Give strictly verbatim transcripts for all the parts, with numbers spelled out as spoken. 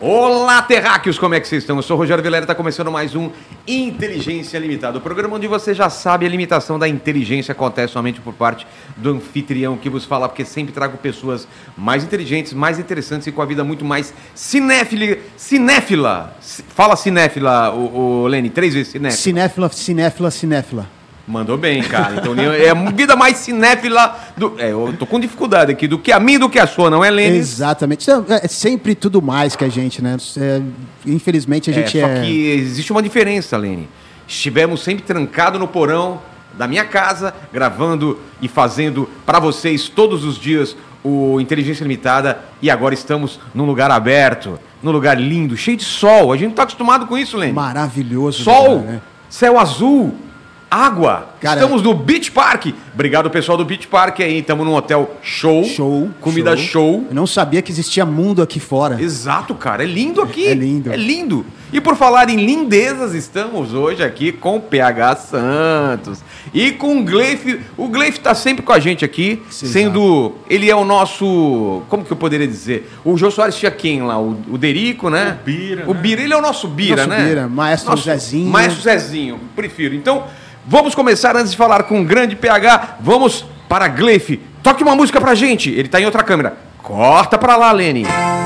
Olá, terráqueos, como é que vocês estão? Eu sou o Rogério Vilela e está começando mais um Inteligência Limitada. O programa onde você já sabe a limitação da inteligência acontece somente por parte do anfitrião que vos fala, porque sempre trago pessoas mais inteligentes, mais interessantes e com a vida muito mais cinéfila. Cinéfila. Fala cinéfila, o, o Lene, três vezes cinéfila. Cinéfila, cinéfila, cinéfila. Mandou bem, cara. Então é a vida mais cinéfila do... É, eu tô com dificuldade aqui, do que a minha e do que a sua, não é, Lênin? Exatamente. É sempre tudo mais que a gente, né? É, infelizmente a gente é... é... Só que existe uma diferença, Lênin. Estivemos sempre trancados no porão da minha casa, gravando e fazendo para vocês todos os dias o Inteligência Limitada, e agora estamos num lugar aberto, num lugar lindo, cheio de sol. A gente não tá acostumado com isso, Lênin. Maravilhoso. Sol, cara, né? Céu azul, água. Cara, estamos no Beach Park. Obrigado, pessoal do Beach Park aí. Estamos num hotel show. Show. Comida show. show. Eu não sabia que existia mundo aqui fora. Exato, cara. É lindo aqui. É lindo. É lindo. E por falar em lindezas, estamos hoje aqui com o P H Santos. E com o Gleif. O Gleif tá sempre com a gente aqui. Sim, sendo... Exato. Ele é o nosso... Como que eu poderia dizer? O Jô Soares tinha quem lá? O, o Derico, né? O Bira. O né? Bira. Ele é o nosso Bira, nosso né? Bira. Maestro nosso... Zezinho. Maestro Zezinho. Prefiro. Então... Vamos começar, antes de falar com o grande P H, vamos para Gleif. Toque uma música pra gente. Ele tá em outra câmera. Corta pra lá, Lene.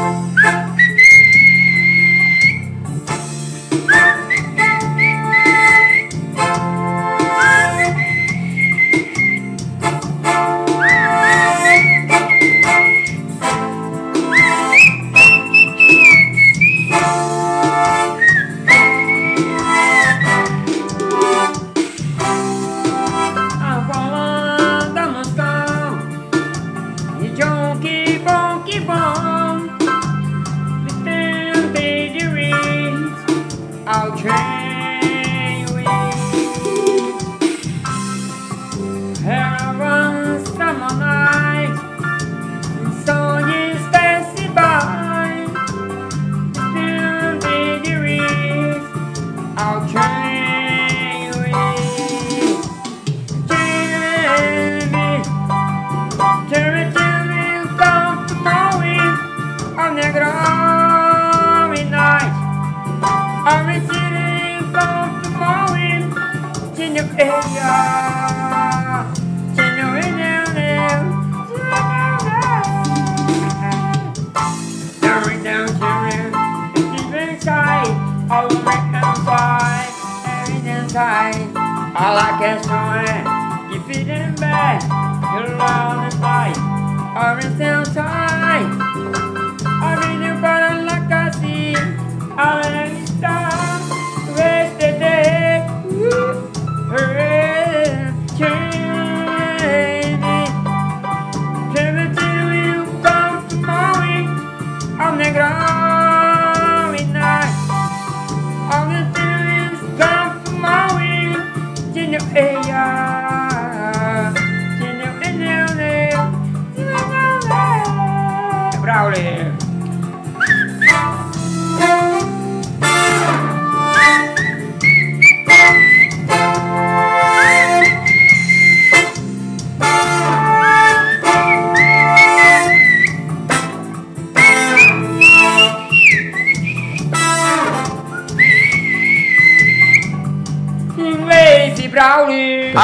Aê!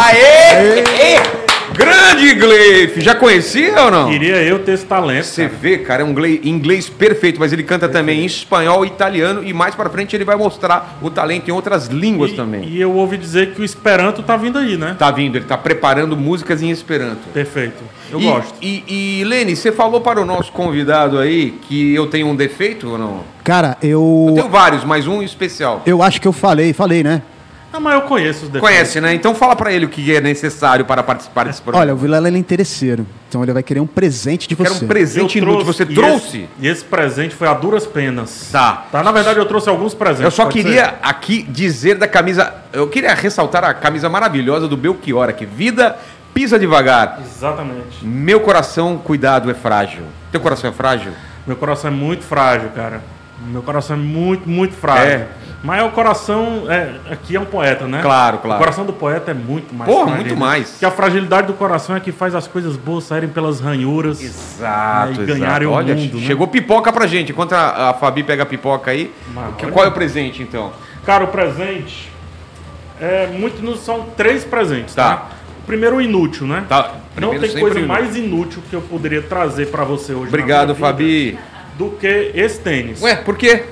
Aê! Grande Gleif! Já conhecia ou não? Queria eu ter esse talento. Você vê, cara, é um inglês perfeito, mas ele canta perfeito. Também em espanhol e italiano, e mais pra frente ele vai mostrar o talento em outras línguas e, também. E eu ouvi dizer que o Esperanto tá vindo aí, né? Tá vindo, ele tá preparando músicas em Esperanto. Perfeito, eu e, gosto. E, e Lene, você falou para o nosso convidado aí que eu tenho um defeito ou não? Cara, eu... Eu tenho vários, mas um especial. Eu acho que eu falei, falei, né? Ah, mas eu conheço os defeitos. Conhece, né? Então fala pra ele o que é necessário para participar desse programa. Olha, o Vilela é interesseiro, então ele vai querer um presente de você. Quero um presente inútil. Você e trouxe? Esse, e esse presente foi a duras penas. Tá. Tá, na verdade eu trouxe alguns presentes. Eu só queria ser? aqui dizer da camisa... Eu queria ressaltar a camisa maravilhosa do Belchior aqui. Vida, pisa devagar. Exatamente. Meu coração, cuidado, é frágil. Teu coração é frágil? Meu coração é muito frágil, cara. Meu coração é muito, muito frágil. É. Mas o coração, é, aqui é um poeta, né? Claro, claro. O coração do poeta é muito mais Porra, frágil, muito né? mais. Porque a fragilidade do coração é que faz as coisas boas saírem pelas ranhuras. Exato, né, e ganharem exato. o Olha, mundo, né? chegou pipoca pra gente. Enquanto a, a Fabi pega a pipoca aí, Mas que- olha. qual é o presente, então? Cara, o presente é muito, no- são três presentes, Tá. tá? O primeiro, o inútil, né? Tá, Não primeiro tem sempre coisa inútil. mais inútil que eu poderia trazer pra você hoje. na Obrigado, minha vida Fabi. Do que esse tênis. Ué, por quê?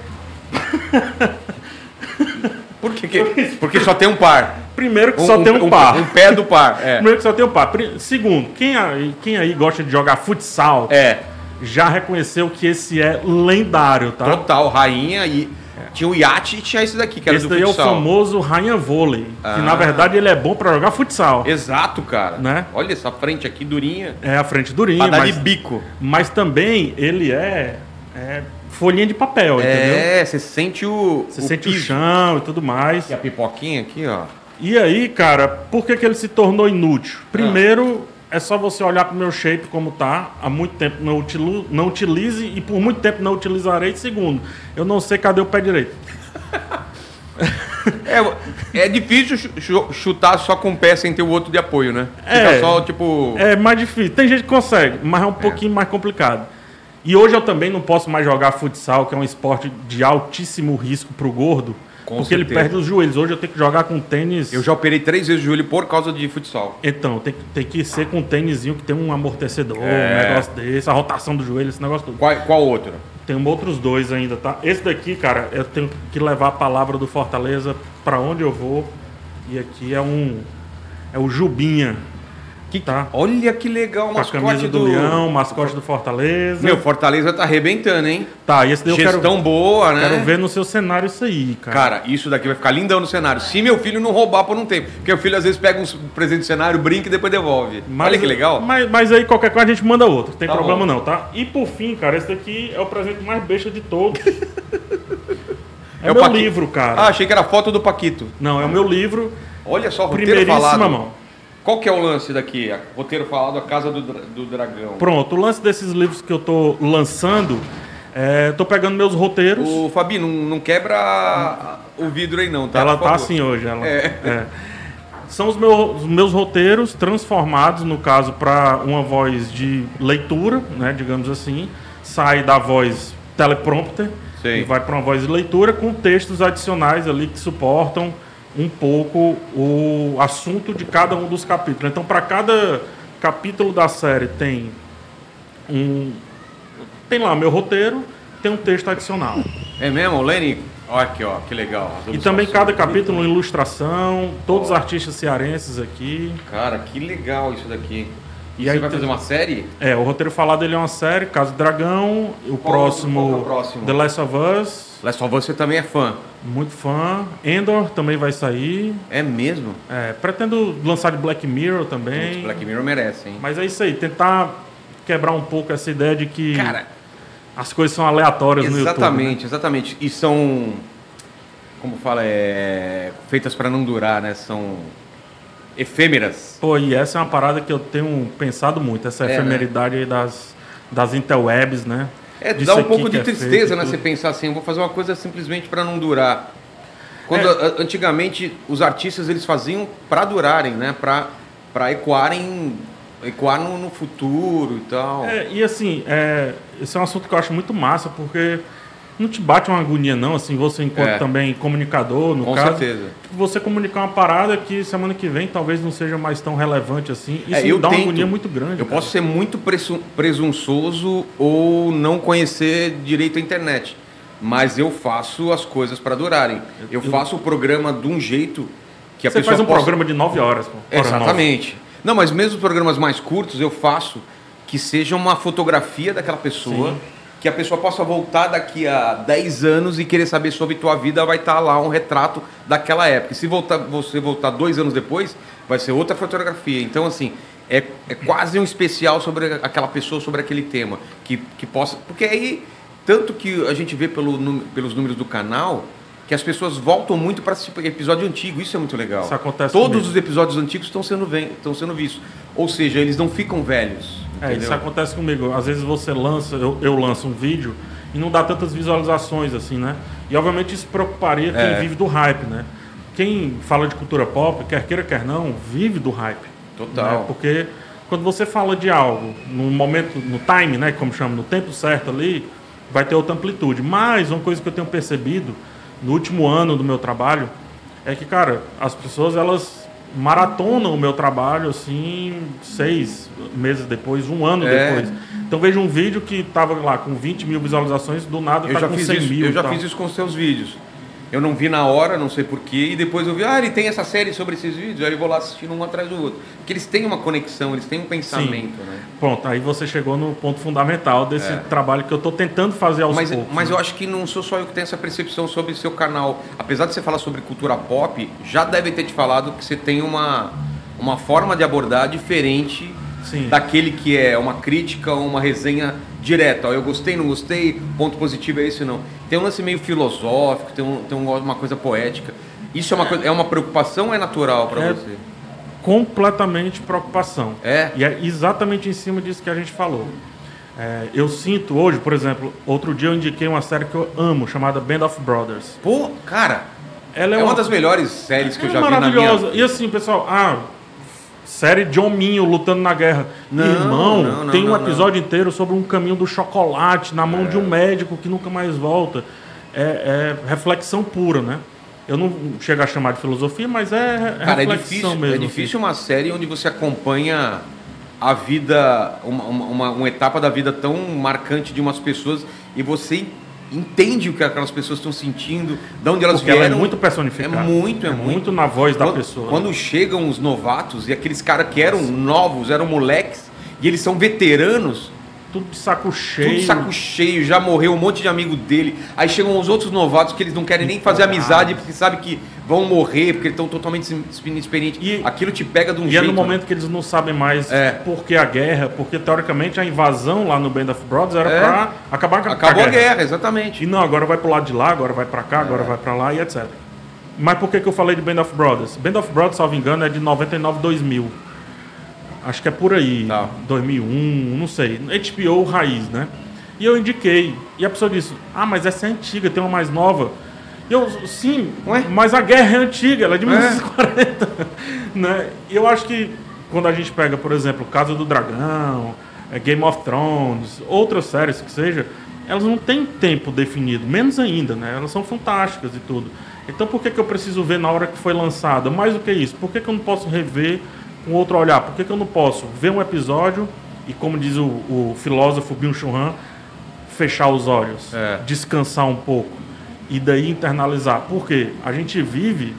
Por que que- Porque só tem um par. Primeiro que só tem um, par. Um pé do par, é. Primeiro que só tem um par. Pri- Segundo, quem aí, quem aí gosta de jogar futsal É, já reconheceu que esse é lendário, tá? total, rainha e... Tinha o iate e tinha esse daqui, que era Esse do daí é o futsal. famoso Rainha Vôlei. Ah. Que na verdade ele é bom pra jogar futsal. Exato, cara. Né? Olha essa frente aqui, durinha. É a frente durinha, Pra dar mas, de bico. mas também ele é, é folhinha de papel, entendeu? É, você sente o Você sente o piso. chão e tudo mais. E a pipoquinha aqui, ó. E aí, cara, por que, que ele se tornou inútil? Primeiro, é só você olhar pro meu shape como tá. Há muito tempo não, utilo, não utilize e por muito tempo não utilizarei. Segundo, eu não sei cadê o pé direito. É, é difícil chu- chu- chutar só com o pé sem ter o outro de apoio, né? Fica É. só, tipo... É mais difícil. Tem gente que consegue, mas é um pouquinho mais complicado. E hoje eu também não posso mais jogar futsal, que é um esporte de altíssimo risco pro gordo, Com porque ele certeza. perde os joelhos. Hoje eu tenho que jogar com tênis. Eu já operei três vezes o joelho por causa de futsal. Então, tem, que- tem que ser com um tênisinho que tem um amortecedor, É. um negócio desse, a rotação do joelho, esse negócio todo. Qual, qual outro? Tem outros dois ainda, tá? Esse daqui, cara, eu tenho que levar a palavra do Fortaleza pra onde eu vou. E aqui é um. É o Jubinha. Que, Tá. Olha que legal, o Com a mascote camisa do, do... Leão, mascote do Fortaleza. Meu, Fortaleza tá arrebentando, hein? Tá, e esse daí eu Gestão quero, boa, né? quero ver no seu cenário isso aí, cara. Cara, isso daqui vai ficar lindão no cenário. Se meu filho não roubar por um tempo. Porque o filho às vezes pega um presente do cenário, brinca e depois devolve. Olha que legal. Mas, mas aí qualquer coisa a gente manda outro, tem Tá problema bom. não, tá? E por fim, cara, esse daqui é o presente mais besta de todos. É, o o meu Paquito. livro, cara. Ah, achei que era foto do Paquito. Não, é o meu livro. Olha só, roteiro Primeiríssima falado. mão. Qual que é o lance daqui? A- Roteiro falado, A Casa do, Dra- do Dragão. Pronto, o lance desses livros que eu tô lançando, é, tô pegando meus roteiros. O Fabi, não, não quebra o vidro aí não, tá? Ela Por tá favor. assim hoje. Ela, É. é. São os meus, os meus roteiros transformados, no caso, para uma voz de leitura, né, digamos assim. Sai da voz teleprompter Sim. e vai para uma voz de leitura com textos adicionais ali que suportam um pouco o assunto de cada um dos capítulos. Então, para cada capítulo da série tem um... Tem lá meu roteiro, tem um texto adicional. É mesmo, Lenny? Olha aqui, ó, que legal. As E também ilustrações cada bonitas. capítulo uma ilustração, todos Ó. artistas cearenses aqui. Cara, que legal isso daqui. E, E você aí vai tem- fazer uma série? É, o roteiro falado ele é uma série, Casa do Dragão, o Qual- próximo, qual que é o próximo? The Last of Us, Last of Us você também é fã. muito fã. Endor também vai sair. É mesmo? É, pretendo lançar de Black Mirror também. Black Mirror merece, hein? Mas é isso aí, tentar quebrar um pouco essa ideia de que Cara, as coisas são aleatórias no YouTube. né? exatamente, exatamente. E são, como fala, é, feitas para não durar, né? São efêmeras. Pô, e essa é uma parada que eu tenho pensado muito, essa É, né? efemeridade aí das, das interwebs, né? É, Disso dá um aqui pouco que de é tristeza, feito e né? tudo. Você pensar assim, eu vou fazer uma coisa simplesmente para não durar. Quando É. a- antigamente os artistas eles faziam para durarem, né? Para para ecoarem, ecoar no, no futuro e tal. É, e assim, é, esse é um assunto que eu acho muito massa, porque não te bate uma agonia não, assim, você enquanto É. também comunicador, no Com caso. certeza. Tipo, você comunicar uma parada que semana que vem talvez não seja mais tão relevante assim. Isso É, me eu dá uma tento. agonia muito grande. Eu cara. posso ser muito presu- presunçoso ou não conhecer direito a internet, mas eu faço as coisas para durarem. Eu Eu- faço o programa de um jeito que a Você pessoa faz um possa... programa de nove horas, pô. hora nove. Exatamente. Não, mas mesmo os programas mais curtos eu faço que seja uma fotografia daquela pessoa, Sim. que a pessoa possa voltar daqui a dez anos e querer saber sobre tua vida, vai estar lá um retrato daquela época. E se voltar, você voltar dois anos depois, vai ser outra fotografia. Então, assim, é, é quase um especial sobre aquela pessoa, sobre aquele tema. Que, que possa. Porque aí, tanto que a gente vê pelo, nú- pelos números do canal, que as pessoas voltam muito para esse episódio antigo. Isso é muito legal. Isso acontece Todos comigo. os episódios antigos estão sendo, ven- estão sendo vistos. Ou seja, eles não ficam velhos. É, entendeu? isso acontece comigo. Às vezes você lança, eu, eu lanço um vídeo e não dá tantas visualizações assim, né? E, obviamente, isso preocuparia quem É. vive do hype, né? Quem fala de cultura pop, quer queira, quer não, vive do hype. Total. Né? Porque quando você fala de algo no momento, no time, né, como chama, no tempo certo ali, vai ter outra amplitude. Mas uma coisa que eu tenho percebido no último ano do meu trabalho é que, cara, as pessoas, elas maratonam o meu trabalho, assim, seis meses depois, um ano É. depois. Então vejo um vídeo que tava lá com vinte mil visualizações, do nada Eu tá já com fiz cem isso, mil. eu e já tal. fiz isso com os seus vídeos. Eu não vi na hora, não sei porquê, e depois eu vi, ah, ele tem essa série sobre esses vídeos, aí eu vou lá assistindo um atrás do outro. Porque eles têm uma conexão, eles têm um pensamento, né? Pronto, aí você chegou no ponto fundamental desse É. trabalho que eu estou tentando fazer aos Mas, poucos. mas né? eu acho que não sou só eu que tenho essa percepção sobre seu canal. Apesar de você falar sobre cultura pop, já deve ter te falado que você tem uma, uma forma de abordar diferente Sim. daquele que é uma crítica ou uma resenha direta. Ó, eu gostei, não gostei, ponto positivo é esse não. Tem um lance meio filosófico, tem, um, tem um- uma coisa poética. Isso é uma, coisa, é uma preocupação ou é natural para É. você? Completamente preocupação. É? E é exatamente em cima disso que a gente falou. É, eu sinto hoje, por exemplo, outro dia eu indiquei uma série que eu amo, chamada Band of Brothers. Pô, cara, Ela é, uma das melhores séries que eu já vi na minha maravilhosa. vida. E assim, pessoal, ah, série de hominho lutando na guerra. Não, Irmão, não, não, tem um não, episódio inteiro sobre um caminho do chocolate na mão de um médico que nunca mais volta. É, é reflexão pura, né? Eu não chego a chamar de filosofia, mas é, é Cara, é reflexão difícil, mesmo. é difícil uma série onde você acompanha a vida, uma, uma, uma- uma etapa da vida tão marcante de umas pessoas e você entende o que aquelas pessoas estão sentindo, de onde elas Porque ela vieram. é muito personificada. É muito, é, É muito. muito na voz da quando, pessoa, né? Quando chegam os novatos e aqueles caras que eram novos, eram moleques, e eles são veteranos, Tudo de saco cheio. tudo de saco cheio, já morreu um monte de amigo dele. Aí chegam os outros novatos que eles não querem nem fazer Empolgados. amizade porque sabem que vão morrer, porque estão totalmente inexperientes. E- Aquilo te pega de um E jeito. é no né? momento que eles não sabem mais É. por que a guerra, porque teoricamente a invasão lá no Band of Brothers era É. pra acabar com a Acabou a guerra. guerra, exatamente. E não, agora vai pro lado de lá, agora vai pra cá, É. agora vai pra lá e etcétera. Mas por que, que eu falei de Band of Brothers? Band of Brothers, salvo engano, é de noventa e nove, dois mil. Acho que é por aí. Tá. dois mil e um, não sei. H B O raiz, né? E eu indiquei. E a pessoa disse: ah, mas essa é antiga, tem uma mais nova. E eu, sim, Ué? mas a guerra é antiga, ela é de É. mil novecentos e quarenta. Né? E eu acho que quando a gente pega, por exemplo, Casa do Dragão, é, Game of Thrones, outras séries que seja, elas não têm tempo definido, menos ainda, né? Elas são fantásticas e tudo. Então por que, que eu preciso ver na hora que foi lançada? Mais do que isso, por que, que eu não posso rever com outro olhar? Por que, que eu não posso ver um episódio e, como diz o, o filósofo Byung-Chul Han, fechar os olhos, É. descansar um pouco e daí internalizar? Por quê? A gente vive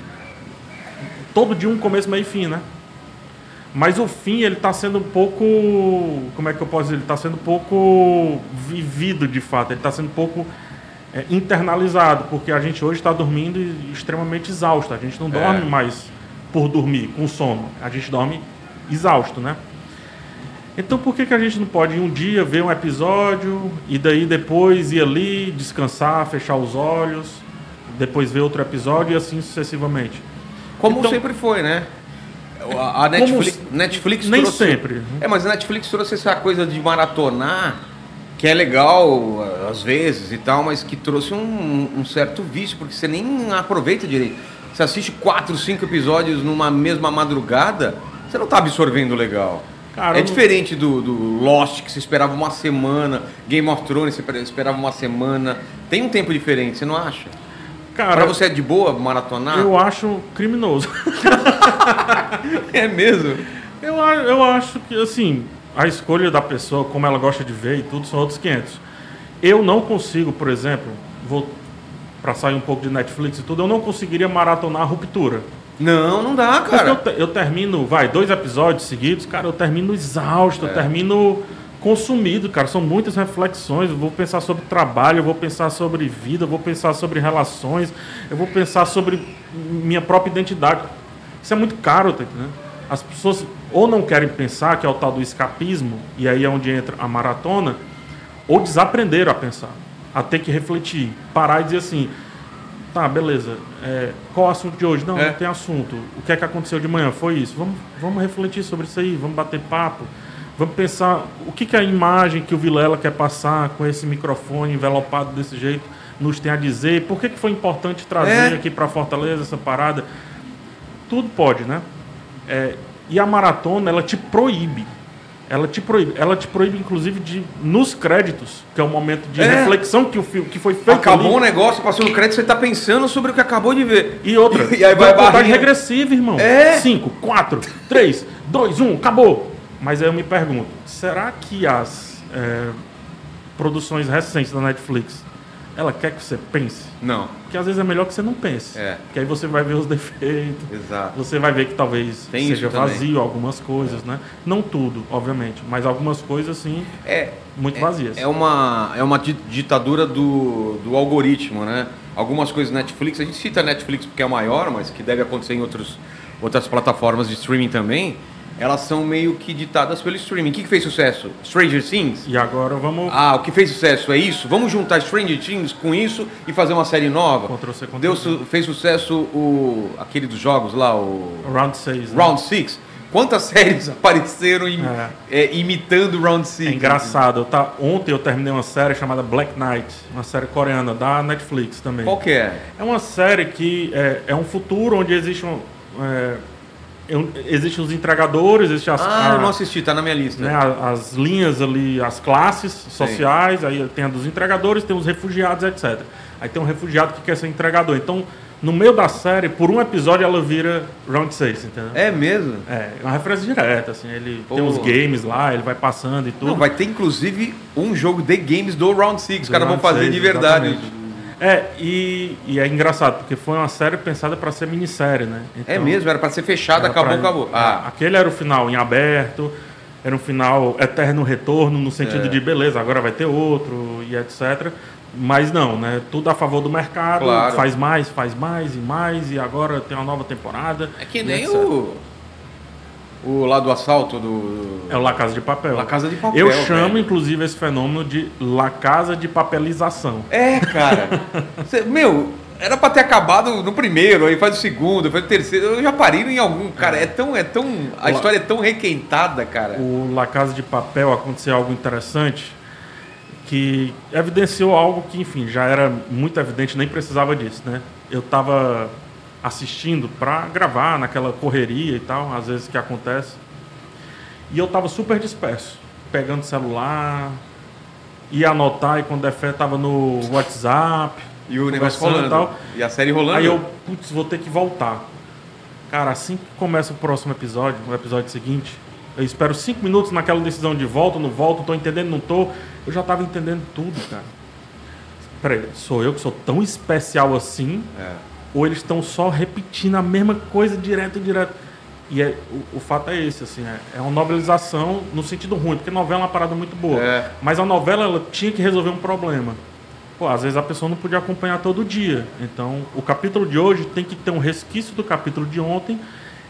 todo dia um começo, meio e fim, né? Mas o fim, ele está sendo um pouco... Como é que eu posso dizer? Ele está sendo um pouco vivido, de fato. Ele está sendo um pouco é, internalizado, porque a gente hoje está dormindo extremamente exausto. A gente não dorme mais por dormir, com sono. A gente dorme exausto, né? Então por que, que a gente não pode um dia ver um episódio e daí depois ir ali, descansar, fechar os olhos, depois ver outro episódio e assim sucessivamente? Como Então- sempre foi, né? A a Netflix, Como- Netflix Nem trouxe... sempre. É, mas a Netflix trouxe essa coisa de maratonar, que é legal às vezes e tal, mas que trouxe um, um certo vício, porque você nem aproveita direito. Você assiste quatro, cinco episódios numa mesma madrugada, você não está absorvendo legal. Cara, é eu não- diferente do, do Lost, que você esperava uma semana, Game of Thrones, você esperava uma semana. Tem um tempo diferente, você não acha? Cara, Pra você é de boa maratonar? eu acho criminoso. É mesmo? Eu, a- eu acho que, assim, a escolha da pessoa, como ela gosta de ver e tudo, são outros quinhentos. Eu não consigo, por exemplo, vou para sair um pouco de Netflix e tudo, eu não conseguiria maratonar a Ruptura. Não, não dá, Porque cara. eu, te- eu termino, vai, dois episódios seguidos, cara, eu termino exausto, É. eu termino consumido, cara. São muitas reflexões. Eu vou pensar sobre trabalho, eu vou pensar sobre vida, eu vou pensar sobre relações, eu vou pensar sobre minha própria identidade. Isso é muito caro, tá entendendo? As pessoas ou não querem pensar, que é o tal do escapismo, e aí é onde entra a maratona, ou desaprenderam a pensar, a ter que refletir, parar e dizer assim: tá, beleza, é, qual o assunto de hoje? Não, É. não tem assunto. O que é que aconteceu de manhã? Foi isso. Vamos, vamos refletir sobre isso aí, vamos bater papo, vamos pensar o que, que é a imagem que o Vilela quer passar com esse microfone envelopado desse jeito nos tem a dizer, por que, que foi importante trazer É. aqui para Fortaleza essa parada. Tudo pode, né? É, e a maratona, ela te proíbe. Ela te proíbe. Ela te proíbe, inclusive, de nos créditos, que é o momento de É. reflexão que, o filme, que foi feito Acabou ali. o negócio, passou no crédito, você tá pensando sobre o que acabou de ver. E outra, E aí vai a contagem barrinha. regressiva, irmão. É. cinco, quatro, três, dois, um, acabou. Mas aí eu me pergunto, será que as é, produções recentes da Netflix, ela quer que você pense? Não, Porque às vezes é melhor que você não pense. É. Porque aí você vai ver os defeitos. exato. Você vai ver que talvez Tem seja isso também. vazio algumas coisas, né? Não tudo, obviamente, mas algumas coisas, sim, É, muito é, vazias. É uma, é uma di- ditadura do, do algoritmo, né? Algumas coisas Netflix, a gente cita Netflix porque é a maior, mas que deve acontecer em outros, outras plataformas de streaming também, elas são meio que ditadas pelo streaming. O que, que fez sucesso? Stranger Things? E agora vamos... Ah, o que fez sucesso é isso? Vamos juntar Stranger Things com isso e fazer uma série nova? Ctrl C, Ctrl Deu, V. su- fez sucesso o, aquele dos jogos lá, o Round seis, né? Round Six. Quantas séries apareceram im- É. é, imitando o Round Six? É engraçado. Eu tá, ontem eu terminei uma série chamada Black Knight, uma série coreana da Netflix também. Qual que é? É uma série que é, é um futuro onde existe um, é, é um- existem os entregadores, existem as, Ah, a- eu não assisti, tá na minha lista. né, a- as linhas ali, as classes sociais, aí tem a dos entregadores, tem os refugiados, etcétera. Aí tem um refugiado que quer ser entregador. Então, no meio da série, por um episódio, ela vira Round seis, entendeu? É mesmo? É, é uma referência direta, assim, ele Pô. tem uns games lá, ele vai passando e tudo. Não, vai ter inclusive um jogo de games do Round Six. Os Do caras vão Round fazer seis, de verdade. exatamente. É, e, e é engraçado, porque foi uma série pensada para ser minissérie, né? É Então, mesmo, era pra ser fechado, era acabou, pra- acabou. é, Ah, Aquele era o final em aberto, era um final eterno retorno, no sentido É. de beleza, agora vai ter outro e etcétera. Mas não, né? Tudo a favor do mercado, Claro. faz mais, faz mais e mais, e agora tem uma nova temporada. é que e nem etcétera. o. O lá do assalto do. É o La Casa de Papel. La Casa de Papel, Eu chamo, velho. inclusive, esse fenômeno de La Casa de Papelização. É, cara. Cê- meu, era pra ter acabado no primeiro, aí faz o segundo, faz o terceiro. Eu já parei em algum. Cara, é tão. É tão a La- história é tão requentada, cara. O La Casa de Papel aconteceu algo interessante que evidenciou algo que, enfim, já era muito evidente, nem precisava disso, né? Eu estava assistindo para gravar naquela correria e tal, às vezes que acontece, e eu estava super disperso, pegando celular, ia anotar e quando der fé tava no WhatsApp, E o negócio conversando rolando. e tal. E a série rolando. Aí eu, putz, vou ter que voltar. Cara, assim que começa o próximo episódio, o episódio seguinte, eu espero cinco minutos naquela decisão de volta, não volto, tô entendendo, não tô. Eu já tava entendendo tudo, cara. Peraí, sou eu que sou tão especial assim? É. Ou eles estão só repetindo a mesma coisa direto, direto? E é, o, o fato é esse, assim, é, é uma novelização no sentido ruim, porque novela é uma parada muito boa. É. Mas a novela, ela tinha que resolver um problema. Pô, às vezes a pessoa não podia acompanhar todo dia. Então, o capítulo de hoje tem que ter um resquício do capítulo de ontem,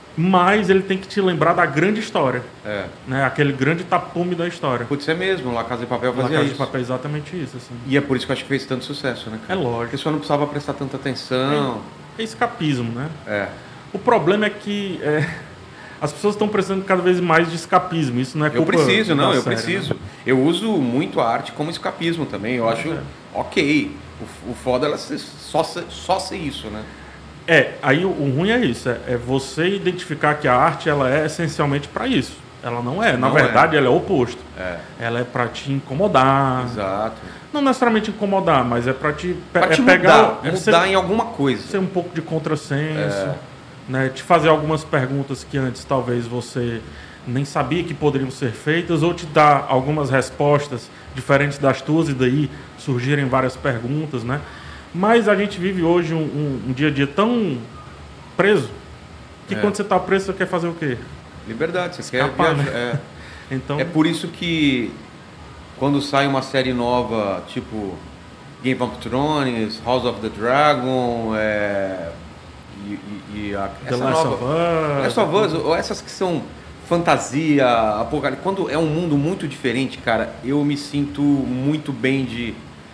mas ele tem que te lembrar da grande história, É. né? Aquele grande tapume da história. Putz, é mesmo, La Casa de Papel La fazia Casa de isso. Papel é exatamente isso, assim. E é por isso que eu acho que fez tanto sucesso, né, É cara? A lógico. pessoa não precisava prestar tanta atenção. É escapismo, né? É. O problema é que é, as pessoas estão precisando cada vez mais de escapismo. Isso não é Eu culpa preciso, da não, eu série, preciso. né? Eu uso muito a arte como escapismo também. Eu acho É. ok. O, o foda é ela ser- só, ser- só ser isso, né? É, aí o, o ruim é isso, é, é você identificar que a arte ela é essencialmente para isso. Ela não é, na Não é. verdade ela é o oposto. É, Ela é para te incomodar. exato. Não necessariamente incomodar, mas é para te, pe- Pra é te pegar, mudar, é mudar ser, em alguma coisa. ser um pouco de contrassenso, É. né? Te fazer algumas perguntas que antes talvez você nem sabia que poderiam ser feitas, ou te dar algumas respostas diferentes das tuas e daí surgirem várias perguntas, né? Mas a gente vive hoje um, um- um dia a dia tão preso que É. quando você está preso você quer fazer o quê? Liberdade, você Escapar, quer viajar. Então, É. É por isso que quando sai uma série nova, tipo Game of Thrones, House of the Dragon, é, e, e- e a, The essa Last nova, of Us, Last of Us, ou essas que são fantasia, apocalipse, quando é um mundo muito diferente, cara, eu me sinto muito bem de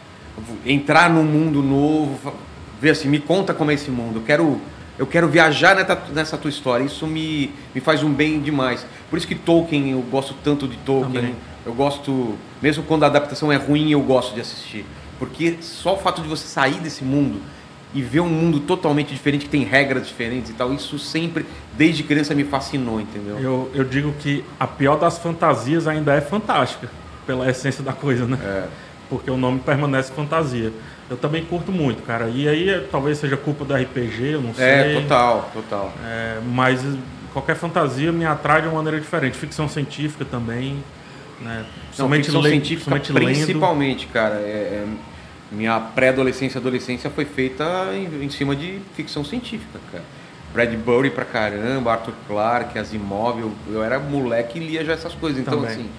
entrar num mundo novo, fa- ver assim, me conta como é esse mundo, eu quero, eu quero viajar nessa, nessa tua história, isso me, me faz um bem demais. Por isso que Tolkien, eu gosto tanto de Tolkien, Também. eu gosto, mesmo quando a adaptação é ruim, eu gosto de assistir. Porque só o fato de você sair desse mundo e ver um mundo totalmente diferente, que tem regras diferentes e tal, isso sempre, desde criança, me fascinou, entendeu? Eu, eu digo que a pior das fantasias ainda é fantástica, pela essência da coisa, né? É. Porque o nome permanece fantasia. Eu também curto muito, cara. E aí é, talvez seja culpa do R P G, eu não sei. É, total, total. É, mas qualquer fantasia me atrai de uma maneira diferente. Ficção científica também, né? Não, ficção le- científica somente principalmente, cara. É, é, minha pré-adolescência e adolescência foi feita em, em cima de ficção científica, cara. Bradbury pra caramba, Arthur Clarke, Asimov. Eu, eu era moleque e lia já essas coisas. Então, Também. assim,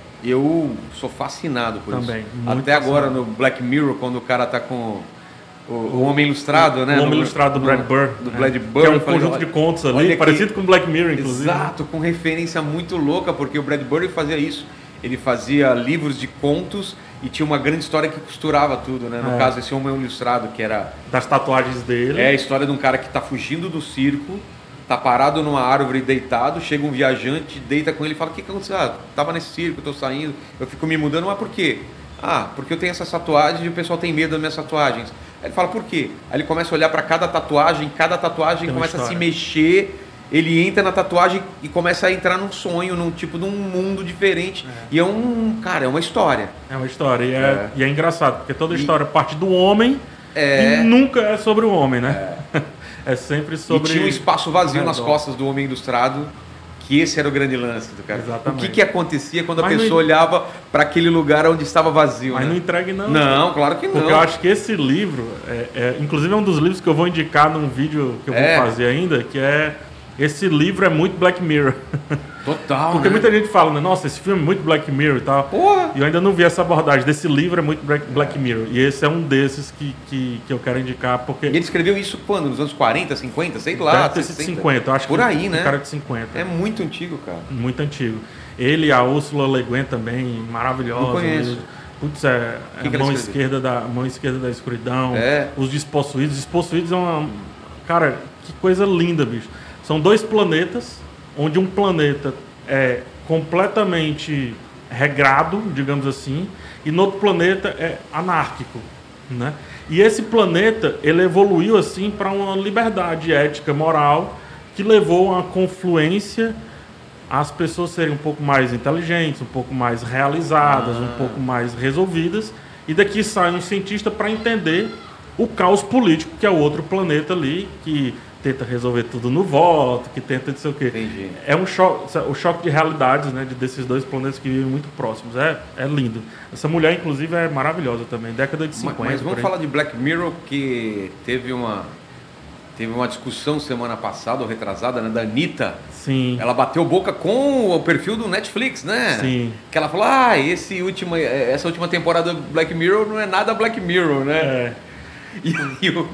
eu sou fascinado por Também, isso. muito Até agora fascinado. no Black Mirror, quando o cara tá com o, o Homem Ilustrado, né? O Homem No- Ilustrado do Brad no- Bird. Do né? Brad Que Bird. é um eu falei, conjunto olha- de contos ali, olha que- parecido com Black Mirror, inclusive. Exato, com referência muito louca, porque o Bradbury fazia isso. Ele fazia livros de contos e tinha uma grande história que costurava tudo, né? No É. caso, esse Homem Ilustrado, que era... Das tatuagens dele. É a história de um cara que tá fugindo do circo, tá parado numa árvore deitado, chega um viajante, deita com ele e fala: o que que aconteceu? Ah, tava nesse circo, tô saindo, eu fico me mudando, mas por quê? Ah, porque eu tenho essas tatuagens e o pessoal tem medo das minhas tatuagens. Aí ele fala: por quê? Aí ele começa a olhar para cada tatuagem, cada tatuagem Tem uma começa a se história. mexer, ele entra na tatuagem e começa a entrar num sonho, num tipo de um mundo diferente. E é um, cara, é uma história. É uma história. E é, É. e é engraçado, porque toda E- história parte do homem É. e nunca é sobre o homem, né? É, sempre sobre... E tinha um espaço vazio nas redor. costas do Homem Ilustrado, que esse era o grande lance do cara. Exatamente. O que, que acontecia quando a Mas pessoa não- olhava para aquele lugar onde estava vazio? Mas né? não entregue não. Não, claro que não. Porque eu acho que esse livro, é, é, inclusive é um dos livros que eu vou indicar num vídeo que eu É. vou fazer ainda, que é... Esse livro é muito Black Mirror. Total, Porque né? muita gente fala, né? Nossa, esse filme é muito Black Mirror e tal. Porra! E eu ainda não vi essa abordagem. Desse livro é muito Black, Black Mirror. E esse é um desses que, que, que eu quero indicar, porque... E ele escreveu isso quando? Nos anos quarenta, cinquenta, sei lá. Deve ter sido sessenta. cinquenta, eu acho Por que aí, um né? cara de cinquenta. É muito antigo, cara. Muito antigo. Ele e a Ursula Le Guin também, maravilhosa. Não conheço. Putz, é, Que é que a mão ela escreveu? esquerda, da, mão esquerda da escuridão. É. Os Despossuídos. Despossuídos é uma... Cara, que coisa linda, bicho. São dois planetas, onde um planeta é completamente regrado, digamos assim, e no outro planeta é anárquico, né? E esse planeta, ele evoluiu assim para uma liberdade ética, moral, que levou a uma confluência as pessoas serem um pouco mais inteligentes, um pouco mais realizadas, um pouco mais resolvidas, e daqui sai um cientista para entender o caos político que é o outro planeta ali, que tenta resolver tudo no voto, que tenta não sei o quê. Entendi. É um choque, o choque de realidades, né, de, desses dois planetas que vivem muito próximos. É, é lindo. Essa mulher, inclusive, é maravilhosa também, década de Mas, cinquenta. mas vamos por aí. falar de Black Mirror, que teve uma, teve uma discussão semana passada, ou retrasada, né, da Anitta. Sim. Ela bateu boca com o perfil do Netflix, né? Sim. Que ela falou: ah, esse última, essa última temporada do Black Mirror não é nada Black Mirror, né? É. E aí o,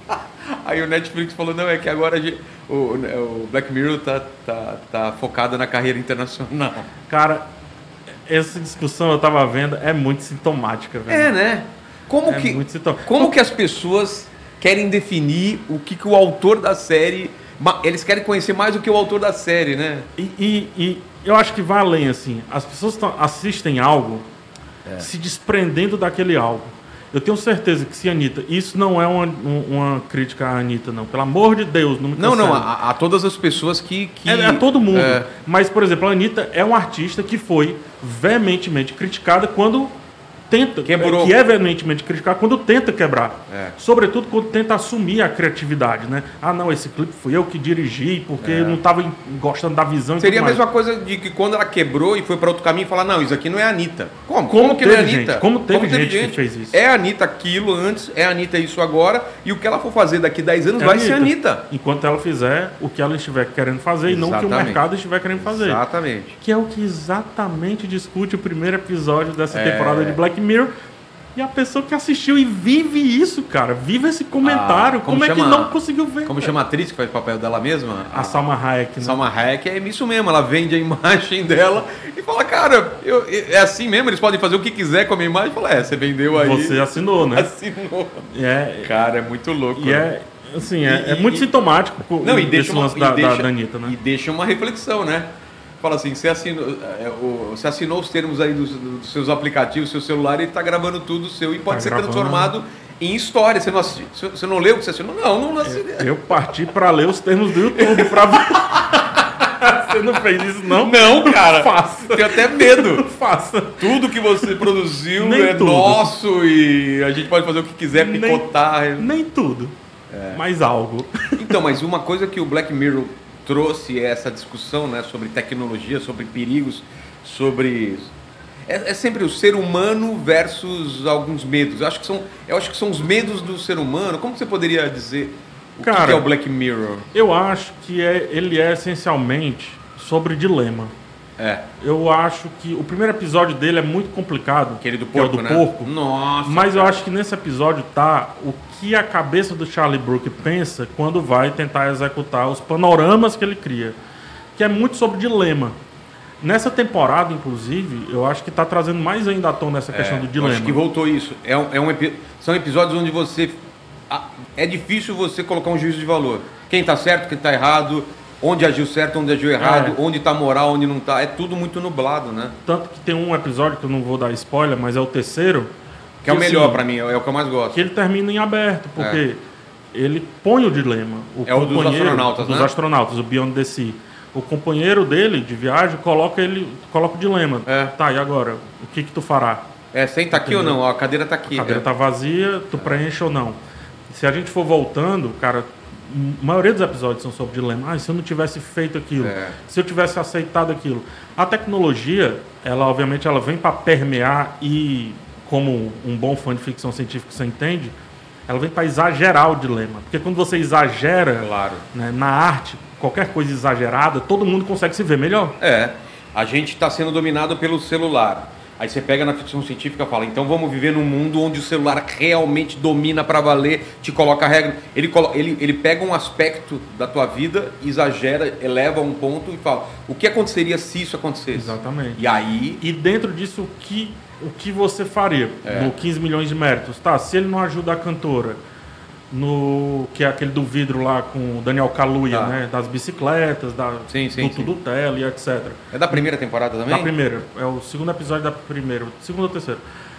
aí o Netflix falou: não, é que agora a gente- o, o Black Mirror tá, tá, tá focado na carreira internacional. Cara, essa discussão eu tava vendo é muito sintomática, velho. É, né? Como, É que, muito sintomático. como que as pessoas querem definir o que, que o autor da série... ma- Eles querem conhecer mais do que o autor da série, né? E, e- e eu acho que vai além, assim. As pessoas tão- assistem algo É. se desprendendo daquele algo. Eu tenho certeza que se a Anitta... Isso não é uma, um- uma crítica à Anitta, não. Pelo amor de Deus, não me Não, não, cancele. a, a todas as pessoas que... que É, é todo mundo. É. Mas, por exemplo, a Anitta é uma artista que foi veementemente criticada quando tenta... Quebrou. Que é veementemente criticada quando tenta quebrar. É. Sobretudo quando tenta assumir a criatividade, né? Ah, não, esse clipe fui eu que dirigi porque eu não estava gostando da visão e Seria a tudo mais. mesma coisa de que quando ela quebrou e foi para outro caminho, falar: não, isso aqui não é a Anitta. Como? Como que não é a teve Anitta? gente, como teve gente que fez isso. É a Anitta aquilo antes, é a Anitta isso agora, e o que ela for fazer daqui dez anos É vai ser a Anitta. Enquanto ela fizer o que ela estiver querendo fazer e não o que o Exatamente. mercado estiver querendo fazer. Exatamente. Que é o que exatamente discute o primeiro episódio dessa É. temporada de Black Mirror. E a pessoa que assistiu e vive isso, cara, vive esse comentário. Ah, como como é que chama- não conseguiu ver? Como cara? chama a atriz que faz o papel dela mesma? A Salma Hayek, né? Salma Hayek é isso mesmo, ela vende a imagem dela e fala: cara, eu- é assim mesmo, eles podem fazer o que quiser com a minha imagem. Fala: é, você vendeu aí. Você assinou, né? assinou. E é, Cara, é muito louco. e né? é assim, é, E- é muito e- sintomático Não, e desse deixa, uma, lance e, da, deixa, da, da Anitta, né? e deixa uma reflexão, né? fala assim, você assinou, é, o, você assinou os termos aí dos, dos seus aplicativos, seu celular, ele está gravando tudo seu e pode Tá ser gravando. transformado em história. Você não, assisti, você não leu o que você assinou? Não, não assinei. Eu parti para ler os termos do YouTube para ver. Você não fez isso, não? Não, cara. Faça. Tenho até medo. Faça. Tudo que você produziu Nem é tudo. nosso e a gente pode fazer o que quiser, Nem- picotar. Nem tudo. Mas algo. Então, mas uma coisa que o Black Mirror trouxe é essa discussão, né, sobre tecnologia, sobre perigos, sobre... É, é sempre o ser humano versus alguns medos. Eu acho que são, eu acho que são os medos do ser humano. Como você poderia dizer o que Cara, que é o Black Mirror? Eu acho que é, ele é essencialmente sobre dilema. É, Eu acho que o primeiro episódio dele é muito complicado. aquele do que é o porco, do né? porco. Nossa. Mas eu cara. acho que nesse episódio tá o que a cabeça do Charlie Brooker pensa quando vai tentar executar os panoramas que ele cria. Que é muito sobre dilema. Nessa temporada, inclusive, eu acho que tá trazendo mais ainda à tona essa questão do Eu dilema. acho que voltou isso. É um, é um epi- São episódios onde você... ah, É difícil você colocar um juízo de valor. Quem tá certo, quem tá errado, onde agiu certo, onde agiu errado, É. onde tá moral, onde não tá. É tudo muito nublado, né? Tanto que tem um episódio que eu não vou dar spoiler, mas é o terceiro. Que é o assim, melhor pra mim, é o que eu mais gosto. Que ele termina em aberto, porque ele põe o dilema. O É o dos companheiro- astronautas, dos né? astronautas, o Beyond the Sea. O companheiro dele de viagem coloca ele, coloca o dilema. É. Tá, e agora? O que que tu fará? É, senta aqui ou não? Ó, a cadeira tá aqui. A cadeira é. tá vazia, tu preenche ou não? Se a gente for voltando, cara, a maioria dos episódios são sobre dilema. Ah, se eu não tivesse feito aquilo, É. se eu tivesse aceitado aquilo. A tecnologia, ela obviamente ela vem para permear e, como um bom fã de ficção científica você entende, ela vem para exagerar o dilema. Porque quando você exagera Claro. né, na arte, qualquer coisa exagerada, todo mundo consegue se ver melhor. É, a gente está sendo dominado pelo celular. Aí você pega na ficção científica e fala, então vamos viver num mundo onde o celular realmente domina para valer, te coloca regra. Ele, colo- ele, ele pega um aspecto da tua vida, exagera, eleva a um ponto e fala, o que aconteceria se isso acontecesse? Exatamente. E aí, E dentro disso, o que, o que você faria É. no quinze milhões de méritos? Tá, se ele não ajuda a cantora, no que é aquele do vidro lá com o Daniel Kaluuya, Tá. né? Das bicicletas, da, Sim, sim, do sim. tudo tela e etcétera. é da primeira temporada também? Da primeira, é o segundo episódio da primeira, segundo ou terceiro.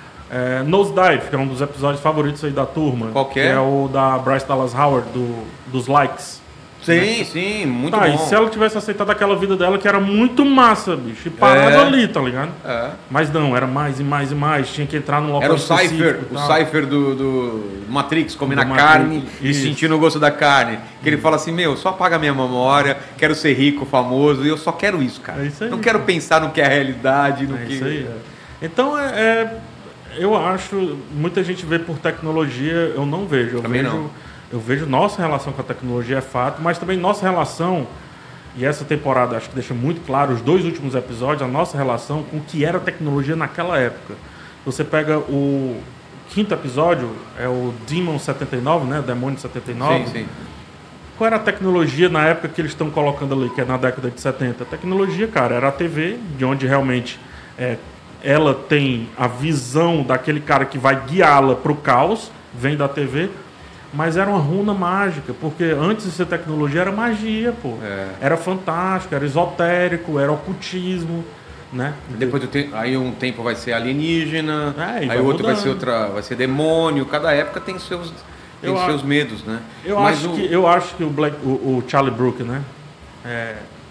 É, Nosedive, que é um dos episódios favoritos aí da turma. Qual que é? é o da Bryce Dallas Howard, do, dos likes. Sim, sim, muito Tá, bom. e se ela tivesse aceitado aquela vida dela que era muito massa, bicho, e parado É. ali, tá ligado? É. Mas não, era mais e mais e mais, tinha que entrar num local Era o específico Cypher, e o tal. Cypher do, do Matrix, comendo Do a carne Matrix, e isso. sentindo o gosto da carne. Que ele fala assim, meu, só apaga a minha memória, quero ser rico, famoso, e eu só quero isso, cara. É isso aí, Não quero cara. pensar no que é a realidade, no É que... isso aí. Então, é, é- eu acho, muita gente vê por tecnologia, eu não vejo. Eu Também vejo, não. eu vejo nossa relação com a tecnologia é fato, mas também nossa relação, e essa temporada acho que deixa muito claro, os dois últimos episódios, a nossa relação com o que era a tecnologia naquela época. Você pega o quinto episódio, é o Demon setenta e nove, né? Demônio setenta e nove. Sim, sim. Qual era a tecnologia na época que eles estão colocando ali, que é na década de setenta? A tecnologia, cara, era a T V, de onde realmente é, ela tem a visão daquele cara que vai guiá-la para o caos, vem da T V, mas era uma runa mágica, porque antes de ser tecnologia era magia, pô. É. Era fantástico, era esotérico, era ocultismo, né? Depois do te... aí um tempo vai ser alienígena, É, e aí vai o outro vai mudando. ser outra, vai ser demônio. Cada época tem seus, tem Eu seus a- medos, né? Eu, Mas acho o- que, eu acho que o, Black, o, o Charlie Brooker, né? é,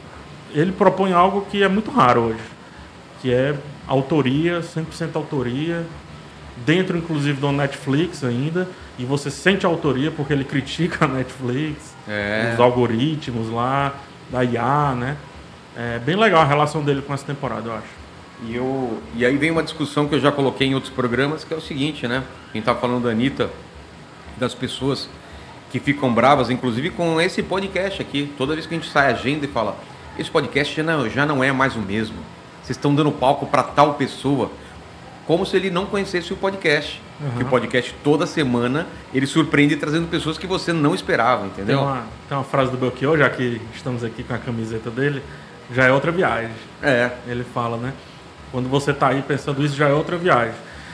ele propõe algo que é muito raro hoje, que é autoria, cem por cento autoria, dentro inclusive do Netflix ainda, e você sente a autoria porque ele critica a Netflix, É. os algoritmos lá, da I A, né? É bem legal a relação dele com essa temporada, eu acho. E, eu, e aí vem uma discussão que eu já coloquei em outros programas, que é o seguinte, né? Quem tá falando da Anitta, das pessoas que ficam bravas, inclusive com esse podcast aqui. Toda vez que a gente sai agenda e fala, esse podcast já não, já não é mais o mesmo. Vocês estão dando palco para tal pessoa, como se ele não conhecesse o podcast. Uhum. Que o podcast, toda semana, ele surpreende trazendo pessoas que você não esperava, Tem entendeu? uma, tem uma frase do Belchior, já que estamos aqui com a camiseta dele, já é outra viagem. É. Ele fala, né? Quando você está aí pensando isso, já é outra viagem.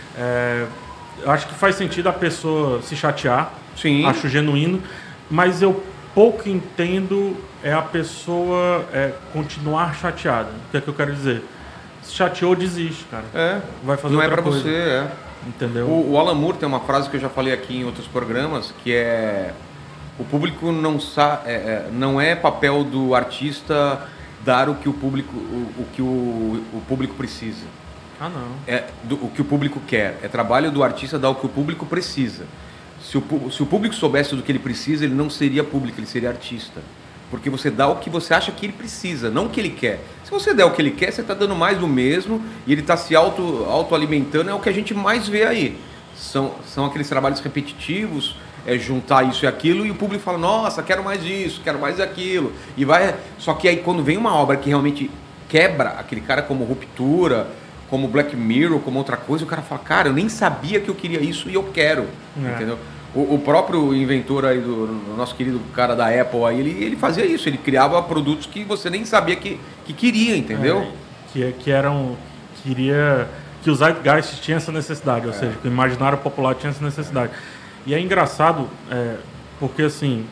É, eu acho que faz sentido a pessoa se chatear, Sim. acho genuíno, mas eu pouco entendo é a pessoa é, continuar chateada. O que é que eu quero dizer? Se chateou, desiste, cara. É, vai fazer não é outra pra coisa. você, é. Entendeu? O, o Alan Moore tem uma frase que eu já falei aqui em outros programas, que é o público não sa é, é, não é papel do artista dar o que o público, o, o que o, o público precisa. Ah, não. É do, o que o público quer. É trabalho do artista dar o que o público precisa. Se o, se o público soubesse do que ele precisa, ele não seria público, ele seria artista. Porque você dá o que você acha que ele precisa, não o que ele quer. Se você der o que ele quer, você está dando mais do mesmo e ele está se auto, autoalimentando, é o que a gente mais vê aí. São, são aqueles trabalhos repetitivos, é juntar isso e aquilo, e o público fala, nossa, quero mais isso, quero mais aquilo. E vai. Só que aí quando vem uma obra que realmente quebra aquele cara como Ruptura, como Black Mirror, como outra coisa, o cara fala, cara, eu nem sabia que eu queria isso e eu quero. É. Entendeu? O, o próprio inventor aí, do, do nosso querido cara da Apple aí, ele, ele fazia isso, ele criava produtos que você nem sabia que, que queria, entendeu? É, que, que eram. Queria. Que o Zeitgeist tinha essa necessidade, ou é. seja, que o imaginário popular tinha essa necessidade. E é engraçado, é, porque assim,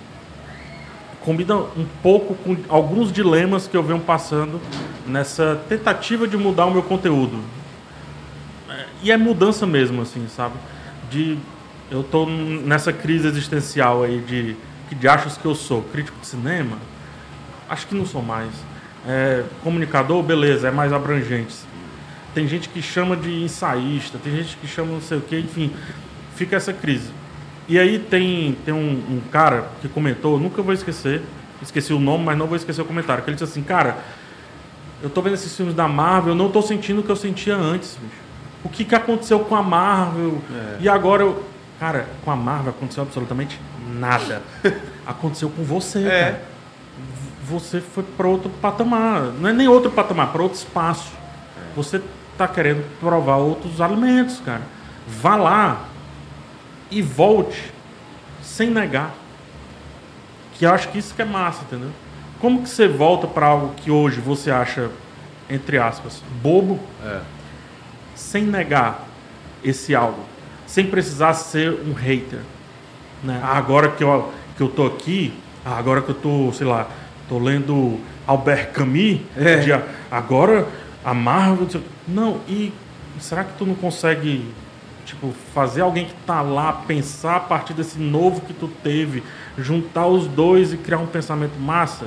combina um pouco com alguns dilemas que eu venho passando nessa tentativa de mudar o meu conteúdo. É, e é mudança mesmo, assim, sabe? De, eu tô nessa crise existencial aí de que de achos que eu sou, crítico de cinema, acho que não sou mais. É, comunicador, beleza, é mais abrangente. Tem gente que chama de ensaísta, tem gente que chama não sei o que, enfim, fica essa crise. E aí tem, tem um, um cara que comentou, nunca vou esquecer, esqueci o nome, mas não vou esquecer o comentário, que ele disse assim, cara, eu tô vendo esses filmes da Marvel, eu não tô sentindo o que eu sentia antes, bicho. O que que aconteceu com a Marvel? É. E agora eu... Cara, com a Marvel aconteceu absolutamente nada. Aconteceu com você, é. cara. Você foi para outro patamar, não é nem outro patamar, para outro espaço. É. Você tá querendo provar outros alimentos, cara. Vá lá e volte sem negar. Que eu acho que isso que é massa, entendeu? Como que você volta para algo que hoje você acha, entre aspas, bobo, é. sem negar esse algo, sem precisar ser um hater, né? Ah, agora que eu, que eu tô aqui, ah, agora que eu tô, sei lá, tô lendo Albert Camus, é. de, agora a Marvel... Não, e será que tu não consegue... Tipo, fazer alguém que tá lá pensar a partir desse novo que tu teve, juntar os dois e criar um pensamento massa?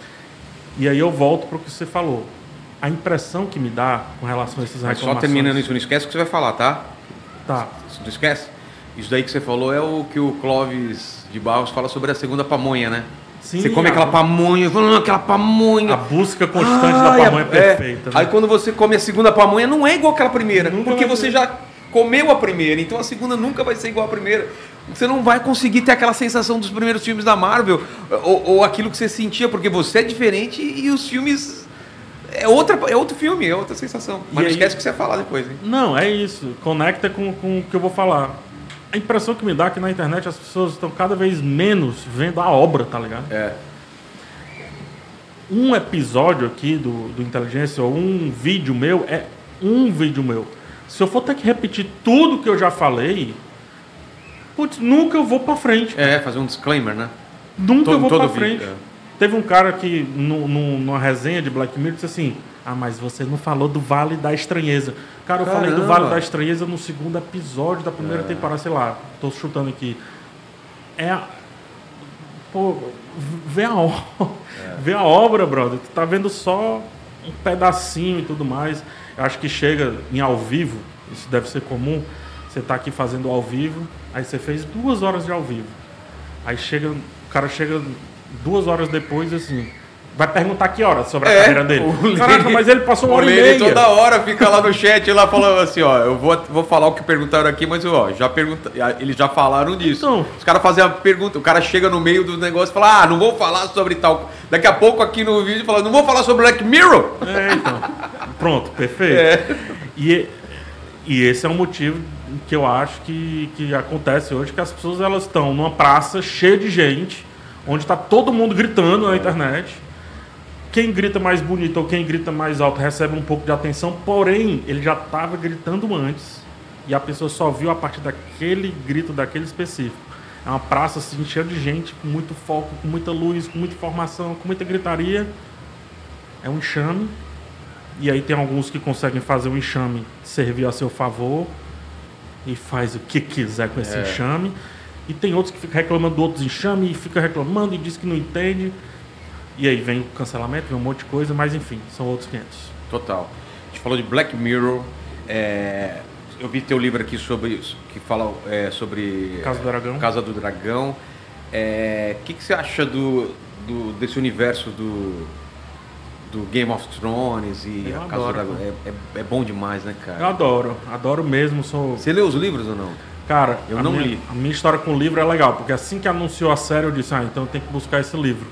E aí eu volto para o que você falou. A impressão que me dá com relação a esses reclamações... Só terminando isso, não esquece o que você vai falar, tá? Tá. Não esquece? Isso daí que você falou é o que o Clóvis de Barros fala sobre a segunda pamonha, né? Sim, você come a... aquela pamonha, falando aquela pamonha. A busca constante ah, da pamonha é perfeita. É. Né? Aí quando você come a segunda pamonha, não é igual aquela primeira, nunca porque você ser. já... comeu a primeira, então a segunda nunca vai ser igual à primeira. Você não vai conseguir ter aquela sensação dos primeiros filmes da Marvel, ou, ou aquilo que você sentia, porque você é diferente e os filmes é, outra, é outro filme, é outra sensação. Mas e não aí... esquece o que você vai falar depois, hein? Não, é isso. Conecta com, com o que eu vou falar. A impressão que me dá é que na internet as pessoas estão cada vez menos vendo a obra, tá ligado? É. Um episódio aqui do, do Inteligência, ou um vídeo meu, é um vídeo meu. Se eu for ter que repetir tudo que eu já falei, putz, nunca eu vou pra frente. É, fazer um disclaimer, né? Nunca todo, eu vou todo pra vídeo, frente. É. Teve um cara que, no, no, numa resenha de Black Mirror, disse assim, ah, mas você não falou do Vale da Estranheza. Cara, eu Caramba. falei do Vale da Estranheza no segundo episódio da primeira é. temporada, sei lá, tô chutando aqui. É a... Pô, vê a obra, é. vê a obra, brother. Tu tá vendo só um pedacinho e tudo mais. Eu acho que chega em ao vivo, isso deve ser comum, você tá aqui fazendo ao vivo, aí você fez duas horas de ao vivo. Aí chega, o cara chega duas horas depois, assim, vai perguntar que hora sobre a é, carreira dele. Caraca, mas ele passou uma hora e meia. Toda hora fica lá no chat, lá falando assim, ó, eu vou, vou falar o que perguntaram aqui, mas ó, já pergunta, eles já falaram disso. Então, os caras fazem a pergunta, o cara chega no meio do negócio e fala, ah, não vou falar sobre tal. Daqui a pouco aqui no vídeo fala, não vou falar sobre Black Mirror. É, então. Pronto, perfeito. É. E, e esse é um motivo que eu acho que, que acontece hoje, que as pessoas elas estão numa praça cheia de gente, onde está todo mundo gritando na internet. Quem grita mais bonito ou quem grita mais alto recebe um pouco de atenção, porém, ele já estava gritando antes e a pessoa só viu a partir daquele grito, daquele específico. É uma praça assim, cheia de gente, com muito foco, com muita luz, com muita informação, com muita gritaria. É um enxame. E aí tem alguns que conseguem fazer o enxame servir a seu favor e faz o que quiser com esse É. enxame. E tem outros que ficam reclamando do outros enxame e fica reclamando e diz que não entende. E aí vem o cancelamento, vem um monte de coisa, mas enfim, são outros quinhentos. Total. A gente falou de Black Mirror. é, Eu vi teu livro aqui sobre que fala é, sobre Casa do Dragão. Casa do Dragão. É, O que, que você acha do, do desse universo do do Game of Thrones e Eu a Casa adoro, do Dragão? É, é, é bom demais, né, Eu cara? adoro, adoro mesmo. Sou... Você leu os livros ou não? Cara, Eu a não minha, li. A minha história com o livro é legal, porque assim que anunciou a série, eu disse, ah, então eu tenho que buscar esse livro.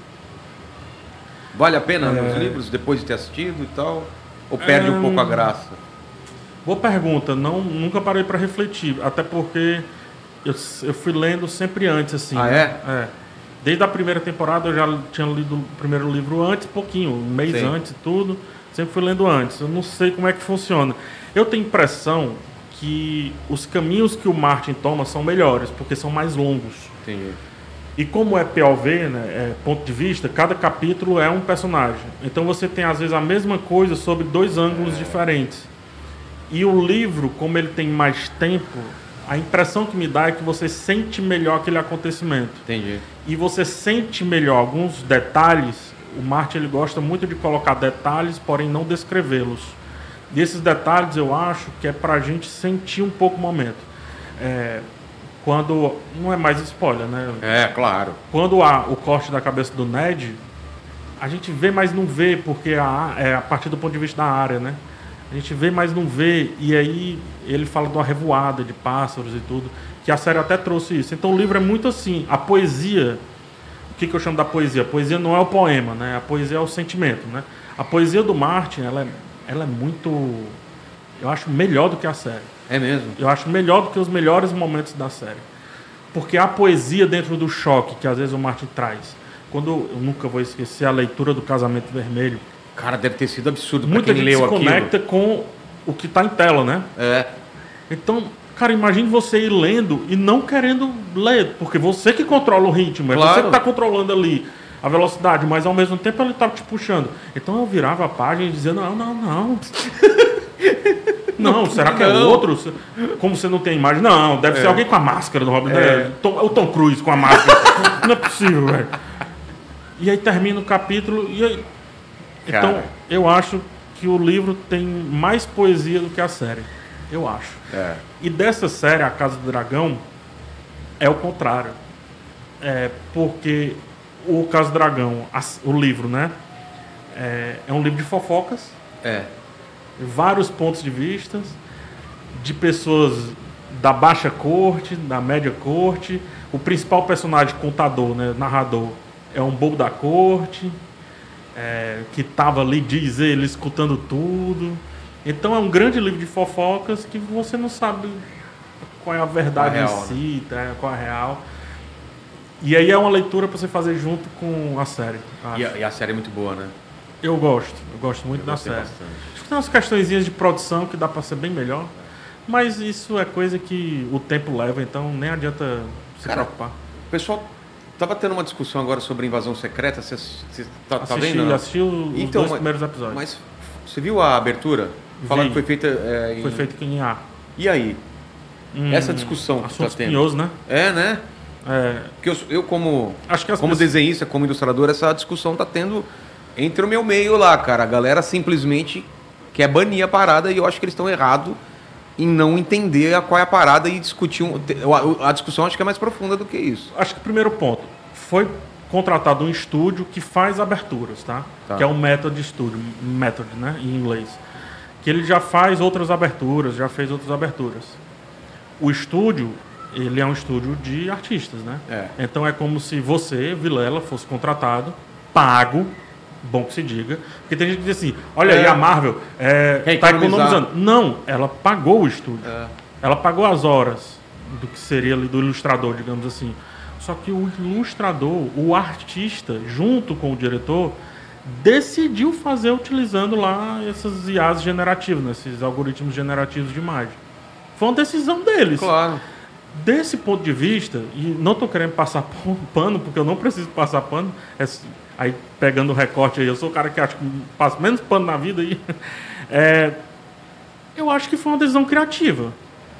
Vale a pena É. os livros depois de ter assistido e tal? Ou perde um É, pouco a graça? Boa pergunta, não, nunca parei para refletir, até porque eu, eu fui lendo sempre antes, assim. Ah, né? É. Desde a primeira temporada eu já tinha lido o primeiro livro antes, pouquinho, um mês Sim. antes, tudo. Sempre fui lendo antes. Eu não sei como é que funciona. Eu tenho impressão que os caminhos que o Martin toma são melhores, porque são mais longos. Entendi. E como é P O V, né, é ponto de vista, cada capítulo é um personagem. Então você tem às vezes a mesma coisa sob dois ângulos diferentes. E o livro, como ele tem mais tempo, a impressão que me dá é que você sente melhor aquele acontecimento. Entendi. E você sente melhor alguns detalhes. O Martin ele gosta muito de colocar detalhes, porém não descrevê-los. E esses detalhes eu acho que é pra gente sentir um pouco o momento. É, quando... Não é mais spoiler, né? É, claro. Quando há o corte da cabeça do Ned, a gente vê, mas não vê, porque a, é a partir do ponto de vista da área, né? A gente vê, mas não vê, e aí ele fala de uma revoada de pássaros e tudo, que a série até trouxe isso. Então o livro é muito assim, a poesia, o que, que eu chamo da poesia? A poesia não é o poema, né? A poesia é o sentimento, né? A poesia do Martin, ela é, ela é muito, eu acho, melhor do que a série. É mesmo. Eu acho melhor do que os melhores momentos da série. Porque há poesia dentro do choque que às vezes o Martin traz. Quando, eu nunca vou esquecer a leitura do Casamento Vermelho. Cara, deve ter sido absurdo pra Muita quem gente leu se aquilo. conecta com o que está em tela, né? É. Então, cara, imagine você ir lendo e não querendo ler, porque você que controla o ritmo, é Claro. você que está controlando ali a velocidade, mas ao mesmo tempo ele está te puxando. Então eu virava a página e dizia, não, não, não. Não, será que é não. outro? Como você não tem imagem? Não, deve É. ser alguém com a máscara do Robin. É. né? Tom- O Tom Cruise com a máscara. Não é possível, velho. E aí termina o capítulo e aí... Então, Cara. eu acho que o livro tem mais poesia do que a série. Eu acho. É. E dessa série, A Casa do Dragão, é o contrário. É porque o Casa do Dragão, as- o livro, né? É, é um livro de fofocas, É. vários pontos de vista, de pessoas da baixa corte, da média corte. O principal personagem, contador, né, narrador, é um bobo da corte, é, que estava ali, diz ele, escutando tudo. Então é um grande livro de fofocas que você não sabe qual é a verdade Qual é a em real, si, tá, qual é a real. E aí é uma leitura para você fazer junto com a série. acho. E a, e a série é muito boa, né? Eu gosto, eu gosto muito Eu da gostei série. bastante. Acho que tem umas questõezinhas de produção que dá pra ser bem melhor, mas isso é coisa que o tempo leva, então nem adianta se Cara, preocupar. O pessoal tava tendo uma discussão agora sobre invasão secreta. Você, você tá, tá Assisti, vendo? não? assisti os Então, dois mas- primeiros episódios. Mas você viu a abertura? Falaram Vi. que foi feita é, em... Foi feito em A. E aí? Hum, Essa discussão que assunto tá tendo. espinhoso, né? É, né? É, Porque eu, eu como, acho que as como pessoas- desenhista, como ilustrador, essa discussão tá tendo entre o meu meio lá, cara. A galera simplesmente quer banir a parada e eu acho que eles estão errados em não entender a- qual é a parada e discutir. Um, te- a, a discussão acho que é mais profunda do que isso. Acho que o primeiro ponto, foi contratado um estúdio que faz aberturas, tá? Tá. Que é o Method Studio, Method, né, em inglês. Que ele já faz outras aberturas, já fez outras aberturas. O estúdio, ele é um estúdio de artistas, né? É. Então é como se você, Vilela, fosse contratado, pago, bom que se diga, porque tem gente que diz assim, olha É. aí a Marvel é, Quer tá economizar. economizando. Não, ela pagou o estúdio. É. Ela pagou as horas do que seria ali do ilustrador, digamos assim. Só que o ilustrador, o artista, junto com o diretor, decidiu fazer utilizando lá essas I As generativas, né, esses algoritmos generativos de imagem. Foi uma decisão deles. Claro. Desse ponto de vista, e não estou querendo passar pano, porque eu não preciso passar pano, é, aí pegando o recorte aí, eu sou o cara que acho que passa menos pano na vida aí. É, eu acho que foi uma decisão criativa.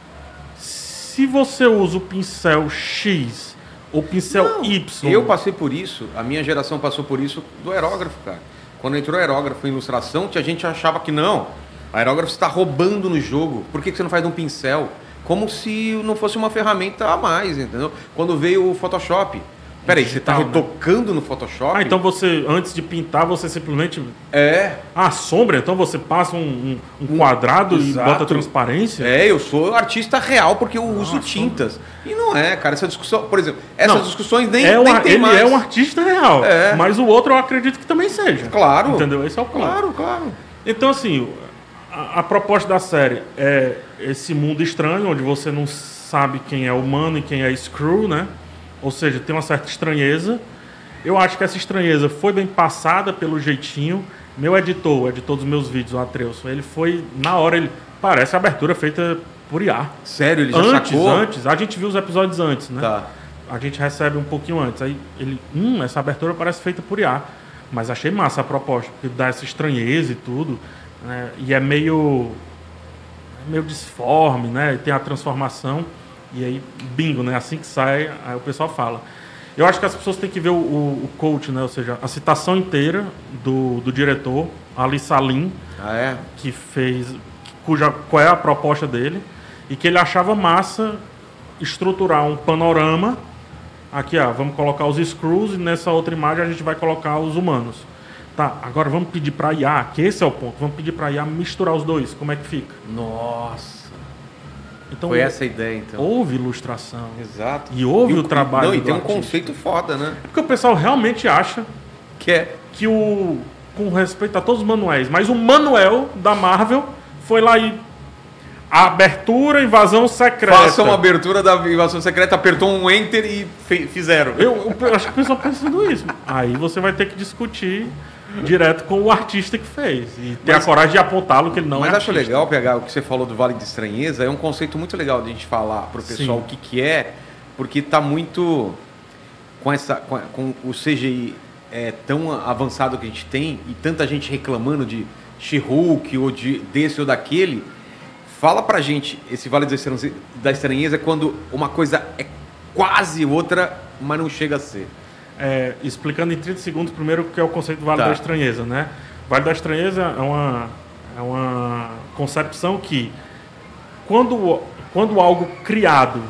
Se você usa o pincel X ou pincel Não, Y... Eu passei por isso, a minha geração passou por isso do aerógrafo, cara. Quando entrou aerógrafo em ilustração, a gente achava que não. Aerógrafo está roubando no jogo. Por que você não faz de um pincel? Como se não fosse uma ferramenta a mais, entendeu? Quando veio o Photoshop. Peraí, você está retocando, né, no Photoshop? Ah, então você, antes de pintar, você simplesmente... É. Ah, sombra, então você passa um, um, um quadrado um, e bota transparência? É, eu sou artista real porque eu uso ah, tintas. Sombra. E não é, cara, essa discussão... Por exemplo, essas não, discussões nem, é nem uma, tem ele mais. Ele é um artista real, é. Mas o outro eu acredito que também seja. Claro. Entendeu? Esse é o ponto. Claro, claro. Então, assim, a, a proposta da série é esse mundo estranho, onde você não sabe quem é humano e quem é Skrull, né? Ou seja, tem uma certa estranheza. Eu acho que essa estranheza foi bem passada pelo jeitinho. Meu editor, o editor dos meus vídeos, o Atreus, ele foi, na hora, ele parece a abertura feita por I A. Sério? Ele já antes, sacou? Antes, a gente viu os episódios antes, né? Tá. A gente recebe um pouquinho antes. Aí ele, hum, essa abertura parece feita por I A. Mas achei massa a proposta, porque dá essa estranheza e tudo. Né? E é meio, é meio disforme, né? E tem a transformação. E aí, bingo, né? Assim que sai, aí o pessoal fala. Eu acho que as pessoas têm que ver o, o, o coach, né? Ou seja, a citação inteira do, do diretor, Ali Salim, ah, é? que fez, cuja, qual é a proposta dele, e que ele achava massa estruturar um panorama. Aqui, ó, vamos colocar os Skrulls e nessa outra imagem a gente vai colocar os humanos. Tá, agora vamos pedir para I A, que esse é o ponto, vamos pedir para I A misturar os dois, como é que fica? Nossa! Então, foi essa a ideia, então. Houve ilustração. Exato. E houve e o, o trabalho não, e do tem um artista. conceito foda, né? É porque o pessoal realmente acha que é que o, com respeito a todos os manuais, mas o manual da Marvel foi lá e a abertura, invasão secreta. Faça uma abertura da invasão secreta, apertou um enter e fizeram. Eu, eu acho que o pessoal pensa nisso. Aí você vai ter que discutir direto com o artista que fez. E ter mas, a coragem de apontá-lo que ele não mas é Mas acho artista. legal pegar o que você falou do Vale de Estranheza. É um conceito muito legal de a gente falar para o pessoal Sim. o que, que é. Porque está muito... Com, essa, com, com o C G I é, tão avançado que a gente tem e tanta gente reclamando de She-Hulk ou de, desse ou daquele... Fala pra gente, esse Vale da Estranheza é quando uma coisa é quase outra, mas não chega a ser. É, explicando em trinta segundos primeiro o que é o conceito do Vale tá. da Estranheza, né? Vale da Estranheza é uma, é uma concepção que quando, quando algo criado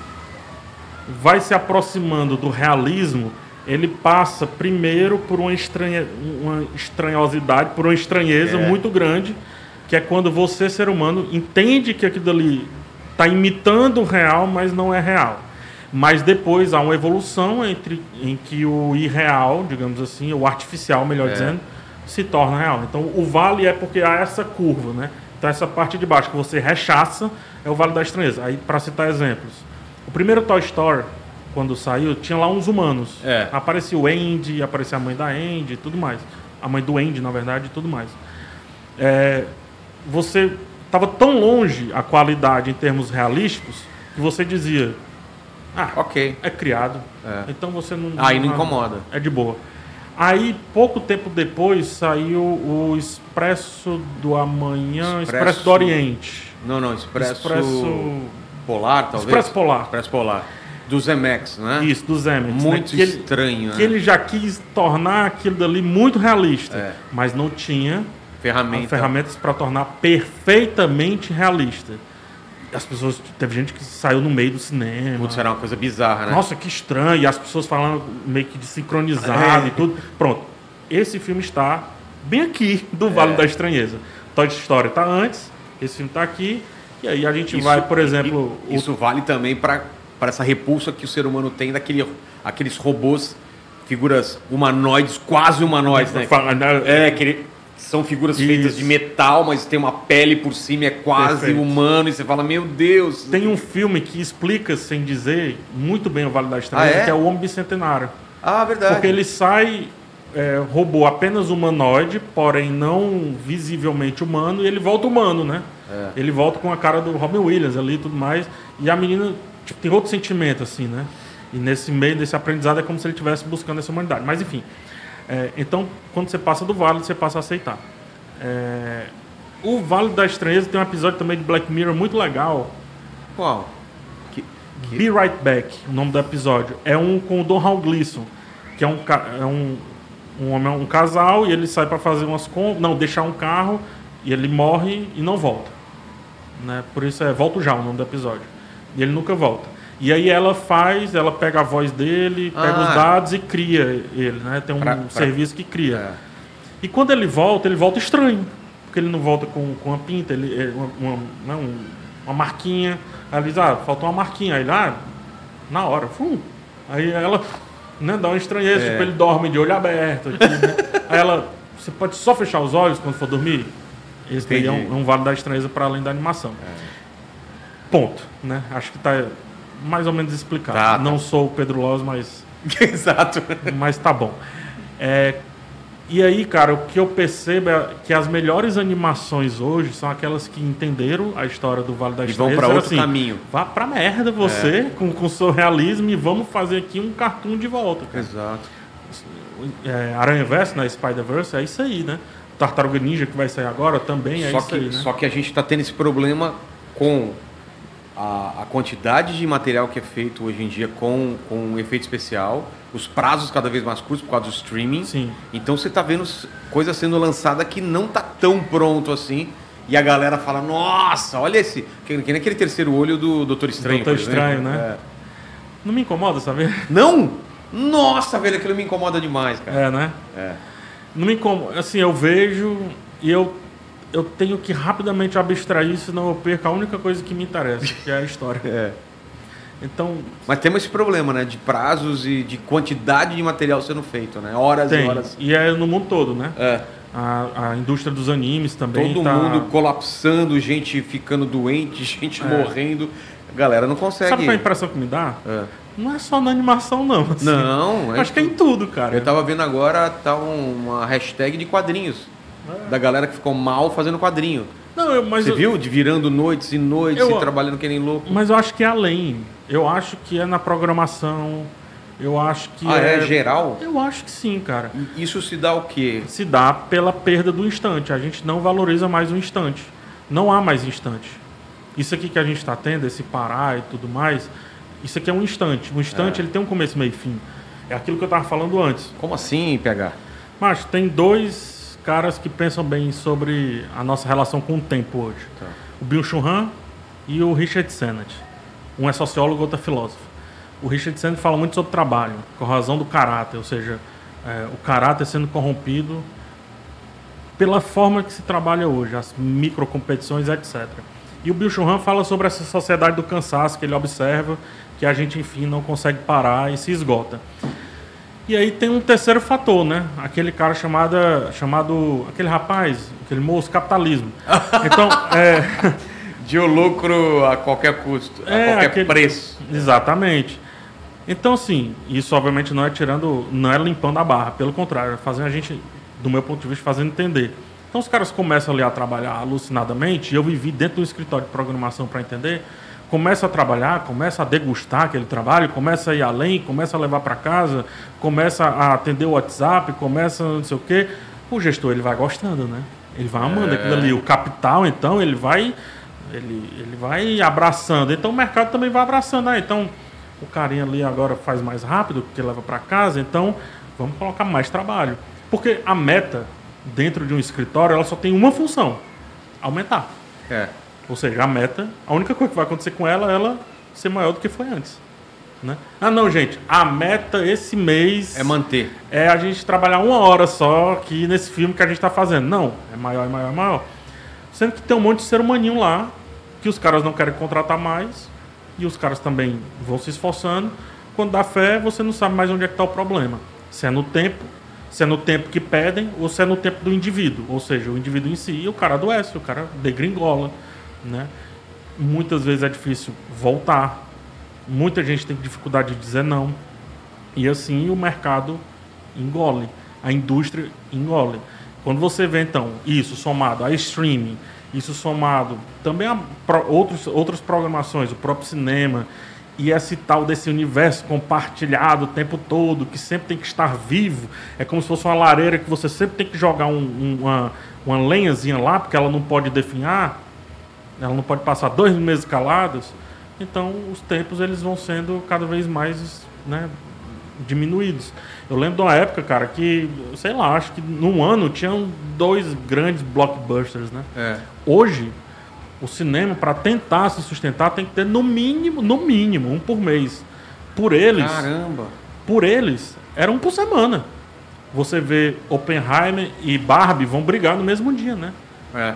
vai se aproximando do realismo, ele passa primeiro por uma, estranha, uma estranhosidade, por uma estranheza é. muito grande, que é quando você, ser humano, entende que aquilo ali está imitando o real, mas não é real. Mas depois há uma evolução entre, em que o irreal, digamos assim, o artificial, melhor é. dizendo, se torna real. Então, o vale é porque há essa curva, né? Então, essa parte de baixo que você rechaça é o Vale da Estranheza. Aí, para citar exemplos, o primeiro Toy Story, quando saiu, tinha lá uns humanos. É. Aparecia o Andy, aparecia a mãe da Andy e tudo mais. A mãe do Andy, na verdade, e tudo mais. É... Você estava tão longe a qualidade em termos realísticos que você dizia, ah, ok, é criado, é. então você não... Aí não, não incomoda. É de boa. Aí, pouco tempo depois, saiu o Expresso do Amanhã, Expresso, Expresso do Oriente. Não, não, Expresso... Expresso... Polar, talvez? Expresso Polar. Expresso Polar. Do Zemex, né? Isso, do Zemex. Muito né? estranho, ele, né? Que ele já quis tornar aquilo dali muito realista, é. mas não tinha... Ferramenta. ferramentas para tornar perfeitamente realista. As pessoas, teve gente que saiu no meio do cinema. Putz, era uma coisa bizarra, né? Nossa, que estranho. E as pessoas falando meio que de sincronizado é. e tudo. Pronto. Esse filme está bem aqui do Vale é. da Estranheza. Toy Story está antes, esse filme está aqui. E aí a gente isso, vai, por exemplo... E, isso o... vale também para essa repulsa que o ser humano tem daquele, aqueles robôs, figuras humanoides, quase humanoides, né? É, aquele... São figuras Isso. feitas de metal, mas tem uma pele por cima, é quase Perfeito. humano. E você fala, meu Deus... Tem um filme que explica, sem dizer, muito bem o Vale da Estranheza, ah, é? que é o Homem Bicentenário. Ah, verdade. Porque ele sai, é, robô apenas humanoide, porém não visivelmente humano, e ele volta humano, né? É. Ele volta com a cara do Robin Williams ali e tudo mais. E a menina tipo, tem outro sentimento, assim, né? E nesse meio desse aprendizado é como se ele estivesse buscando essa humanidade. Mas, enfim. É, então, quando você passa do Vale, você passa a aceitar. É, o Vale da Estranheza tem um episódio também de Black Mirror muito legal. Qual? Que, que... Be Right Back, o nome do episódio. É um com o Domhnall Gleeson, que é um, é um, um, homem, um casal, e ele sai para fazer umas compras, não, deixar um carro, e ele morre e não volta. Né? Por isso é Volto Já, o nome do episódio. E ele nunca volta. E aí ela faz, ela pega a voz dele, pega ah, os dados e cria ele, né? Tem um pra, pra... serviço que cria. É. E quando ele volta, ele volta estranho. Porque ele não volta com, com uma pinta, ele, uma, uma, uma, uma marquinha. Aí ele diz, ah, faltou uma marquinha. Aí ele, ah, na hora, fum. Aí ela, né, dá uma estranheza, é. tipo, ele dorme de olho aberto. Aqui, né? Aí ela, você pode só fechar os olhos quando for dormir? Esse daí é um, é um Vale da Estranheza para além da animação. É. Ponto, né? Acho que tá mais ou menos explicado. Tá, tá. Não sou o Pedro Loz, mas... Exato. Mas tá bom. É, e aí, cara, o que eu percebo é que as melhores animações hoje são aquelas que entenderam a história do Vale da Estranheza. E vão para outro assim, caminho. Vá pra merda você, é. com o seu realismo, e vamos fazer aqui um cartoon de volta. Cara. Exato. É, Aranhaverse, né? Spider-Verse, é isso aí, né? Tartaruga Ninja, que vai sair agora, também é só isso que, aí, né? Só que a gente está tendo esse problema com a, a quantidade de material que é feito hoje em dia com, com efeito especial, os prazos cada vez mais curtos por causa do streaming. Sim. Então você está vendo coisa sendo lançada que não tá tão pronto assim, e a galera fala, nossa, olha esse... Que, que nem aquele terceiro olho do Doutor Estranho, Doutor Estranho, né? É. Não me incomoda, sabe? Não? Nossa, velho, aquilo me incomoda demais, cara. É, né? É. Não me incomoda. Assim, eu vejo e eu, eu tenho que rapidamente abstrair, senão eu perco a única coisa que me interessa, que é a história. É. Então... Mas temos esse problema, né? De prazos e de quantidade de material sendo feito, né? Horas tem. e horas. E é no mundo todo, né? É. A, a indústria dos animes também Todo tá... mundo colapsando, gente ficando doente, gente é. morrendo. A galera não consegue... Sabe qual é a impressão que me dá? É. Não é só na animação, não. Assim. Não. É Acho que é em tudo, cara. Eu tava vendo agora, tá uma hashtag de quadrinhos. É. Da galera que ficou mal fazendo quadrinho. Não, eu, mas Você eu, viu? De virando noites e noites eu, e trabalhando que nem louco. Mas eu acho que é além. Eu acho que é na programação. Eu acho que ah, é... é geral? Eu acho que sim, cara. Isso se dá o quê? Se dá pela perda do instante. A gente não valoriza mais o instante. Não há mais instante. Isso aqui que a gente está tendo, esse parar e tudo mais... Isso aqui é um instante. Um instante, é. ele tem um começo, meio e fim. É aquilo que eu estava falando antes. Como assim, P H? Mas tem dois caras que pensam bem sobre a nossa relação com o tempo hoje. Tá. O Byung-Chul Han e o Richard Sennett. Um é sociólogo, outro é filósofo. O Richard Sennett fala muito sobre trabalho, corrosão do caráter, ou seja, é, o caráter sendo corrompido pela forma que se trabalha hoje, as microcompetições, etcétera. E o Byung-Chul Han fala sobre essa sociedade do cansaço que ele observa, que a gente, enfim, não consegue parar e se esgota. E aí tem um terceiro fator, né? Aquele cara chamado, chamado aquele rapaz, aquele moço, capitalismo. Então, é... De o lucro a qualquer custo, a é, qualquer aquele... preço. Exatamente. Então, assim, isso obviamente não é tirando, não é limpando a barra, pelo contrário, é fazendo a gente, do meu ponto de vista, fazendo entender. Então os caras começam ali a trabalhar alucinadamente, e eu vivi dentro do escritório de programação para entender, começa a trabalhar, começa a degustar aquele trabalho, começa a ir além, começa a levar para casa, começa a atender o WhatsApp, começa não sei o quê. O gestor, ele vai gostando, né? Ele vai amando é. aquilo ali. O capital, então, ele vai, ele, ele vai abraçando. Então o mercado também vai abraçando. Ah, então o carinha ali agora faz mais rápido, porque leva para casa, então vamos colocar mais trabalho. Porque a meta... dentro de um escritório, ela só tem uma função: aumentar. É. Ou seja, a meta, a única coisa que vai acontecer com ela é ela ser maior do que foi antes. Né? Ah, não, gente, a meta esse mês... É manter. É a gente trabalhar uma hora só aqui nesse filme que a gente está fazendo. Não, é maior, é maior, é maior. Sendo que tem um monte de ser humaninho lá, que os caras não querem contratar mais, e os caras também vão se esforçando. Quando dá fé, você não sabe mais onde é que está o problema. Se é no tempo... Se é no tempo que pedem ou se é no tempo do indivíduo. Ou seja, o indivíduo em si, o cara adoece, o cara degringola. Né? Muitas vezes é difícil voltar. Muita gente tem dificuldade de dizer não. E assim o mercado engole. A indústria engole. Quando você vê, então, isso somado a streaming, isso somado também a pro, outros, outras programações, o próprio cinema, E esse tal desse universo compartilhado o tempo todo, que sempre tem que estar vivo. É como se fosse uma lareira que você sempre tem que jogar um, um, uma, uma lenhazinha lá, porque ela não pode definhar, ela não pode passar dois meses calados. Então, os tempos eles vão sendo cada vez mais, né, diminuídos. Eu lembro de uma época, cara, que, sei lá, acho que num ano tinham dois grandes blockbusters, né? É. Hoje, o cinema, para tentar se sustentar, tem que ter no mínimo, no mínimo, um por mês. Por eles, Caramba! por eles, era um por semana. Você vê Oppenheimer e Barbie vão brigar no mesmo dia, né? É.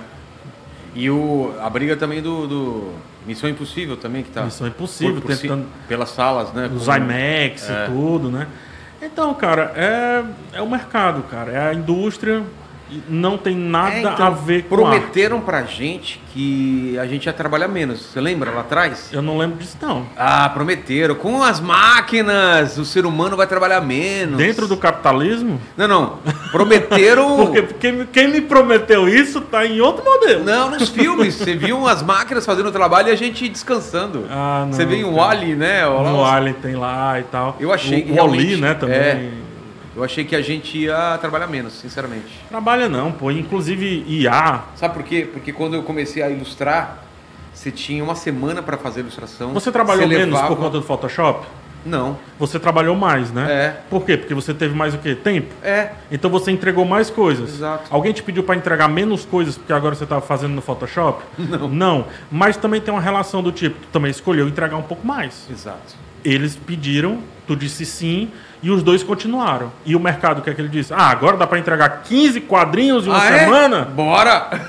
E o, a briga também do, do Missão Impossível também, que tá... Missão Impossível, por- por si- tentando... pelas salas, né? Os com- IMAX É. e tudo, né? Então, cara, é, é o mercado, cara. É a indústria, e não tem nada É, então, a ver com arte. prometeram pra gente que a gente ia trabalhar menos. Você lembra lá atrás? Eu não lembro disso, não. Ah, prometeram. Com as máquinas, o ser humano vai trabalhar menos. Dentro do capitalismo? Não, não. Prometeram... Porque quem, quem me prometeu isso tá em outro modelo. Não, nos filmes. Você viu as máquinas fazendo o trabalho e a gente descansando. Ah, não, Você vê em cara. Wall-E, né? Olha lá No os- Alien tem lá e tal. Eu achei que o Wall-E, realmente- né, também. é. Eu achei que a gente ia trabalhar menos, sinceramente. Trabalha não, pô. Inclusive I A. Sabe por quê? Porque quando eu comecei a ilustrar, você tinha uma semana para fazer a ilustração. Você trabalhou você menos levava- por conta do Photoshop? Não. Você trabalhou mais, né? É. Por quê? Porque você teve mais o quê? Tempo? É. Então você entregou mais coisas. Exato. Alguém te pediu para entregar menos coisas porque agora você estava fazendo no Photoshop? Não. Não. Mas também tem uma relação do tipo, tu também escolheu entregar um pouco mais. Exato. Eles pediram, tu disse sim, e os dois continuaram. E o mercado, o que é que ele disse? Ah, agora dá para entregar quinze quadrinhos em uma Ah, é? semana? Bora!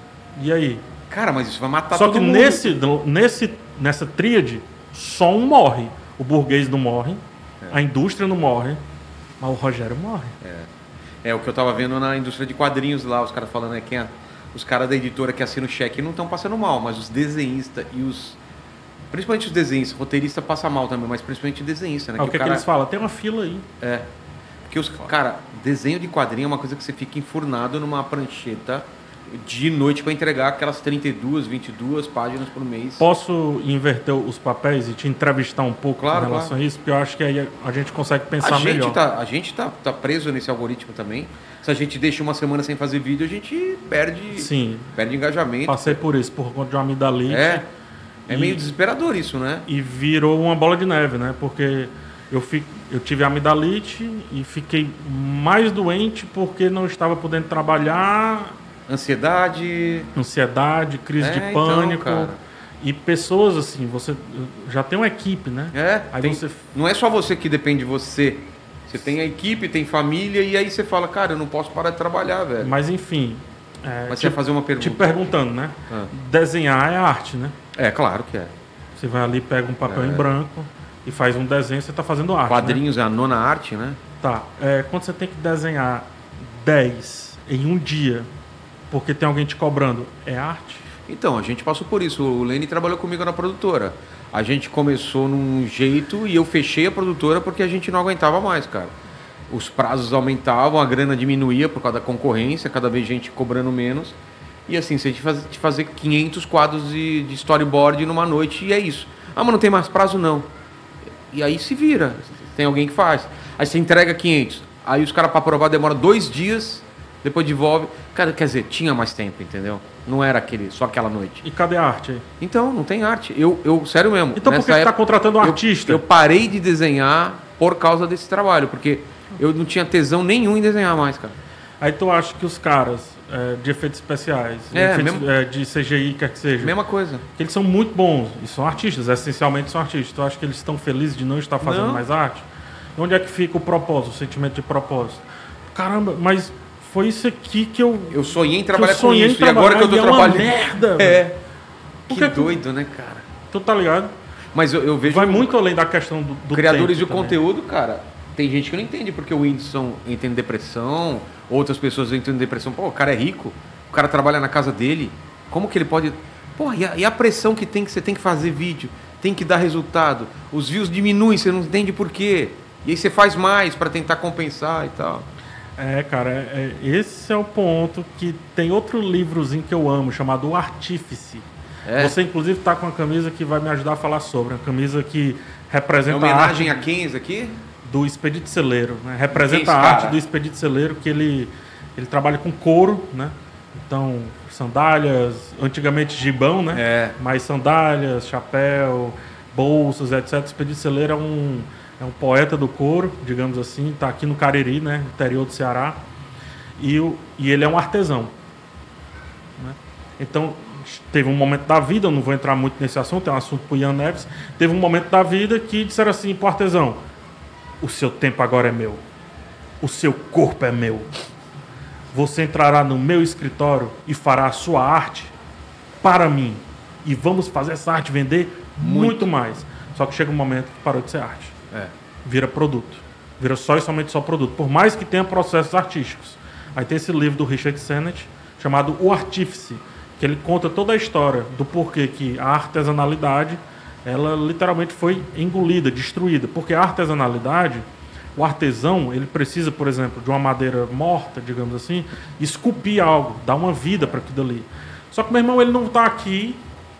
E aí? Cara, mas isso vai matar Só todo que mundo. nesse, nesse, nessa tríade, só um morre. O burguês não morre, a indústria não morre, mas o Rogério morre. É o que eu tava vendo na indústria de quadrinhos lá, os caras falando, né? Quem é- os caras da editora que assinam o cheque não estão passando mal, mas os desenhistas e os... Principalmente os desenhistas, roteirista passa mal também, mas principalmente o desenhista, né? Aí o que, é que cara- eles falam? Tem uma fila aí. É. Porque os... Cara, desenho de quadrinho é uma coisa que você fica enfurnado numa prancheta de noite para entregar aquelas trinta e duas, vinte e duas páginas por mês. Posso inverter os papéis e te entrevistar um pouco Claro, em relação claro. a isso? Porque eu acho que aí a gente consegue pensar A gente, melhor. tá, a gente tá, tá preso nesse algoritmo também. Se a gente deixa uma semana sem fazer vídeo, a gente perde, Sim, perde engajamento. passei por isso, por conta de uma amidalite. É, é E- meio desesperador isso, né? E virou uma bola de neve, né? Porque eu, fi, eu tive amidalite e fiquei mais doente porque não estava podendo trabalhar, Ansiedade. ansiedade, crise É, de então, pânico. cara. E pessoas assim, você já tem uma equipe, né? É, Aí tem- você não é só você que depende de você. Você tem a equipe, tem família, e aí você fala, cara, eu não posso parar de trabalhar, velho. Mas enfim. É, Mas te, você ia fazer uma pergunta. te perguntando, né? Ah. Desenhar é arte, né? É, claro que é. Você vai ali, pega um papel É. em branco e faz um desenho, você está fazendo arte. Né? Quadrinhos é a nona arte, né? Tá. É, quando você tem que desenhar dez em um dia, porque tem alguém te cobrando, é arte? Então, a gente passou por isso. O Lene trabalhou comigo na produtora. A gente começou num jeito e eu fechei a produtora porque a gente não aguentava mais, cara. Os prazos aumentavam, a grana diminuía por causa da concorrência, cada vez gente cobrando menos. E assim, você tinha que fazer quinhentos quadros de, de storyboard numa noite e é isso. Ah, mas não tem mais prazo, não. E aí se vira. Tem alguém que faz. Aí você entrega quinhentos. Aí os caras para aprovar demora dois dias, depois devolve. Cara, quer dizer, tinha mais tempo, entendeu? Não era aquele, só aquela noite. E cadê a arte aí? Então, não tem arte. Eu, eu sério mesmo. Então por nessa que você está época, contratando um eu- artista? Eu parei de desenhar por causa desse trabalho, porque eu não tinha tesão nenhum em desenhar mais, cara. Aí tu acha que os caras é, de efeitos especiais, É, efeitos, mesmo- é, de C G I, quer que seja, Mesma coisa. que eles são muito bons e são artistas, essencialmente são artistas. Tu acha que eles estão felizes de não estar fazendo Não. mais arte? Onde é que fica o propósito, o sentimento de propósito? Caramba, mas foi isso aqui que eu, Eu sonhei em que eu trabalhar com sonhei em isso, e agora que eu tô trabalhar, e é uma trabalhando. merda, É. velho. Por Que que que- doido, né, cara? Tu tá ligado? Mas eu, eu vejo. Vai muito além da questão do, do criadores tempo de também. conteúdo, cara. Tem gente que não entende porque o Whindersson entra em depressão, outras pessoas entram em depressão. Pô, o cara é rico, o cara trabalha na casa dele. Como que ele pode. Pô, e a, e a pressão que tem que você tem que fazer vídeo, tem que dar resultado. Os views diminuem, você não entende por quê. E aí você faz mais para tentar compensar e tal. É, cara, é- é- esse é o ponto que tem outro livrozinho que eu amo, chamado O Artífice. É. Você, inclusive, está com uma camisa que vai me ajudar a falar sobre. Uma camisa que É representa homenagem a a quem isso aqui? do Expedito Celeiro, né? Representa Quem é a esse arte cara? do Expedito Celeiro, que ele, ele trabalha com couro, né? Então, sandálias, antigamente gibão, né? É. Mas sandálias, chapéu, bolsas, etcétera. Expedito Celeiro é um, é um poeta do couro, digamos assim, está aqui no Cariri, né? Interior do Ceará. E, o, e ele é um artesão, né? Então, teve um momento da vida, eu não vou entrar muito nesse assunto, é um assunto para o Ian Neves, teve um momento da vida que disseram assim para o artesão: o seu tempo agora é meu, o seu corpo é meu, você entrará no meu escritório e fará a sua arte para mim, e vamos fazer essa arte vender muito, muito mais. Só que chega um momento que parou de ser arte, É. vira produto, vira só e somente só produto, por mais que tenha processos artísticos. Aí tem esse livro do Richard Sennett chamado O Artífice, que ele conta toda a história do porquê que a artesanalidade, ela literalmente foi engolida, destruída. Porque a artesanalidade, o artesão, ele precisa, por exemplo, de uma madeira morta, digamos assim, esculpir algo, dar uma vida para aquilo ali. Só que, meu irmão, ele não está aqui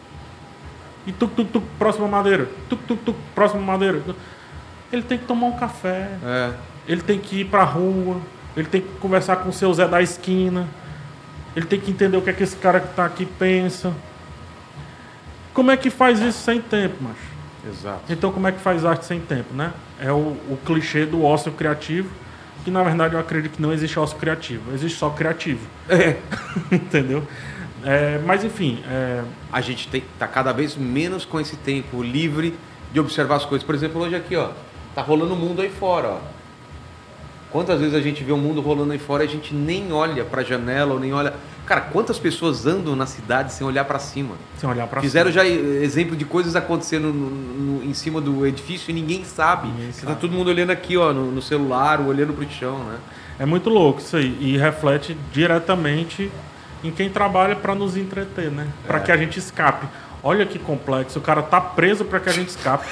e tuc, tuc, tuc, próxima madeira, tuc, tuc, tuc, próxima madeira. Ele tem que tomar um café, É. ele tem que ir para a rua, ele tem que conversar com o seu Zé da esquina, ele tem que entender o que é que esse cara que está aqui pensa. Como é que faz isso sem tempo, macho? Exato. Então, como é que faz arte sem tempo, né? É o, o clichê do ócio criativo, que na verdade eu acredito que não existe ócio criativo, existe só criativo. É. Entendeu? É, mas enfim, é, A gente tem, tá cada vez menos com esse tempo livre de observar as coisas. Por exemplo, hoje aqui, ó, tá rolando o mundo aí fora, ó. Quantas vezes a gente vê o mundo rolando aí fora e a gente nem olha pra janela ou nem olha... Cara, quantas pessoas andam na cidade sem olhar pra cima? sem olhar para Fizeram já eh, exemplo de coisas acontecendo no- no- em cima do edifício e ninguém sabe. Ninguém Você sabe. tá todo mundo olhando aqui, ó, no, no celular, ou olhando pro chão, né? É muito louco isso aí. E reflete diretamente em quem trabalha para nos entreter, né? Para É. que a gente escape. Olha que complexo. O cara tá preso para que a gente escape.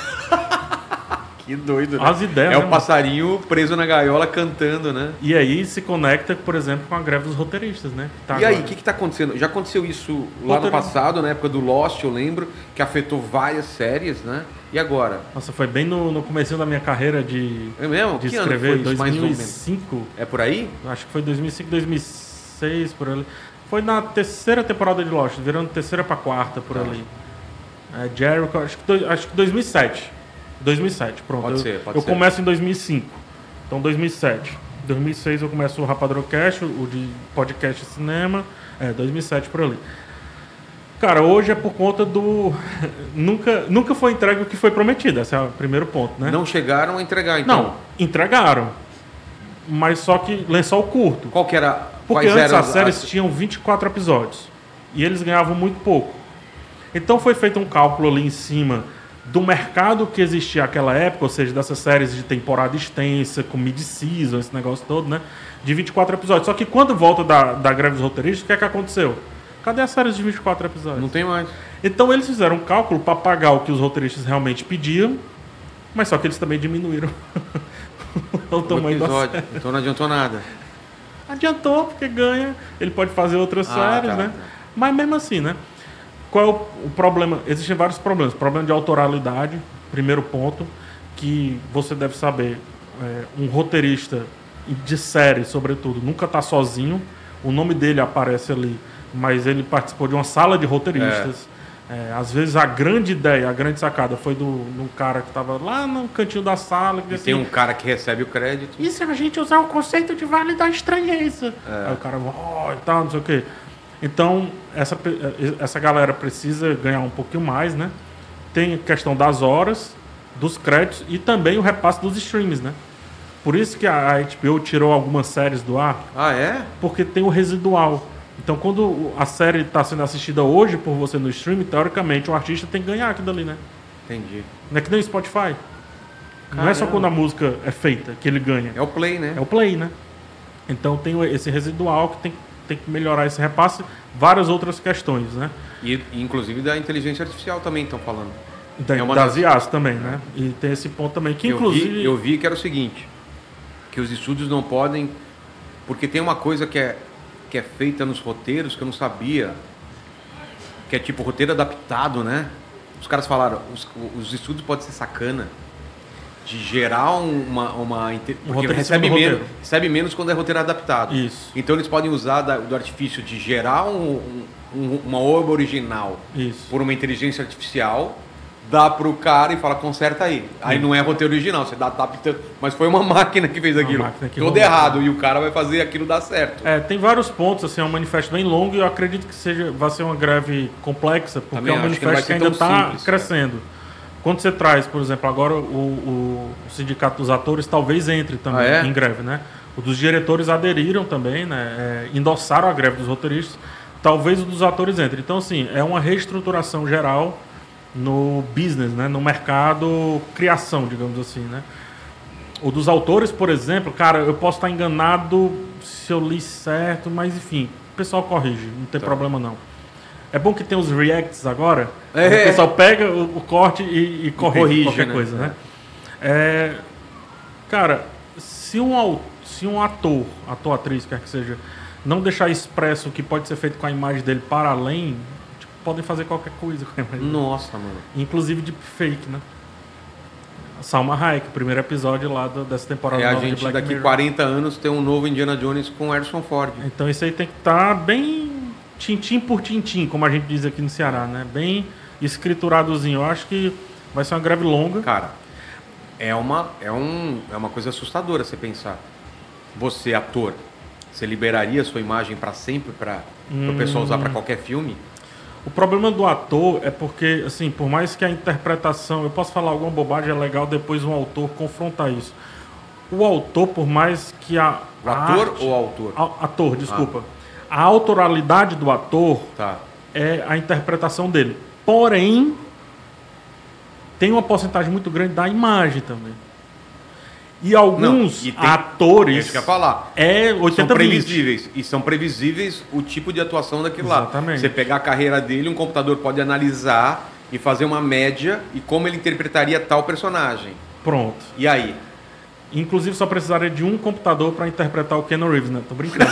Que doido, né? As ideias, É né, o mano? passarinho preso na gaiola cantando, né? E aí se conecta, por exemplo, com a greve dos roteiristas, né? Que tá E aí, o agora. que que tá acontecendo? Já aconteceu isso lá no Roteiro- passado, na época do Lost, eu lembro, que afetou várias séries, né? E agora? Nossa, foi bem no, no comecinho da minha carreira de, É mesmo? de Que ano foi escrever, isso, mais ou dois mil e menos? cinco. É por aí? Acho que foi dois mil e cinco, dois mil e seis, por ali. Foi na terceira temporada de Lost, virando terceira para quarta, por Ah. ali. É, Jericho, acho que, dois- acho que dois mil e sete. dois mil e sete, pronto. Pode eu ser, pode eu ser. começo em dois mil e cinco. Então, dois mil e sete. dois mil e seis eu começo o Rapadrocast, o de podcast e cinema. É, dois mil e sete por ali. Cara, hoje é por conta do... nunca, nunca foi entregue o que foi prometido. Esse é o primeiro ponto, né? Não chegaram a entregar, então. Não, entregaram. Mas só que lençol curto. Qual que era? Porque quais antes eram as séries as- tinham vinte e quatro episódios. E eles ganhavam muito pouco. Então foi feito um cálculo ali em cima do mercado que existia naquela época, ou seja, dessas séries de temporada extensa, com mid-season, esse negócio todo, né? De vinte e quatro episódios. Só que quando volta da, da greve dos roteiristas, o que é que aconteceu? Cadê as séries de vinte e quatro episódios? Não tem mais. Então eles fizeram um cálculo para pagar o que os roteiristas realmente pediam, mas só que eles também diminuíram o O tamanho da episódio. série. Então não adiantou nada. Adiantou, porque ganha, ele pode fazer outras Ah, séries, tá, né? tá. Mas mesmo assim, né? Qual é o, o problema? Existem vários problemas. Problema de autoralidade, primeiro ponto, que você deve saber. É, um roteirista de série, sobretudo, nunca está sozinho. O nome dele aparece ali, mas ele participou de uma sala de roteiristas. É, às vezes a grande ideia, a grande sacada foi do, do cara que estava lá no cantinho da sala. Que E assim, tem um cara que recebe o crédito. e se a gente usar o conceito de vale da estranheza? É. Aí o cara, oh, e tal, não sei o quê. Então, essa, pe- essa galera precisa ganhar um pouquinho mais, né? Tem a questão das horas, dos créditos e também o repasse dos streams, né? Por isso que a H B O tirou algumas séries do ar, Ah, é? porque tem o residual. Então, quando o- a série está sendo assistida hoje por você no stream, teoricamente o artista tem que ganhar aquilo ali, né? Entendi. Não é que nem o Spotify. Não é só Caramba. quando a música é feita que ele ganha. É o play, né? É o play, né? Então tem o- esse residual que tem, tem que melhorar esse repasse, várias outras questões, né? E, e, inclusive da inteligência artificial também estão falando. Da, É uma das das- I As também, né? E tem esse ponto também, que Eu inclusive... vi, eu vi que era o seguinte, que os estúdios não podem, porque tem uma coisa que é, que é feita nos roteiros que eu não sabia, que é tipo roteiro adaptado, né? Os caras falaram, os, os estúdios podem ser sacana de gerar uma... uma inter- Um porque roteiro em recebe cima do menos, roteiro. recebe menos quando é roteiro adaptado. Isso. Então eles podem usar da- do artifício de gerar um- um- uma obra original Isso. por uma inteligência artificial, dá pro cara e fala, conserta aí. Aí Isso. não é roteiro original, você dá adaptando. Mas foi uma máquina que fez Uma aquilo. máquina que Todo rolou. errado. E o cara vai fazer aquilo dar certo. É, tem vários pontos, assim, é um manifesto bem longo e eu acredito que seja, vai ser uma greve complexa, porque Também é um acho que não vai manifesto que, ser ainda tão está simples, crescendo. Quando você traz, por exemplo, agora o, o- o sindicato dos atores talvez entre também Ah, é? em greve, né? O dos diretores aderiram também, né? É, endossaram a greve dos roteiristas. Talvez o dos atores entre. Então, assim, é uma reestruturação geral no business, né? No mercado criação, digamos assim, né? O dos autores, por exemplo, cara, eu posso estar enganado se eu li certo, mas enfim, o pessoal corrige, não tem Tá. problema não. É bom que tem os reacts agora, É. o pessoal pega o, o corte e, e corrige, corrige, qualquer né? coisa, né? É, cara, se um, au- se um ator, ator, atriz, quer que seja, não deixar expresso o que pode ser feito com a imagem dele para além, tipo, podem fazer qualquer coisa com a imagem dele. Nossa, mano. Inclusive de fake, né? Salma Hayek, primeiro episódio lá do- dessa temporada É a nova de gente Black daqui Mirror. quarenta anos ter um novo Indiana Jones com Harrison Ford. Então isso aí tem que estar bem tintim por tintim, como a gente diz aqui no Ceará, né? Bem escrituradozinho. Eu acho que vai ser uma greve longa. Cara, é uma, é, um, é uma coisa assustadora você pensar. Você, ator, você liberaria a sua imagem para sempre para o pessoal usar para qualquer filme? O problema do ator é porque, assim, por mais que a interpretação... Eu posso falar alguma bobagem, é legal depois um autor confrontar isso. O autor, por mais que a... O a ator arte- ou o autor? A- ator, desculpa. A autoralidade do ator Tá. é a interpretação dele. Porém, tem uma porcentagem muito grande da imagem também. E alguns e tem- atores... Isso que eu ia falar. É São oitenta vinte. previsíveis. E são previsíveis o tipo de atuação daquilo lá. Exatamente. Você pegar a carreira dele, um computador pode analisar e fazer uma média e como ele interpretaria tal personagem. Pronto. E aí? Inclusive, só precisaria de um computador para interpretar o Keanu Reeves, né? Tô brincando.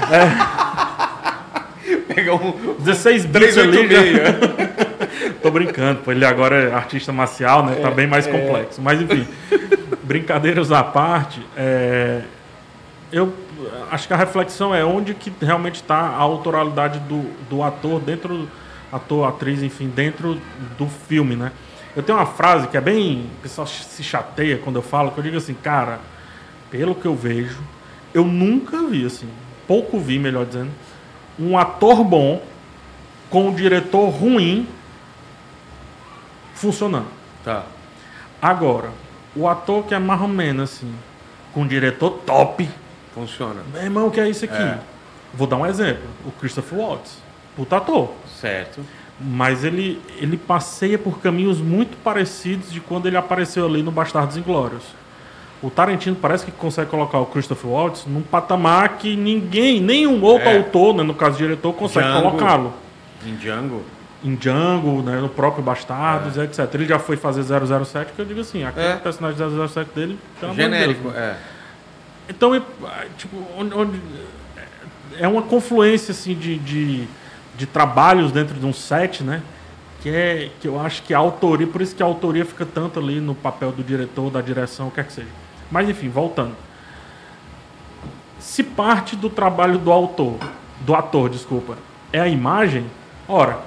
Pegar um dezesseis bits ali. trezentos e oitenta e já- seis. Tô brincando, pô. Ele agora é artista marcial, né? Tá bem mais complexo. Mas, enfim, brincadeiras à parte, é, eu acho que a reflexão é onde que realmente está a autoralidade do, do ator dentro... Ator, atriz, enfim, dentro do filme, né? Eu tenho uma frase que é bem... O pessoal se chateia quando eu falo, que eu digo assim, cara, pelo que eu vejo, eu nunca vi, assim, pouco vi, melhor dizendo, um ator bom com um diretor ruim funcionando. Tá. Agora, o ator que é mais ou menos assim, com um diretor top, Funciona. meu irmão, o que é isso aqui? É. Vou dar um exemplo, o Christopher Waltz, puta ator. Certo. Mas ele, ele passeia por caminhos muito parecidos de quando ele apareceu ali no Bastardos Inglórios. O Tarantino parece que consegue colocar o Christopher Waltz num patamar que ninguém, nenhum outro É. autor, né, no caso diretor, consegue Django. colocá-lo. Em Django. Em Django, né, no próprio Bastardos, etcétera. Ele já foi fazer zero zero sete, que eu digo assim, aquele É. personagem zero zero sete dele, pelo amor de Genérico, Deus, né? é. Então, é, tipo, onde, onde- é uma confluência assim, de, de, de trabalhos dentro de um set, né? Que, é, que eu acho que a autoria, por isso que a autoria fica tanto ali no papel do diretor, da direção, o que quer que seja. Mas enfim, voltando. Se parte do trabalho do autor, do ator, desculpa, é a imagem, ora,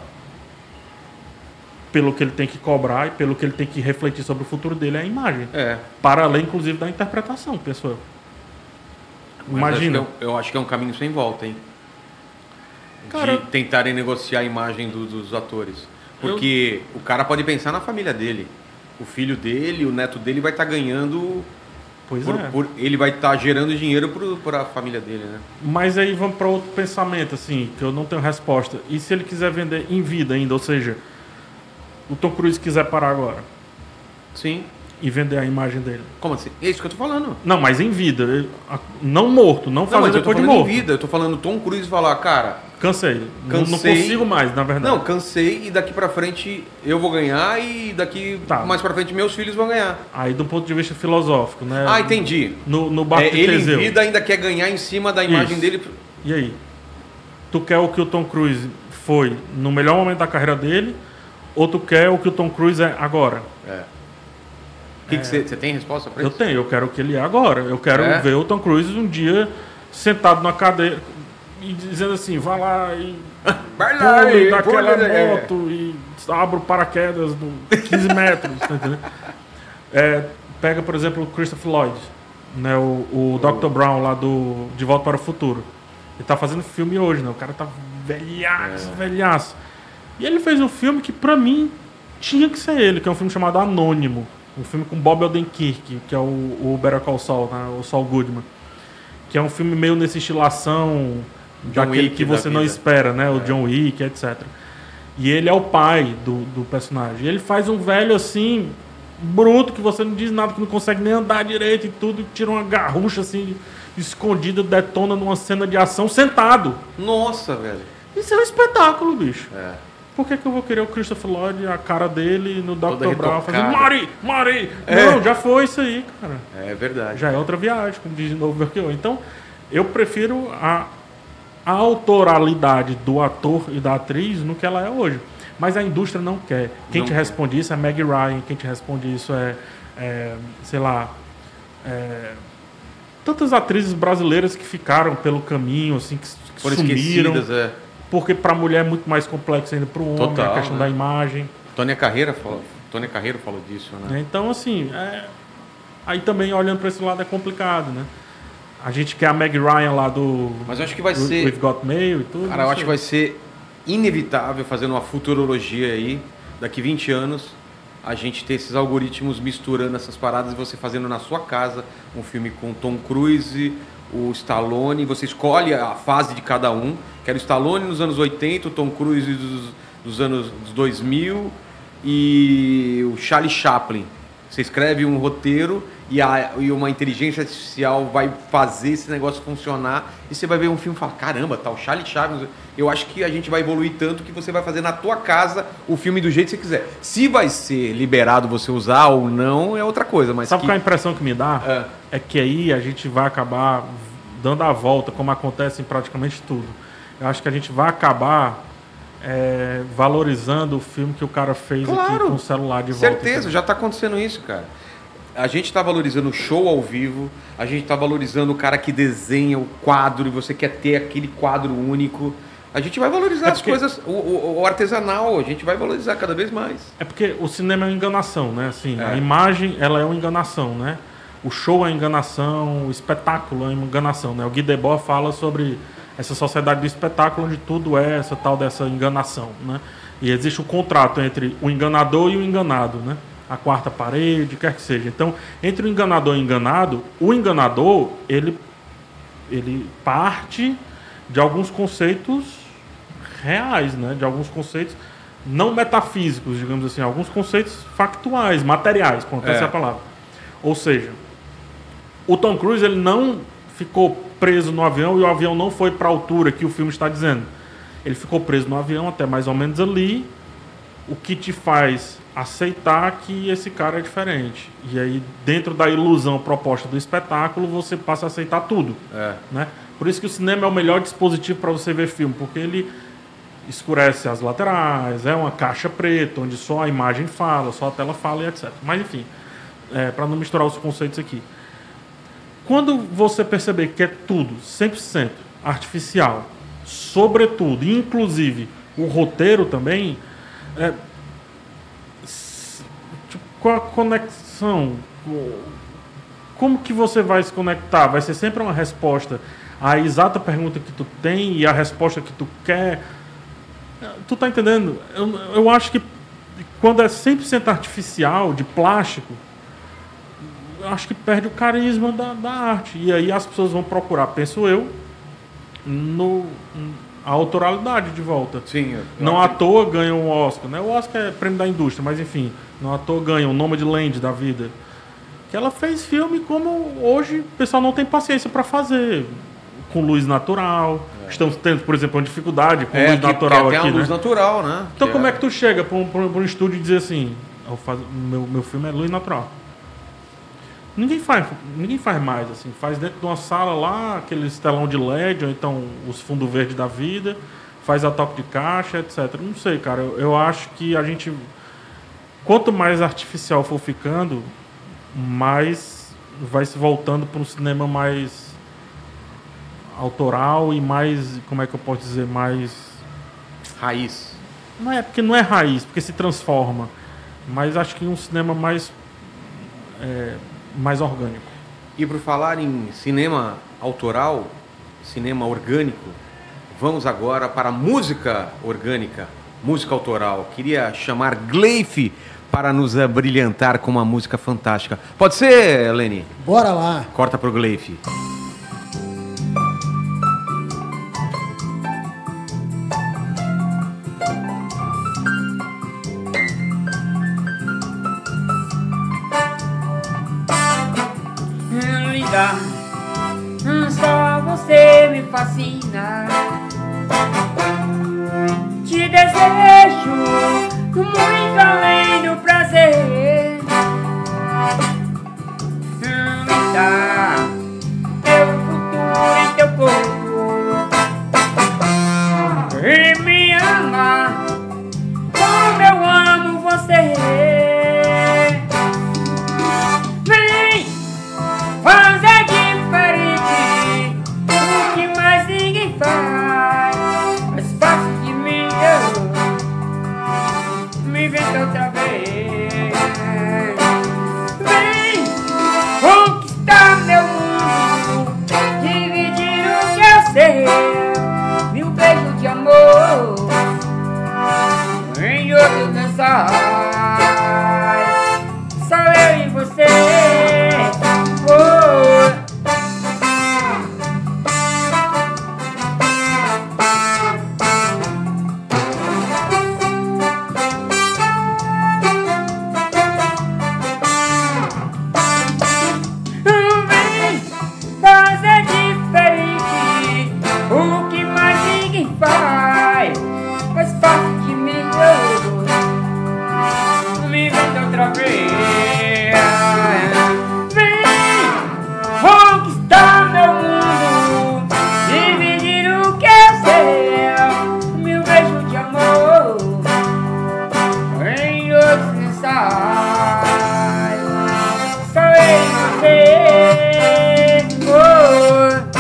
pelo que ele tem que cobrar e pelo que ele tem que refletir sobre o futuro dele é a imagem. É. Para além, inclusive, da interpretação, penso eu. Mas Imagina. acho que é um- eu acho que é um caminho sem volta, hein? Cara- de tentarem negociar a imagem do- dos atores. Porque o cara pode pensar na família dele. O filho dele, o neto dele vai estar ganhando. Pois por- é. por- ele vai estar gerando dinheiro para a família dele, né? Mas aí vamos para outro pensamento, assim, que eu não tenho resposta. E se ele quiser vender em vida ainda, ou seja, o Tom Cruise quiser parar agora Sim. e vender a imagem dele? Como assim? É isso que eu tô falando. Não, mas em vida, ele- a- não morto, não Não, fazer mas eu tô depois de falando em morto. vida. Eu tô falando Tom Cruise falar, cara, Cansei. Não- Não Cansei. consigo mais, na verdade. não, cansei e daqui pra frente eu vou ganhar e daqui Tá. mais pra frente meus filhos vão ganhar. Aí do ponto de vista filosófico, né? Ah, entendi. No, no barco É, de ele em Teseu. vida ainda quer ganhar em cima da imagem Isso. dele. E aí? Tu quer o que o Tom Cruise foi no melhor momento da carreira dele, ou tu quer o que o Tom Cruise é agora? É. O que você é. tem resposta para isso? Eu tenho, eu quero o que ele é agora. Eu quero é. ver o Tom Cruise um dia sentado na cadeira e dizendo assim, vai lá e vai lá pule e daquela pule, moto é. e abra o paraquedas de quinze metros. Tá entendendo? É, pega, por exemplo, o Christopher Lloyd, né, o, o doutor Brown lá do De Volta para o Futuro. Ele tá fazendo filme hoje, né? O cara tá velhaço, é. velhaço. E ele fez um filme que, pra mim, tinha que ser ele, que é um filme chamado Anônimo. Um filme com Bob Odenkirk, que é o, o Better Call Saul, né? O Saul Goodman. Que é um filme meio nessa estilação daquele que você não espera, né? O é. John Wick, etcétera. E ele é o pai do, do personagem. E ele faz um velho, assim, bruto, que você não diz nada, que não consegue nem andar direito e tudo, tira uma garrucha, assim, escondida, detona numa cena de ação, sentado. Nossa, velho. Isso é um espetáculo, bicho. É. Por que, que eu vou querer o Christopher Lloyd, a cara dele, no doutor Brown, fazendo Mari, Mari? É. Não, já foi isso aí, cara. É verdade. Já é outra viagem, como diz de novo Belchior. Então, eu prefiro a, a autoralidade do ator e da atriz no que ela é hoje. Mas a indústria não quer. Quem não te quer. responde isso é Meg Ryan, quem te responde isso é, é sei lá... É, tantas atrizes brasileiras que ficaram pelo caminho, assim, que, que Foram sumiram. É. Porque para a mulher é muito mais complexo ainda para o homem, Total, a questão né? da imagem. Tônia Carreira falou, Tônia Carreiro falou disso, né? Então, assim, é... aí também olhando para esse lado é complicado, né? A gente quer a Meg Ryan lá do... Mas eu acho que vai do, ser... We've Got Mail e tudo. Cara, eu acho que vai ser inevitável, fazendo uma futurologia aí, daqui vinte anos, a gente ter esses algoritmos misturando essas paradas e você fazendo na sua casa um filme com Tom Cruise, o Stallone, você escolhe a fase de cada um. Quero o Stallone nos anos oitenta, o Tom Cruise dos, dos anos dos dois mil e o Charlie Chaplin. Você escreve um roteiro e, a, e uma inteligência artificial vai fazer esse negócio funcionar e você vai ver um filme e fala, caramba, tá o Charlie Chaplin. Eu acho que a gente vai evoluir tanto que você vai fazer na tua casa o filme do jeito que você quiser. Se vai ser liberado você usar ou não, é outra coisa. Mas sabe que... qual é a impressão que me dá? É. é que aí a gente vai acabar dando a volta, como acontece em praticamente tudo. Eu acho que a gente vai acabar é, valorizando o filme que o cara fez claro, aqui com o celular de volta. Certeza, já está acontecendo isso, cara. A gente está valorizando o show ao vivo, a gente está valorizando o cara que desenha o quadro e você quer ter aquele quadro único. A gente vai valorizar é porque... as coisas, o, o, o artesanal, a gente vai valorizar cada vez mais. É porque o cinema é uma enganação, né? Assim, é. A imagem, ela é uma enganação, né? O show é enganação, o espetáculo é enganação, né? O Guy Debord fala sobre essa sociedade do espetáculo onde tudo é essa tal dessa enganação, né? E existe o contrato entre o enganador e o enganado, né? A quarta parede, quer que seja. Então, entre o enganador e o enganado, o enganador, ele, ele parte de alguns conceitos reais, né? De alguns conceitos não metafísicos, digamos assim, alguns conceitos factuais, materiais, pronto, essa é a palavra. Ou seja, o Tom Cruise ele não ficou preso no avião e o avião não foi para a altura que o filme está dizendo. Ele ficou preso no avião até mais ou menos ali, o que te faz aceitar que esse cara é diferente. E aí, dentro da ilusão proposta do espetáculo, você passa a aceitar tudo. É. Né? Por isso que o cinema é o melhor dispositivo para você ver filme, porque ele escurece as laterais, é uma caixa preta, onde só a imagem fala, só a tela fala e etcétera. Mas, enfim, é, para não misturar os conceitos aqui. Quando você perceber que é tudo cem por cento artificial, sobretudo, inclusive o roteiro também, é, tipo, qual a conexão? Como que você vai se conectar? Vai ser sempre uma resposta à exata pergunta que tu tem e a resposta que tu quer. Tu tá entendendo? Eu, eu acho que quando é cem por cento artificial, de plástico, eu acho que perde o carisma da, da arte. E aí as pessoas vão procurar, penso eu, no, a autoralidade de volta. Sim, eu, não eu... à toa ganha um Oscar, né? O Oscar é prêmio da indústria, mas enfim, não à toa ganha o Nomadland da vida. Que ela fez filme como hoje o pessoal não tem paciência para fazer, com luz natural. É. Estamos tendo, por exemplo, uma dificuldade com é, luz que, natural que aqui, uma né? luz natural, né? Então que como é... é que tu chega para um, um estúdio e dizer assim, eu faço, meu, meu filme é luz natural? Ninguém faz, ninguém faz mais, assim. Faz dentro de uma sala lá, aquele telão de L E D, ou então os fundos verdes da vida. faz a toque de caixa, etcétera. Não sei, cara. Eu, eu acho que a gente... Quanto mais artificial for ficando, mais vai se voltando para um cinema mais autoral e mais... Como é que eu posso dizer? Mais... Raiz. Não é porque não é raiz, porque se transforma. Mas acho que um cinema mais... É, mais orgânico. E por falar em cinema autoral, cinema orgânico, vamos agora para música orgânica, música autoral. Queria chamar Gleif para nos abrilhantar com uma música fantástica. Pode ser, Leni? Bora lá. Corta pro Gleif. Só você me fascina. Te desejo muito além do prazer. Me dá teu futuro em teu corpo e me ama como eu amo você. Vem fazer diferente o que mais ninguém faz. Mais fácil de mim, eu me invento outra vez. Vem conquistar meu mundo, dividir o que eu sei. Mil beijos de amor em outros lençóis. Só eu e você. Oh. Vem fazer diferente o que mais ninguém faz. Faz parte de mim, eu me invento outra vez. Conquistar meu mundo, dividir o que eu sei. Mil beijos de amor em outros lençóis. Só eu e você. Oh.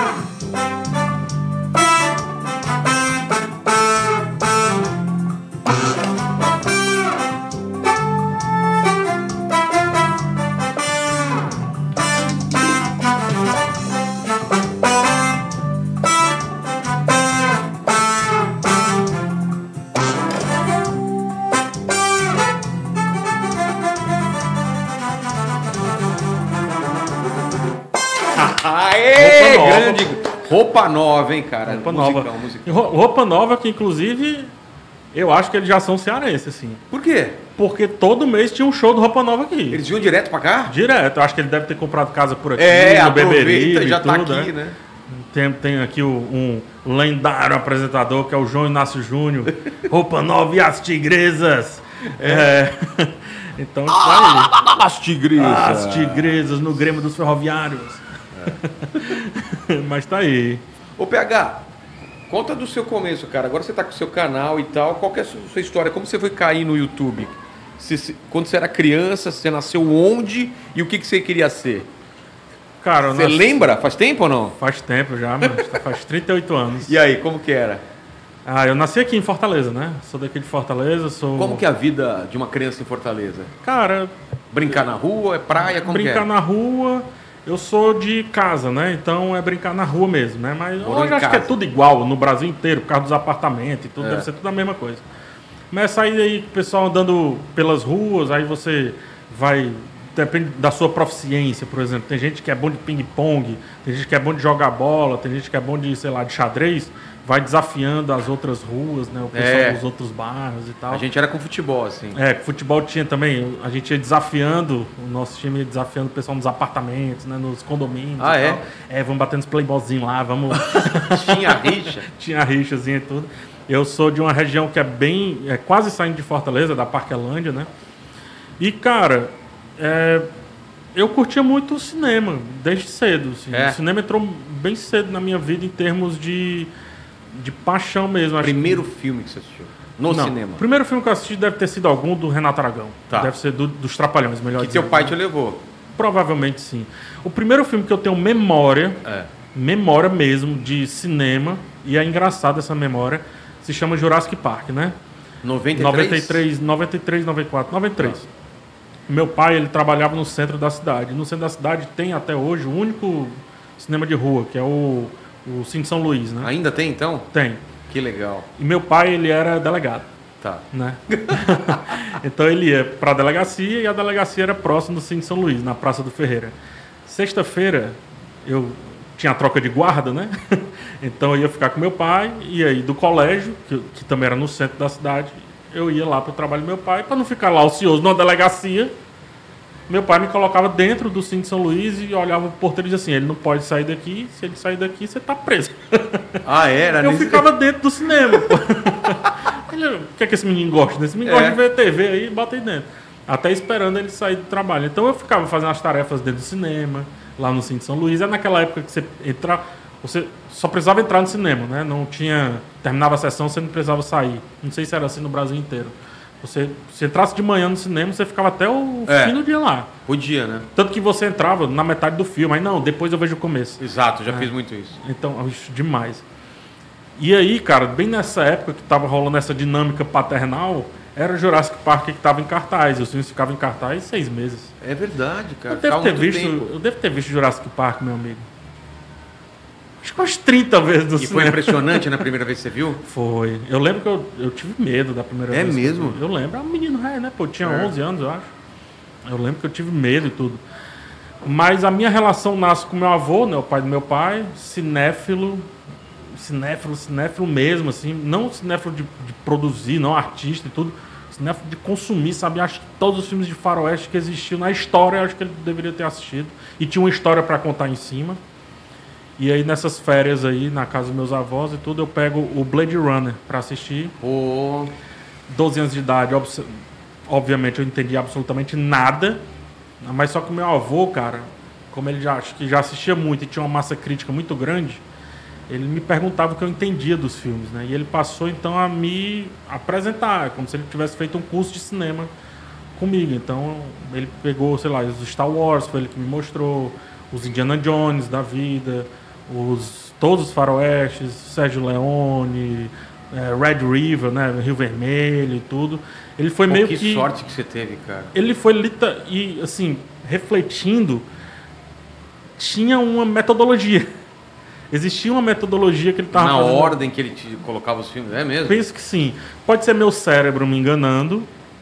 Aê, Roupa nova. grande roupa nova, hein, cara? Roupa musicão, nova. musicão. Ro- Roupa nova que, inclusive, eu acho que eles já são cearenses, assim. Por quê? Porque todo mês tinha um show do Roupa Nova aqui. Eles iam direto pra cá? Direto. Eu acho que ele deve ter comprado casa por aqui, É, no aproveita Beberibe e já e tá tudo, aqui, né? né? Tem, tem aqui o- um lendário apresentador, que é o João Inácio Júnior. Roupa Nova e as Tigresas. É. Então, tá aí. As tigresas. As Tigresas no Grêmio dos Ferroviários. Mas tá aí. Ô, P H, conta do seu começo, cara. Agora você tá com o seu canal e tal. Qual que é a sua, sua história? Como você foi cair no YouTube? Se- se- quando você era criança, você nasceu onde e o que, que você queria ser? Cara, eu Você nasci- lembra? Faz tempo ou não? Faz tempo já, mano. Faz trinta e oito anos. E aí, como que era? Ah, eu nasci aqui em Fortaleza, né? Sou daqui de Fortaleza, sou... Como que é a vida de uma criança em Fortaleza? Cara, Brincar na rua, é praia, como brincar que é? na rua... Eu sou de casa, né? Então é brincar na rua mesmo, né? Mas Morou hoje em acho que é casa. tudo igual, no Brasil inteiro, por causa dos apartamentos e tudo, É. deve ser tudo a mesma coisa. Mas sair aí, o pessoal andando pelas ruas, aí você vai... Depende da sua proficiência, por exemplo. Tem gente que é bom de ping-pong, tem gente que é bom de jogar bola, tem gente que é bom de, sei lá, de xadrez. Vai desafiando as outras ruas, né? O pessoal É. dos outros bairros e tal. A gente era com futebol, assim. É, futebol tinha também, a gente ia desafiando, o nosso time ia desafiando o pessoal nos apartamentos, né, nos condomínios Ah, e é? tal. É, vamos batendo os playbolzinhos lá, vamos... Tinha rixa. Tinha rixazinha e tudo. Eu sou de uma região que é bem, é quase saindo de Fortaleza, da Parquelândia, né? E, cara, é, eu curtia muito o cinema, desde cedo, assim. É? O cinema entrou bem cedo na minha vida em termos de... de paixão mesmo. Acho Primeiro que... filme que você assistiu? No Não, cinema? O primeiro filme que eu assisti deve ter sido algum do Renato Aragão. Tá. Deve ser do, dos Trapalhões, melhor Que dizendo. teu pai te levou. Provavelmente sim. O primeiro filme que eu tenho memória, É. memória mesmo, de cinema, e é engraçado essa memória, se chama Jurassic Park, né? noventa e três? noventa e três, noventa e três, noventa e quatro, noventa e três. Meu pai, ele trabalhava no centro da cidade. No centro da cidade tem até hoje o único cinema de rua, que é o, o Cine São Luís, né? Ainda tem, então? Tem. Que legal. E meu pai, ele era delegado, Tá. né? Então ele ia para a delegacia e a delegacia era próximo do Cine São Luís, na Praça do Ferreira. Sexta-feira, eu tinha a troca de guarda, né? Então eu ia ficar com meu pai, e aí do colégio, que, que também era no centro da cidade, eu ia lá para o trabalho do meu pai, para não ficar lá ocioso numa delegacia. Meu pai me colocava dentro do Cine São Luís e olhava o porteiro e dizia assim, ele não pode sair daqui, se ele sair daqui, você tá preso. Ah, era? Eu nesse- ficava dentro do cinema. Pô. Ele, o que é que esse menino gosta? Esse menino É. gosta de ver T V aí, bota aí dentro. Até esperando ele sair do trabalho. Então eu ficava fazendo as tarefas dentro do cinema, lá no Cine São Luís. É naquela época que você entra, você só precisava entrar no cinema, né? Não tinha. Terminava a sessão, você não precisava sair. Não sei se era assim no Brasil inteiro. Você, se entrasse de manhã no cinema, você ficava até o É. fim do dia lá. Podia, né? Tanto que você entrava na metade do filme. Aí não, depois eu vejo o começo. Exato, já fiz muito isso. Então, isso, demais. E aí, cara, bem nessa época que tava rolando essa dinâmica paternal, era o Jurassic Park que tava em cartaz. Os filmes ficavam em cartaz seis meses. É verdade, cara. Eu devo, Ficava ter muito visto, tempo. eu devo ter visto Jurassic Park, meu amigo. Acho que umas trinta vezes no E foi cinema. impressionante na primeira vez que você viu? Foi. Eu lembro que eu, eu tive medo da primeira É vez. que eu mesmo? vi. Eu lembro. É um menino ré, né? Pô, eu tinha É. onze anos, eu acho. Eu lembro que eu tive medo e tudo. Mas a minha relação nasce com meu avô, né? O pai do meu pai, cinéfilo, cinéfilo, cinéfilo mesmo, assim. Não cinéfilo de, de produzir, não artista e tudo. Cinéfilo de consumir, sabe? Acho que todos os filmes de faroeste que existiam na história, acho que ele deveria ter assistido. E tinha uma história para contar em cima. E aí nessas férias aí, na casa dos meus avós e tudo, eu pego o Blade Runner para assistir. Pô, doze anos de idade, obs- obviamente eu não entendi absolutamente nada, mas só que o meu avô, cara, como ele já, acho que já assistia muito e tinha uma massa crítica muito grande, ele me perguntava o que eu entendia dos filmes, né? E ele passou então a me apresentar, como se ele tivesse feito um curso de cinema comigo. Então ele pegou, sei lá, os Star Wars, foi ele que me mostrou, os Indiana Jones da vida, os, todos os faroestes, Sérgio Leone, é, Red River, né, Rio Vermelho e tudo. Ele foi pô, meio que que... sorte que você teve, cara. Ele foi lita... e assim, refletindo, tinha uma metodologia. Existia uma metodologia que ele estava Na fazendo. ordem que ele te colocava os filmes, é mesmo? Penso que sim. Pode ser meu cérebro me enganando,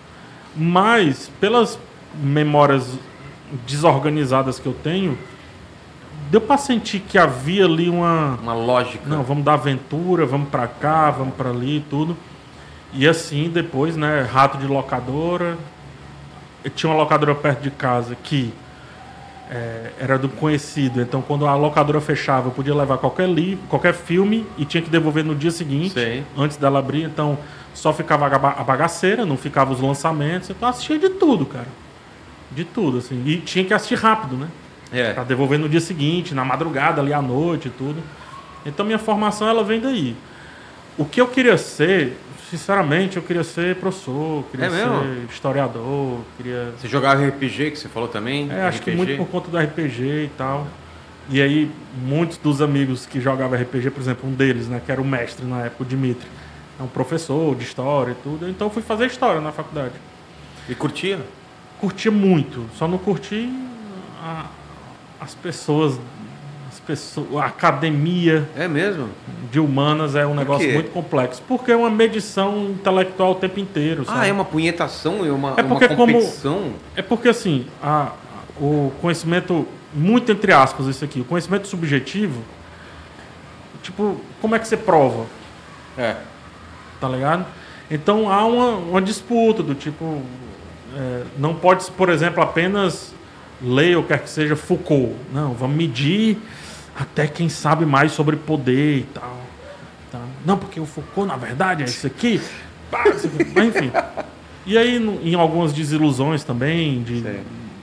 mas pelas memórias desorganizadas que eu tenho, deu para sentir que havia ali uma... Uma lógica. Não, vamos dar aventura, vamos para cá, vamos para ali e tudo. E assim, depois, né, rato de locadora. Eu tinha uma locadora perto de casa que é, era do conhecido. Então, quando a locadora fechava, eu podia levar qualquer livro, qualquer filme e tinha que devolver no dia seguinte, Sei. antes dela abrir. Então, só ficava a ba- a bagaceira, não ficava os lançamentos. Então, eu assistia de tudo, cara. De tudo, assim. E tinha que assistir rápido, né? É. Para devolver no dia seguinte, na madrugada, ali à noite e tudo. Então minha formação ela vem daí. O que eu queria ser, sinceramente, eu queria ser professor, queria É ser mesmo? historiador, queria. Você jogava R P G, que você falou também? É, acho R P G? que muito por conta do R P G e tal. E aí, muitos dos amigos que jogavam R P G, por exemplo, um deles, né, que era o mestre na época, o Dimitri, é um professor de história e tudo. Então eu fui fazer história na faculdade. E curtia? Curtia muito, só não curti a- as pessoas, as pessoas, a academia É mesmo? de humanas é um Por negócio quê? muito complexo, porque é uma medição intelectual o tempo inteiro, Ah, sabe? é uma punhetação, é uma, É uma porque como- competição? É porque assim, a- o conhecimento, muito entre aspas isso aqui, o conhecimento subjetivo, tipo, como é que você prova? É. Tá ligado? Então há uma, uma disputa do tipo, é, não pode, por exemplo, apenas ler ou quer que seja Foucault. Não, vamos medir até quem sabe mais sobre poder e tal. Tá? Não, porque o Foucault, na verdade, é isso aqui. Pá, isso aqui. Mas, enfim. E aí, no- em algumas desilusões também, de, Sei.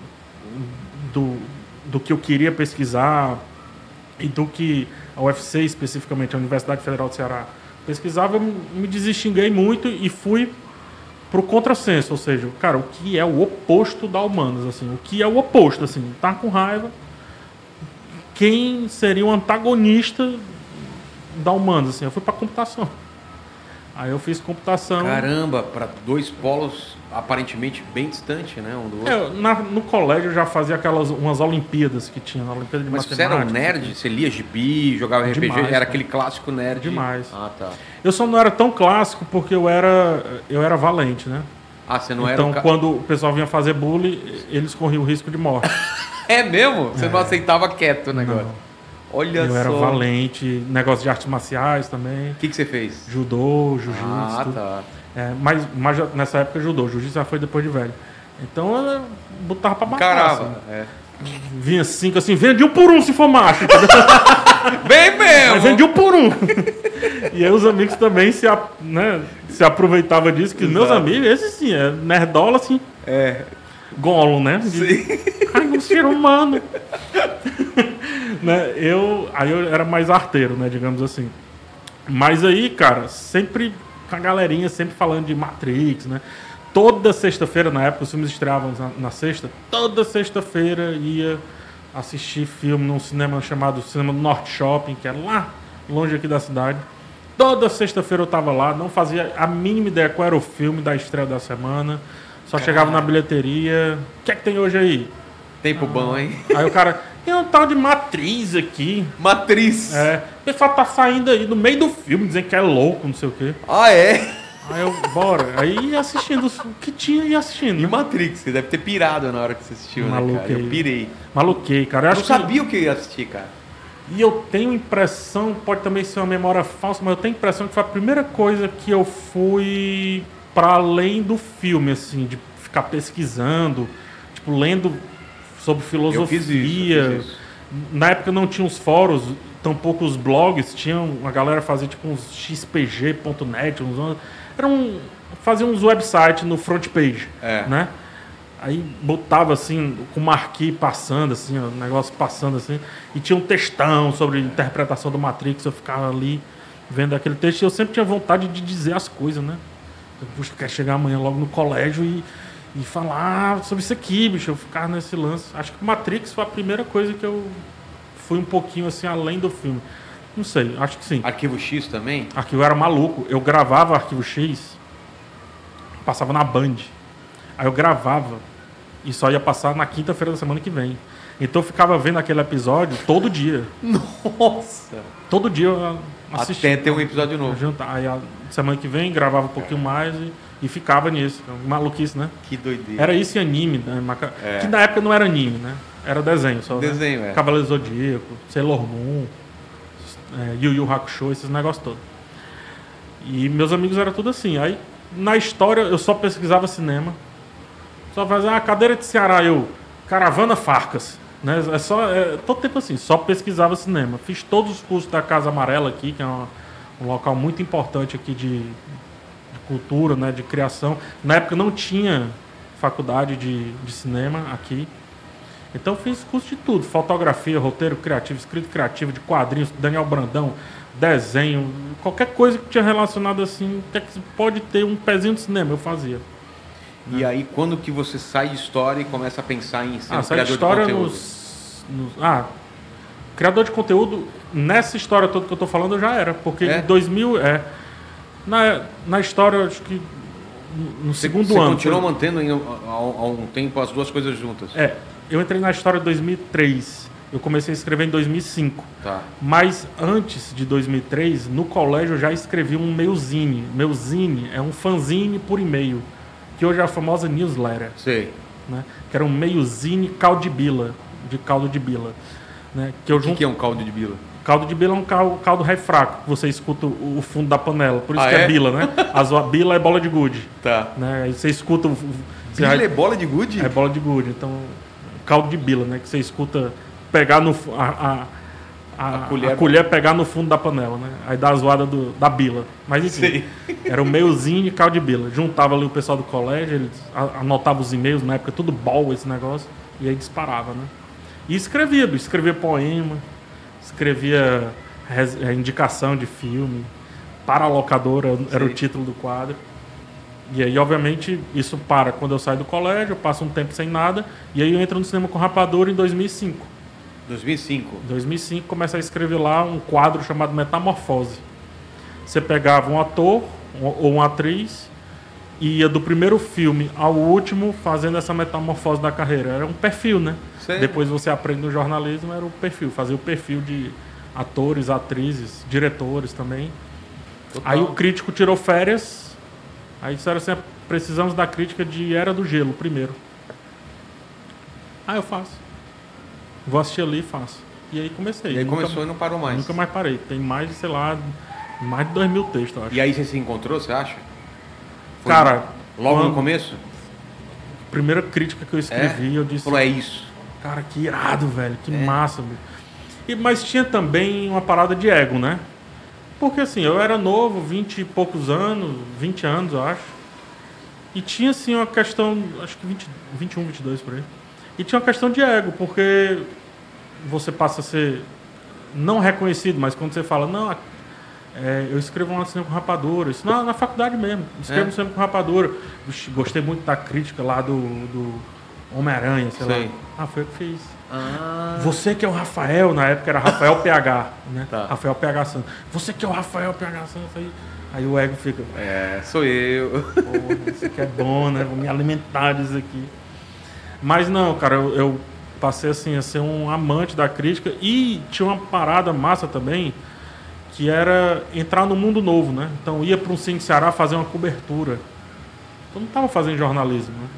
do, do que eu queria pesquisar e do que a U F C, especificamente, a Universidade Federal do Ceará, Pesquisava, eu me desextinguei muito e fui pro contrassenso, ou seja, cara, o que é o oposto da humanas, assim, o que é o oposto, assim, tá com raiva, quem seria o antagonista da humanas, assim, eu fui pra computação. Aí eu fiz computação. Caramba, para dois polos aparentemente bem distantes, né, um do outro. É, na, no colégio eu já fazia aquelas umas Olimpíadas que tinha, na Olimpíada de Mas você era Matemática. um nerd? Você lia gibi, jogava R P G? Demais, Era cara. aquele clássico nerd? Demais. Ah, tá. Eu só não era tão clássico porque eu era, eu era valente, né? Ah, você não Então, era um ca... quando o pessoal vinha fazer bullying, eles corriam o risco de morte. É mesmo? Você não aceitava quieto o negócio? Não. Olha Eu só. era valente, negócio de artes marciais também. O que, que você fez? Judô, jiu-jitsu. Ah, tudo. tá. É, mas, mas já- nessa época judô, jiu-jitsu já foi depois de velho. Então eu botava pra matar. Caramba. assim. É. Vinha cinco assim, vende de um por um se for macho. entendeu? Bem mesmo! Mas vende um por um. E aí os amigos também se, a- né, se aproveitavam disso, que os meus Exato. amigos, esses sim, é nerdola assim, É. Gollum, né? De, ai, um ser humano. né? eu, aí eu era mais arteiro, né, digamos assim. Mas aí, cara, sempre com a galerinha, sempre falando de Matrix, né? Toda sexta-feira, na época, os filmes estreavam na, na sexta, toda sexta-feira ia assistir filme num cinema chamado Cinema do Norte Shopping, que era lá longe aqui da cidade. Toda sexta-feira eu tava lá, não fazia a mínima ideia qual era o filme da estreia da semana. Só chegava na bilheteria. O que é que tem hoje aí? Tempo bom, hein? Aí o cara, tem um tal de Matriz aqui. Matriz. É, o pessoal tá saindo aí no meio do filme, dizendo que é louco, não sei o quê. Ah, é? Aí eu, bora. Aí ia assistindo o que tinha e assistindo. E né? Matrix, você deve ter pirado na hora que você assistiu, né, cara? Maluquei. Eu pirei. Maluquei, cara. Eu Eu acho não que- sabia o que eu ia assistir, cara. E eu tenho impressão, pode também ser uma memória falsa, mas eu tenho impressão que foi a primeira coisa que eu fui para além do filme, assim, de ficar pesquisando, tipo, lendo sobre filosofia. Eu fiz isso, eu fiz isso. Na época não tinha os fóruns, tampouco os blogs, tinham, a galera fazia tipo uns x p g ponto net, uns, era um, fazia uns websites no front page, É. né? Aí botava assim, com o marquee passando, assim, ó, o negócio passando assim, e tinha um textão sobre interpretação do Matrix, eu ficava ali vendo aquele texto e eu sempre tinha vontade de dizer as coisas, né? Eu, puxa, quero chegar amanhã logo no colégio e, e falar sobre isso aqui, bicho, eu ficava nesse lance. Acho que o Matrix foi a primeira coisa que eu fui um pouquinho assim além do filme. Não sei, acho que sim. Arquivo X também? Arquivo era maluco, eu gravava Arquivo X, passava na Band. Aí eu gravava e só ia passar na quinta-feira da semana que vem. Então eu ficava vendo aquele episódio todo dia. Nossa! Todo dia eu assistia. Até ter um episódio novo. Junta- Aí a semana que vem gravava um pouquinho mais e, e ficava nisso. Maluquice, né? Que doideira. Era isso e anime, né? Maca- É. Que na época não era anime, né? Era desenho só. né? Desenho, é. Cavaleiro Zodíaco, Sailor Moon, é, Yu Yu Hakusho, esses negócios todos. E meus amigos eram tudo assim. Aí, na história, eu só pesquisava cinema. Só fazia, ah, cadeira de Ceará, eu, Caravana Farcas. Né? É só, é, todo tempo assim, só pesquisava cinema. Fiz todos os cursos da Casa Amarela aqui, que é uma- um local muito importante aqui de, de cultura, né, de criação. Na época não tinha faculdade de, de cinema aqui. Então fiz curso de tudo, fotografia, roteiro criativo, escrito criativo, de quadrinhos, Daniel Brandão, desenho, qualquer coisa que tinha relacionado assim, que é que pode ter um pezinho de cinema, eu fazia. E aí, quando que você sai de história e começa a pensar em ser Ah, um essa criador história de conteúdo? nos, nos- Ah, criador de conteúdo, nessa história toda que eu tô falando, eu já era, porque É? em dois mil, é, na, na história, eu acho que no no Você, segundo você ano... continuou foi- mantendo em- há, há um tempo as duas coisas juntas? É, eu entrei na história em dois mil e três, eu comecei a escrever em dois mil e cinco. Tá. Mas antes de dois mil e três, no colégio eu já escrevi um meuzine. Meuzine é um fanzine por e-mail, que hoje é a famosa newsletter, Sei. né? Que era um meuzine caldo de bila, de caldo de bila, né? Que eu O que, junto... que é um caldo de bila? Caldo de bila é um caldo, caldo ré fraco, que você escuta o, o fundo da panela, por isso Ah, que é? é? bila, né? A sua bila é bola de gude, Tá. né? Aí você escuta o... Você Bila vai- é bola de gude? é bola de gude, então caldo de bila, né? Que você escuta pegar no fu- a, a, a, A colher- a colher pegar no fundo da panela, né? Aí dá a zoada do, da bila. Mas enfim, Sei. era o meiozinho de caldo de bila. Juntava ali o pessoal do colégio, eles a- anotavam os e-mails, na época tudo bol esse negócio, e aí disparava, né? E escrevia, bicho, escrevia poema, escrevia res- eh, indicação de filme, para a locadora, era Sim. o título do quadro. E aí, obviamente, isso para quando eu saio do colégio, eu passo um tempo sem nada, e aí eu entro no cinema com Rapadura em dois mil e cinco. dois mil e cinco. Em dois mil e cinco, começa a escrever lá um quadro chamado Metamorfose. Você pegava um ator ou uma atriz e ia do primeiro filme ao último fazendo essa metamorfose da carreira. Era um perfil, né? Sei. Depois você aprende no jornalismo, era o perfil. Fazia o perfil de atores, atrizes, diretores também. Total. Aí o crítico tirou férias. Aí disseram assim, precisamos da crítica de Era do Gelo, primeiro. Ah, eu faço. Vou assistir ali e faço. E aí comecei. E aí Nunca- começou e não parou mais. Nunca mais parei. Tem mais de, sei lá, mais de dois mil textos, eu acho. E aí você se encontrou, você acha? Foi Cara, logo no quando- começo? primeira crítica que eu escrevi, eu disse, Falou, é isso. cara, que irado, velho, que É. massa. Bicho. E, mas tinha também uma parada de ego, né? Porque assim, eu era novo, vinte e poucos anos, vinte anos, eu acho. E tinha assim uma questão, acho que vinte, vinte e um, vinte e dois por aí. E tinha uma questão de ego, porque você passa a ser não reconhecido, mas quando você fala, não, é, eu escrevo um cinema com rapadura, isso na, na faculdade mesmo, escrevo É. um cinema com rapadura. Vixe, gostei muito da crítica lá do, do Homem-Aranha, sei Sei. lá. Ah, foi eu que fiz. Ah, Você que é o Rafael, na época era Rafael P H, né? Tá. Rafael P H Santos. Você que é o Rafael P H Santos aí. Aí o ego fica, é, sou eu. porra, isso aqui é bom, né? Vou me alimentar disso aqui. Mas não, cara, eu, eu passei assim a ser um amante da crítica e tinha uma parada massa também, que era entrar no mundo novo, né? Então ia para um Cine Ceará fazer uma cobertura. Eu não estava fazendo jornalismo, né?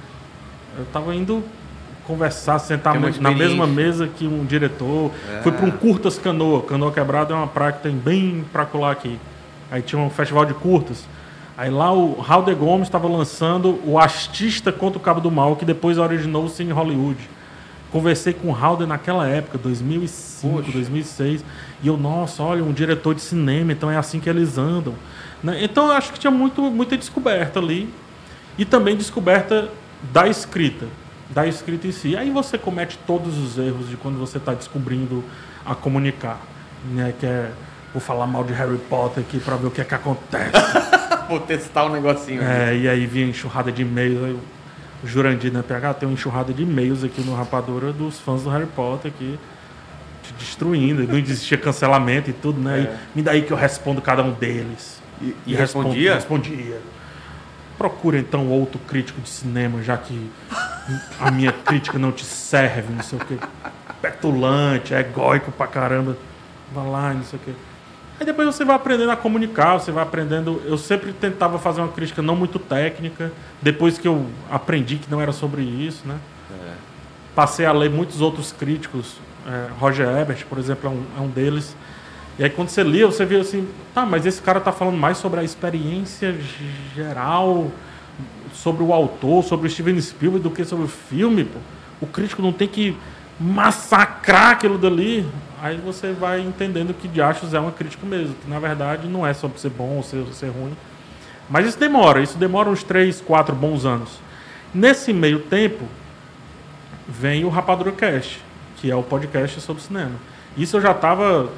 Eu estava indo conversar, sentar Tem uma na mesma experiência. mesa que um diretor. É. Fui para um Curtas Canoa. Canoa Quebrada é uma praia que tem bem pra colar aqui. Aí tinha um festival de curtas. Aí lá o Raul de Gomes estava lançando o Astista contra o Cabo do Mal, que depois originou o Cine Hollywood. Conversei com o Raul naquela época, dois mil e cinco, Poxa. dois mil e seis. E eu, nossa, olha, um diretor de cinema, então é assim que eles andam. Né? Então eu acho que tinha muito, muita descoberta ali. E também descoberta da escrita. Da escrita em si. Aí você comete todos os erros de quando você está descobrindo a comunicar. Né? Que é, vou falar mal de Harry Potter aqui para ver o que é que acontece. Vou testar um negocinho. aqui. É, e aí vinha enxurrada de e-mails. Aí o Jurandir, né, P H, tem uma enxurrada de e-mails aqui no Rapadura dos fãs do Harry Potter aqui, te destruindo. Não existia cancelamento e tudo, né? É. E me daí que eu respondo cada um deles. E, e respondo- respondia? Respondia. Procura então outro crítico de cinema, já que a minha crítica não te serve, não sei o quê. Petulante, egóico pra caramba. Vai lá, não sei o quê. Aí depois você vai aprendendo a comunicar, você vai aprendendo. Eu sempre tentava fazer uma crítica não muito técnica. Depois que eu aprendi que não era sobre isso, né? É. Passei a ler muitos outros críticos. É, Roger Ebert, por exemplo, é um, é um deles. E aí quando você lia, você via assim, tá, mas esse cara tá falando mais sobre a experiência geral, sobre o autor, sobre o Steven Spielberg, do que sobre o filme, pô. O crítico não tem que massacrar aquilo dali. Aí você vai entendendo que Diachos é uma crítica mesmo, que na verdade não é sobre ser bom ou ser, ser ruim. Mas isso demora, isso demora uns três, quatro bons anos. Nesse meio tempo, vem o Rapadura Cast, que é o podcast sobre cinema. Isso eu já estava...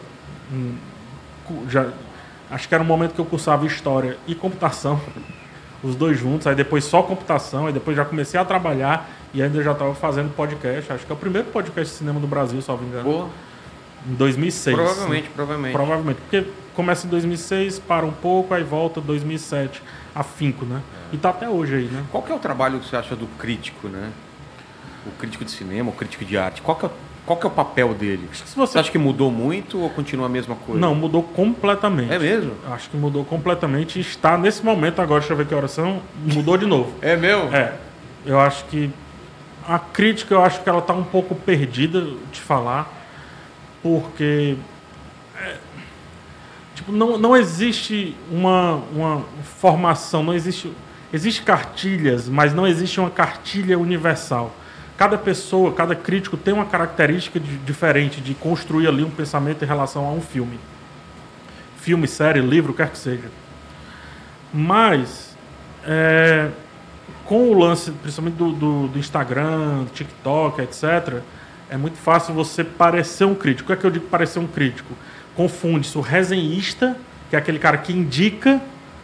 Já, acho que era um momento que eu cursava História e Computação, os dois juntos, aí depois só Computação, aí depois já comecei a trabalhar e ainda já estava fazendo podcast. Acho que é o primeiro podcast de cinema do Brasil, salvo engano. Pô, Em dois mil e seis. provavelmente, provavelmente. Provavelmente, porque começa em dois mil e seis, para um pouco, aí volta em dois mil e sete, afinco, né? E tá até hoje aí, né? Qual que é o trabalho que você acha do crítico, né? O crítico de cinema, o crítico de arte. Qual que é, o- qual que é o papel dele? Se Você você... acha que mudou muito ou continua a mesma coisa? Não, mudou completamente. É mesmo? Acho que mudou completamente. Está nesse momento agora, deixa eu ver que horas são, mudou de novo. É mesmo? É, eu acho que a crítica, eu acho que ela está um pouco perdida de falar, porque é, tipo, não, não existe uma, uma formação, não existe, existe cartilhas, mas não existe uma cartilha universal. Cada pessoa, cada crítico tem uma característica de- diferente de construir ali um pensamento em relação a um filme. Filme, série, livro, quer que seja. Mas, é, com o lance, principalmente do, do, do Instagram, do TikTok, etcétera, é muito fácil você parecer um crítico. O que é que eu digo parecer um crítico? Confunde-se o resenhista que é aquele cara que indica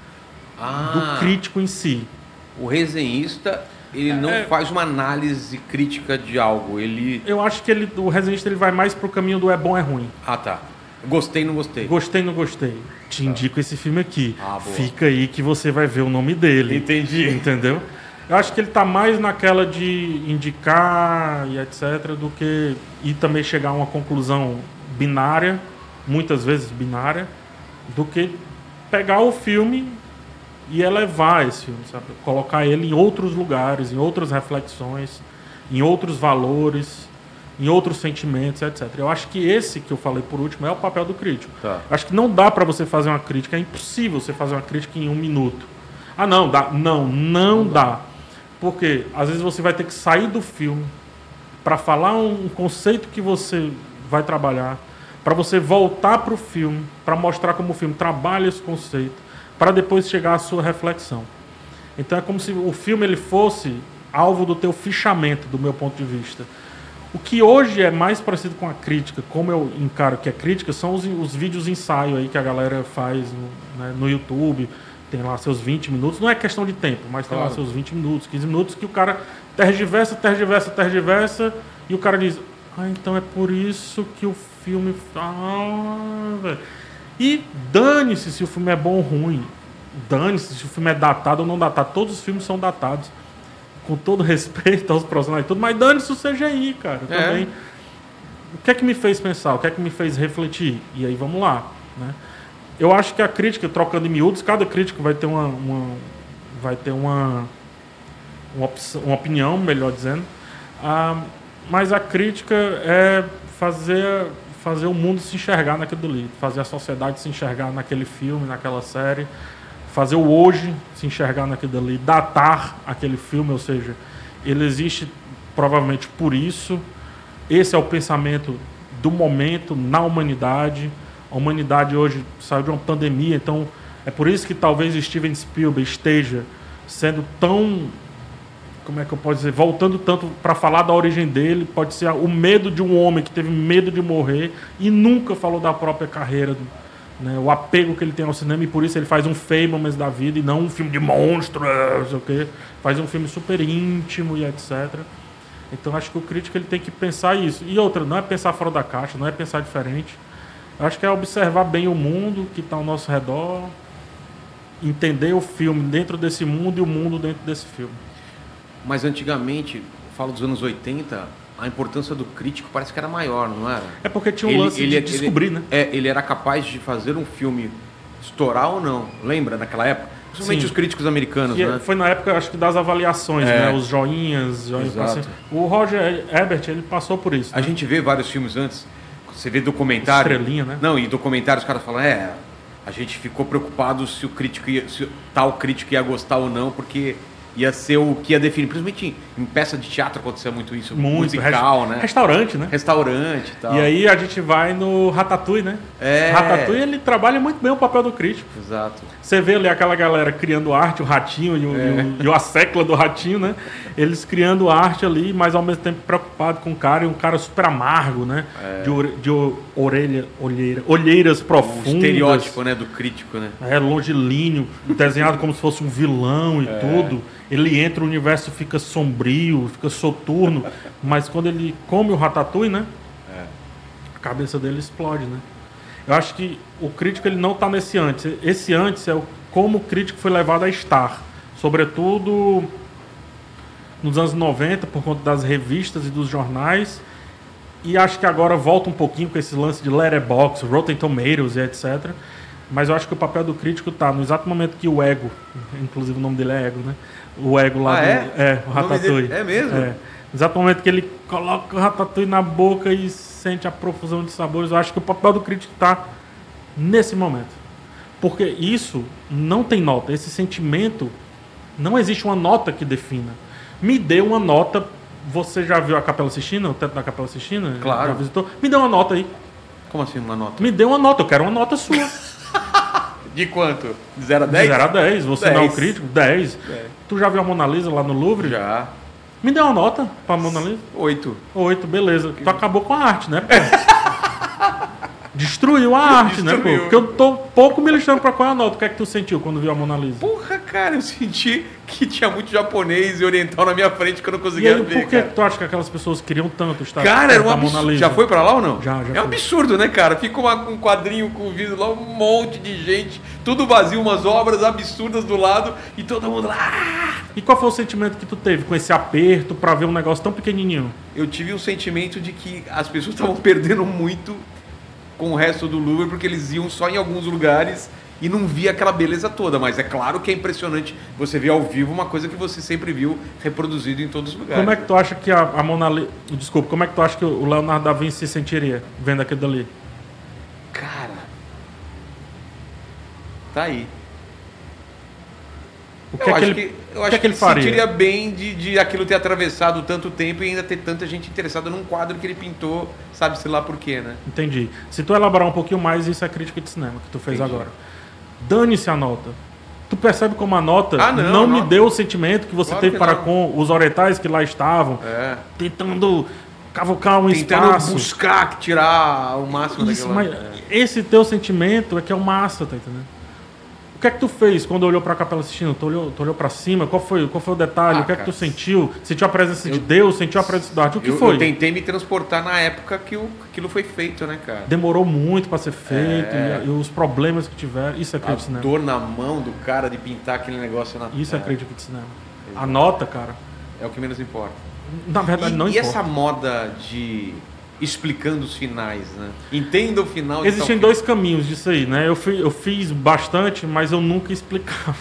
Ah, do crítico em si. o resenhista, ele não É. faz uma análise crítica de algo, ele... Eu acho que ele, o resenhista ele vai mais pro caminho do é bom, é ruim. Ah, tá. Gostei, não gostei. Gostei, não gostei. Te indico esse filme aqui. Ah, boa. Fica aí que você vai ver o nome dele. Entendi. Entendeu? Eu acho que ele tá mais naquela de indicar e etcétera do que e também chegar a uma conclusão binária, muitas vezes binária, do que pegar o filme e elevar esse filme, sabe? Colocar ele em outros lugares, em outras reflexões, em outros valores, em outros sentimentos, etcétera. Eu acho que esse que eu falei por último é o papel do crítico. Tá. Acho que não dá para você fazer uma crítica, é impossível você fazer uma crítica em um minuto. Ah, não, dá. Não, não dá. Porque às vezes você vai ter que sair do filme para falar um conceito que você vai trabalhar, para você voltar para o filme, para mostrar como o filme trabalha esse conceito, para depois chegar à sua reflexão. Então é como se o filme ele fosse alvo do teu fichamento, do meu ponto de vista. O que hoje é mais parecido com a crítica, como eu encaro que é crítica, são os, os vídeos ensaio aí que a galera faz no, né, no YouTube. Tem lá seus vinte minutos, não é questão de tempo, mas tem Claro. lá seus vinte minutos, quinze minutos, que o cara tergiversa, tergiversa, tergiversa, e o cara diz, ah, então é por isso que o filme... Ah, velho. E dane-se se o filme é bom ou ruim, dane-se se o filme é datado ou não datado, todos os filmes são datados, com todo respeito aos profissionais e tudo, mas dane-se o C G I, cara, É. também. O que é que me fez pensar, o que é que me fez refletir? E aí vamos lá, né? Eu acho que a crítica, trocando em miúdos, cada crítico vai ter uma, uma vai ter uma, uma, opção, uma opinião, melhor dizendo. Ah, mas a crítica é fazer, fazer o mundo se enxergar naquilo ali, fazer a sociedade se enxergar naquele filme, naquela série, fazer o hoje se enxergar naquilo ali, datar aquele filme, ou seja, ele existe provavelmente por isso. Esse é o pensamento do momento na humanidade. A humanidade hoje saiu de uma pandemia, então é por isso que talvez Steven Spielberg esteja sendo tão, como é que eu posso dizer, voltando tanto para falar da origem dele, pode ser o medo de um homem que teve medo de morrer e nunca falou da própria carreira, né, o apego que ele tem ao cinema, e por isso ele faz um Fablemans da vida e não um filme de monstro, não sei o quê, faz um filme super íntimo e etcétera. Então acho que o crítico ele tem que pensar isso. E outra, não é pensar fora da caixa, não é pensar diferente. Acho que é observar bem o mundo que está ao nosso redor, entender o filme dentro desse mundo e o mundo dentro desse filme. Mas antigamente, eu falo dos anos oitenta, a importância do crítico parece que era maior, não era? É porque tinha um lance de descobrir, ele, né? É, ele era capaz de fazer um filme estourar ou não. Lembra naquela época? Principalmente Sim. os críticos americanos, Que né? foi na época, acho que das avaliações, É. né? Os joinhas, joinhas Exato. assim. O Roger Ebert, ele passou por isso. A né? gente vê vários filmes antes, você vê documentário... Estrelinha, né? Não, e documentários os caras falam, é, a gente ficou preocupado se o crítico ia, se tal crítico ia gostar ou não, porque ia ser o que ia definir. Principalmente em, em peça de teatro acontecia muito isso, Muito. musical, Res- né? Restaurante, né? Restaurante e tal. E aí a gente vai no Ratatouille, né? É. Ratatouille, ele trabalha muito bem o papel do crítico. Exato. Você vê ali aquela galera criando arte, o ratinho e, o, É. e, o, e a secla do ratinho, né? Eles criando arte ali, mas ao mesmo tempo preocupado com o cara, e um cara super amargo, né? É. De, ore- de o- orelha, olheira, olheiras O profundas. estereótipo, né, do crítico, né? É, longilíneo, desenhado como se fosse um vilão É. e tudo. Ele entra, o universo fica sombrio, fica soturno, mas quando ele come o ratatouille, né? É. A cabeça dele explode, né? Eu acho que o crítico ele não está nesse antes. Esse antes é o, como o crítico foi levado a estar. Sobretudo nos anos noventa, por conta das revistas e dos jornais. E acho que agora volta um pouquinho com esse lance de Letterboxd, Rotten Tomatoes e etcétera. Mas eu acho que o papel do crítico está no exato momento que o ego, inclusive o nome dele é Ego, né? O ego lá Ah, do, é? é, o O nome Ratatouille. dele- é mesmo? É. No exato momento que ele coloca o Ratatouille na boca e sente a profusão de sabores, eu acho que o papel do crítico está nesse momento. Porque isso não tem nota. Esse sentimento, não existe uma nota que defina. Me dê uma nota. Você já viu a Capela Sistina, o teto da Capela Sistina? Claro. Já visitou? Me dê uma nota aí. Como assim uma nota? Me dê uma nota, eu quero uma nota sua. De quanto? De zero a De dez? zero a dez. Você não é um dez. crítico? dez. É. Tu já viu a Mona Lisa lá no Louvre? Já. Me dê uma nota pra Mona Lisa. Oito. Oito, beleza. Tu acabou com a arte, né? pô? Destruiu a arte, né, Destruiu. pô? Porque eu tô pouco me lixando pra qual é a nota. O que é que tu sentiu quando viu a Mona Lisa? Porra, cara, eu senti que tinha muito japonês e oriental na minha frente que eu não E conseguia aí, ver, por que cara. que tu acha que aquelas pessoas queriam tanto estar Cara, era um perto da Mona absurdo. Lisa? Já foi pra lá ou não? Já, já É um fui. absurdo, né, cara? Fica uma- um quadrinho com vidro lá, um monte de gente, tudo vazio, umas obras absurdas do lado e todo mundo lá. "Ah!" E qual foi o sentimento que tu teve com esse aperto pra ver um negócio tão pequenininho? Eu tive um sentimento de que as pessoas estavam perdendo muito com o resto do Louvre porque eles iam só em alguns lugares e não via aquela beleza toda. Mas é claro que é impressionante você ver ao vivo uma coisa que você sempre viu reproduzido em todos os lugares. Como é que tu acha que a, a Mona Lisa... Desculpa, como é que tu acha que o Leonardo da Vinci se sentiria vendo aquilo dali? Cara, tá aí. O que eu é que acho ele, que, eu o que, acho é que ele faria? sentiria bem de, de aquilo ter atravessado tanto tempo e ainda ter tanta gente interessada num quadro que ele pintou, sabe-se lá por quê, né? Entendi. Se tu elaborar um pouquinho mais, isso é crítica de cinema que tu fez Entendi. agora. Dane-se a nota. Tu percebe como a nota Ah, não, não, me nota. deu o sentimento que você Claro teve que para não. com os orientais que lá estavam, É. tentando cavucar um Tentando espaço. buscar tirar o máximo Isso, daquela... mas é. esse teu sentimento é que é o massa, tá entendendo? O que é que tu fez quando olhou pra Capela Sistina? Tu olhou, tu olhou pra cima? Qual foi, qual foi o detalhe? Ah, o que é que cara, tu sentiu? Sentiu a presença de eu- Deus? Sentiu a presença da arte? O que eu, foi? eu tentei me transportar na época que o- aquilo foi feito, né, cara? Demorou muito pra ser feito É. e, e os problemas que tiveram. Isso é A crítica de cinema. dor na mão do cara de pintar aquele negócio na... Isso é crítica de cinema. A nota, cara, É o que menos importa. na verdade E, não e importa. essa moda de explicando os finais, né? Entenda o final de Existem tal dois caminhos disso aí, né? Eu, fui, eu fiz bastante, mas eu nunca explicava.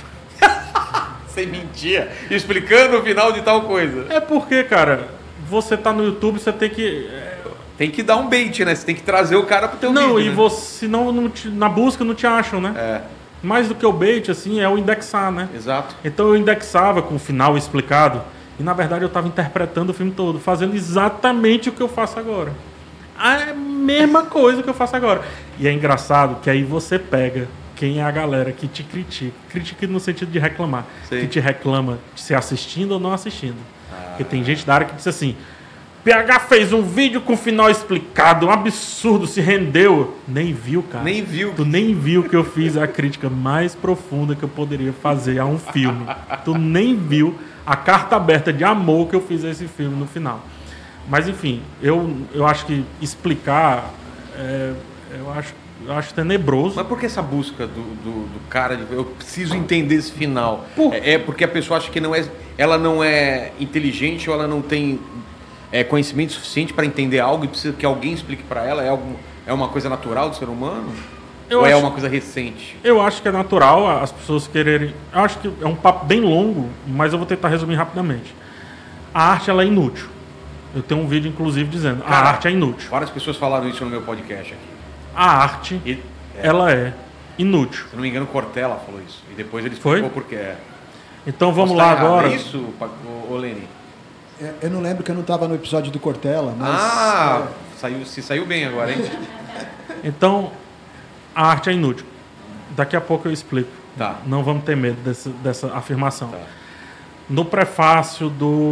Você mentia explicando o final de tal coisa. É porque, cara, você tá no YouTube, você tem que... Tem que dar um bait, né? Você tem que trazer o cara pro teu Não, vídeo, e né? você, senão não te- na busca não te acham, né? É, Mais do que o bait, assim, é o indexar, né? exato. Então eu indexava com o final explicado e na verdade eu estava interpretando o filme todo, fazendo exatamente o que eu faço agora. A mesma coisa que eu faço agora. E é engraçado que aí você pega quem é a galera que te critica. Critica no sentido de reclamar. Sim. Que te reclama de se assistindo ou não assistindo. Porque tem gente da área que diz assim: P H fez um vídeo com o final explicado, um absurdo, se rendeu. Nem viu, cara. Nem viu. Tu nem viu que eu fiz a crítica mais profunda que eu poderia fazer a um filme. Tu nem viu a carta aberta de amor que eu fiz a esse filme no final. Mas enfim, eu, eu acho que explicar, é, eu, acho, eu acho tenebroso. Mas por que essa busca do, do, do cara de eu preciso entender esse final? Por- É, é porque a pessoa acha que não é, ela não é inteligente ou ela não tem é, conhecimento suficiente para entender algo e precisa que alguém explique para ela? É, algum, é uma coisa natural do ser humano? Eu ou é acho- uma coisa recente? Eu acho que é natural as pessoas quererem... Eu acho que é um papo bem longo, mas eu vou tentar resumir rapidamente. A arte, ela é inútil. Eu tenho um vídeo, inclusive, dizendo a Cara, arte é inútil. Várias pessoas falaram isso no meu podcast aqui. A arte, E, é, ela é inútil. se não me engano, Cortella falou isso. E depois ele Foi? explicou por quê. É. Então vamos Posso lá estar errado, agora. É isso, Pa- ô, ô Leni? É, eu não lembro que eu não estava no episódio do Cortella, mas... Ah, saiu, se saiu bem agora, hein? Então, a arte é inútil. Daqui a pouco eu explico. Tá. Não vamos ter medo desse, dessa afirmação. Tá. No prefácio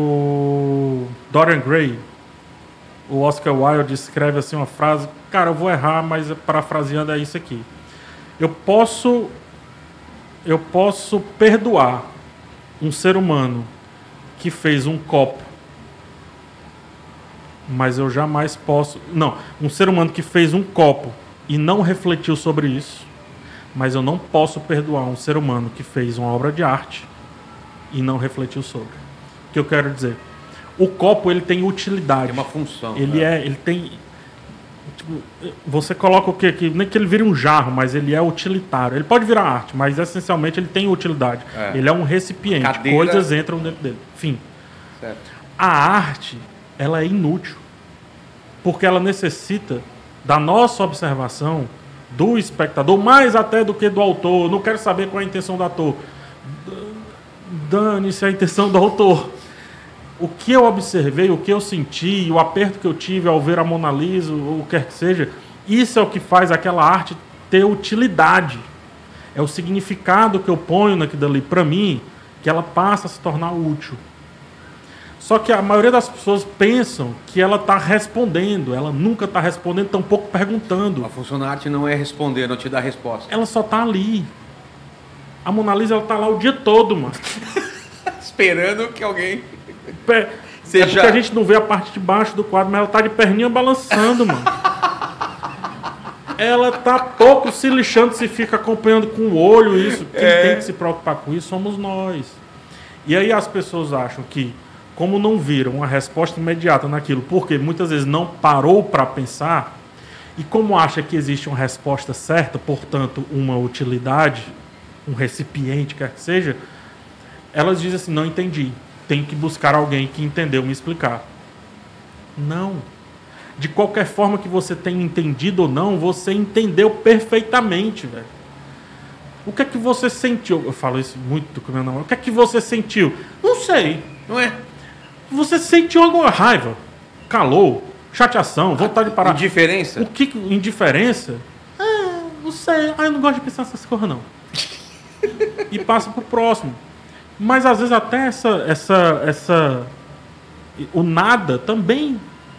do Dorian Gray, o Oscar Wilde escreve assim uma frase, cara, eu vou errar, mas parafraseando é isso aqui. Eu posso eu posso perdoar um ser humano que fez um copo, mas eu jamais posso, não, um ser humano que fez um copo e não refletiu sobre isso, mas eu não posso perdoar um ser humano que fez uma obra de arte e não refletiu sobre. O que eu quero dizer? O copo, ele tem utilidade. Tem uma função. Ele né? é, ele tem... Tipo, você coloca o quê? Que, nem que ele vire um jarro, mas ele é utilitário. Ele pode virar arte, mas essencialmente ele tem utilidade. É. Ele é um recipiente. Cadeira- Coisas entram dentro dele. Fim. Certo. A arte, ela é inútil. Porque ela necessita da nossa observação, do espectador, mais até do que do autor. Eu não quero saber qual é a intenção do autor. Dane-se a intenção do autor. O que eu observei, o que eu senti, o aperto que eu tive ao ver a Mona Lisa, ou o que quer que seja, isso é o que faz aquela arte ter utilidade. É o significado que eu ponho naquilo ali, para mim, que ela passa a se tornar útil. Só que a maioria das pessoas pensam que ela está respondendo. Ela nunca está respondendo, tampouco perguntando. A função da arte não é responder, não te dá resposta. Ela só está ali. A Mona Lisa, ela tá lá o dia todo, mano. Esperando que alguém... Pe... Seja... É porque a gente não vê a parte de baixo do quadro, mas ela tá de perninha balançando, mano. Ela tá pouco se lixando se fica acompanhando com o olho isso. Quem é. tem que se preocupar com isso somos nós. E aí as pessoas acham que, como não viram uma resposta imediata naquilo, porque muitas vezes não parou para pensar, e como acha que existe uma resposta certa, portanto, uma utilidade, um recipiente, quer que seja, elas dizem assim, não entendi. Tenho que buscar alguém que entendeu me explicar. Não. De qualquer forma que você tenha entendido ou não, você entendeu perfeitamente, velho. O que é que você sentiu? Eu falo isso muito com meu namorado. O que é que você sentiu? Não sei. Não é? Você sentiu alguma raiva, calor, chateação, vontade de parar. Indiferença? O que? Indiferença? Ah, não sei. Ah, eu não gosto de pensar nessas coisas, não. E passa pro próximo. Mas às vezes até essa, essa, essa, o nada também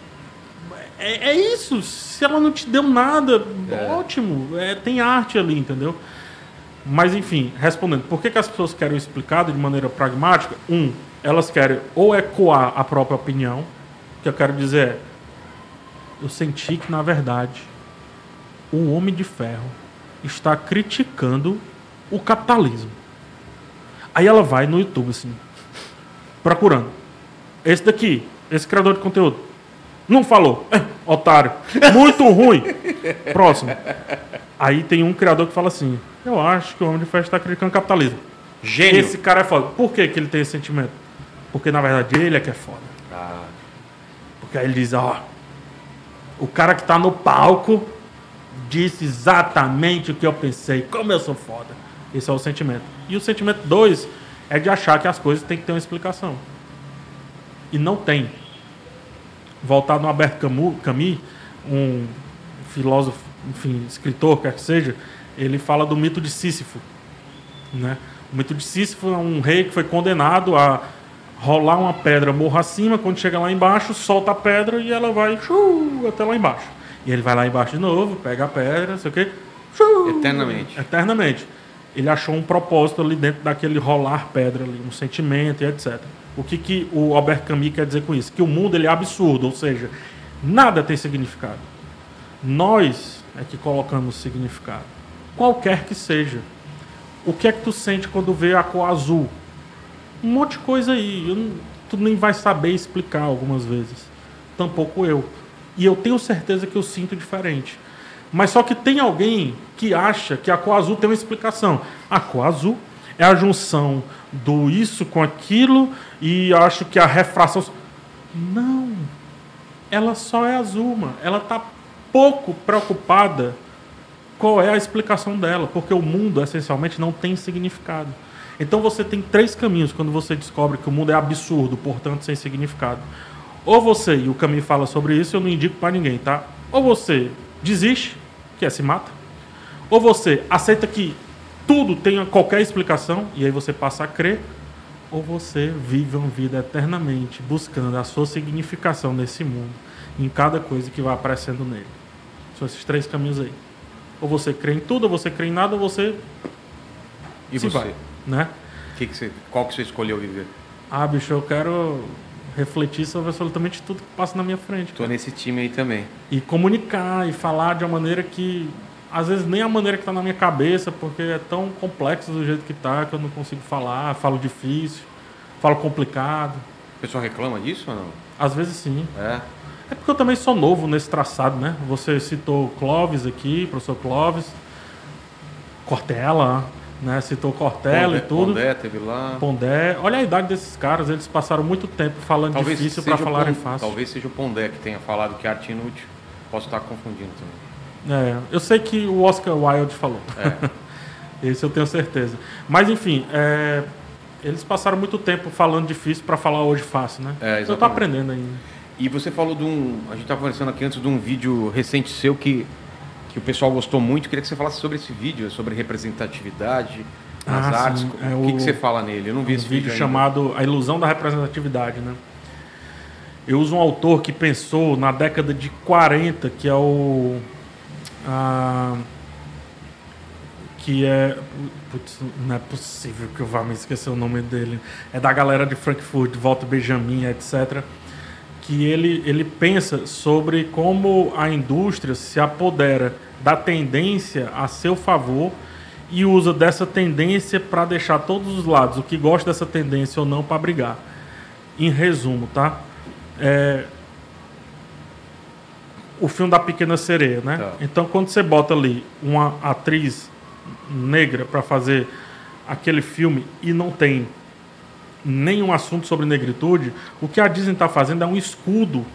é, é isso. Se ela não te deu nada, é. ótimo, é, tem arte ali, entendeu? Mas enfim, respondendo, por que, que as pessoas querem explicado de maneira pragmática? Um, elas querem ou ecoar a própria opinião, o que eu quero dizer é, eu senti que na verdade o Homem de Ferro está criticando o capitalismo. Aí ela vai no YouTube, assim, procurando. Esse daqui, esse criador de conteúdo, não falou. É, otário. Muito ruim. Próximo. Aí tem um criador que fala assim, eu acho que o Homem de Ferro está criticando o capitalismo. Gênio. Esse cara é foda. Por que, que ele tem esse sentimento? Porque, na verdade, ele é que é foda. Ah. Porque aí ele diz, ó, o cara que tá no palco disse exatamente o que eu pensei. Como eu sou foda. Esse é o sentimento. E o sentimento dois é de achar que as coisas têm que ter uma explicação. E não tem. Voltar no Albert Camus, Camus, um filósofo, enfim, escritor, quer que seja, ele fala do mito de Sísifo. Né? O mito de Sísifo é um rei que foi condenado a rolar uma pedra morro acima, quando chega lá embaixo, solta a pedra e ela vai shoo, até lá embaixo. E ele vai lá embaixo de novo, pega a pedra, não sei o quê. Shoo, eternamente. Eternamente. Ele achou um propósito ali dentro daquele rolar pedra ali, um sentimento e etcétera. O que, que o Albert Camus quer dizer com isso? Que o mundo ele é absurdo, ou seja, nada tem significado. Nós é que colocamos significado. Qualquer que seja. O que é que tu sente quando vê a cor azul? Um monte de coisa aí. Eu não, tu nem vai saber explicar algumas vezes. Tampouco eu. E eu tenho certeza que eu sinto diferente. Mas só que tem alguém que acha que a cor azul tem uma explicação. A cor azul é a junção do isso com aquilo e acho que a refração... Não. Ela só é azul, mano. Ela está pouco preocupada qual é a explicação dela, porque o mundo, essencialmente, não tem significado. Então você tem três caminhos quando você descobre que o mundo é absurdo, portanto, sem significado. Ou você, e o Camus fala sobre isso, eu não indico para ninguém, tá? Ou você desiste, que é se mata, ou você aceita que tudo tenha qualquer explicação, e aí você passa a crer, ou você vive uma vida eternamente buscando a sua significação nesse mundo, em cada coisa que vai aparecendo nele. São esses três caminhos aí. Ou você crê em tudo, ou você crê em nada, ou você e se você? vai, né? Que que você, qual que você escolheu viver? Ah, bicho, eu quero refletir sobre absolutamente tudo que passa na minha frente. Tô nesse time aí também. E comunicar, e falar de uma maneira que, às vezes, nem a maneira que tá na minha cabeça, porque é tão complexo do jeito que tá, que eu não consigo falar, falo difícil, falo complicado. O pessoal reclama disso ou não? Às vezes sim. É. É porque eu também sou novo nesse traçado, né? Você citou Clóvis aqui, professor Clóvis, Cortella, né? Citou Cortella Pondé, e tudo. Pondé teve lá. Pondé. Olha a idade desses caras, eles passaram muito tempo falando talvez difícil para falarem Pondé, fácil. Talvez seja o Pondé que tenha falado que é arte inútil. Posso estar confundindo também. É, eu sei que o Oscar Wilde falou. É. Esse eu tenho certeza. Mas enfim, é, eles passaram muito tempo falando difícil para falar hoje fácil, né? É, exatamente. Eu tô aprendendo ainda. E você falou de um... A gente estava conversando aqui antes de um vídeo recente seu que, que o pessoal gostou muito. Queria que você falasse sobre esse vídeo, sobre representatividade nas Ah, artes. sim. É o que, o, que você fala nele? Eu não vi um esse vídeo vídeo chamado A Ilusão da Representatividade, né? Eu uso um autor que pensou na década de quarenta, que é o... Ah, que é... Putz, não é possível que eu vá me esquecer o nome dele. É da galera de Frankfurt, Walter Benjamin, etcétera. Que ele, ele pensa sobre como a indústria se apodera da tendência a seu favor e usa dessa tendência para deixar todos os lados, o que gosta dessa tendência ou não, para brigar. Em resumo, tá? É... O filme da Pequena Sereia, né? Tá. Então, quando você bota ali uma atriz negra para fazer aquele filme e não tem nenhum assunto sobre negritude, o que a Disney está fazendo é um escudo,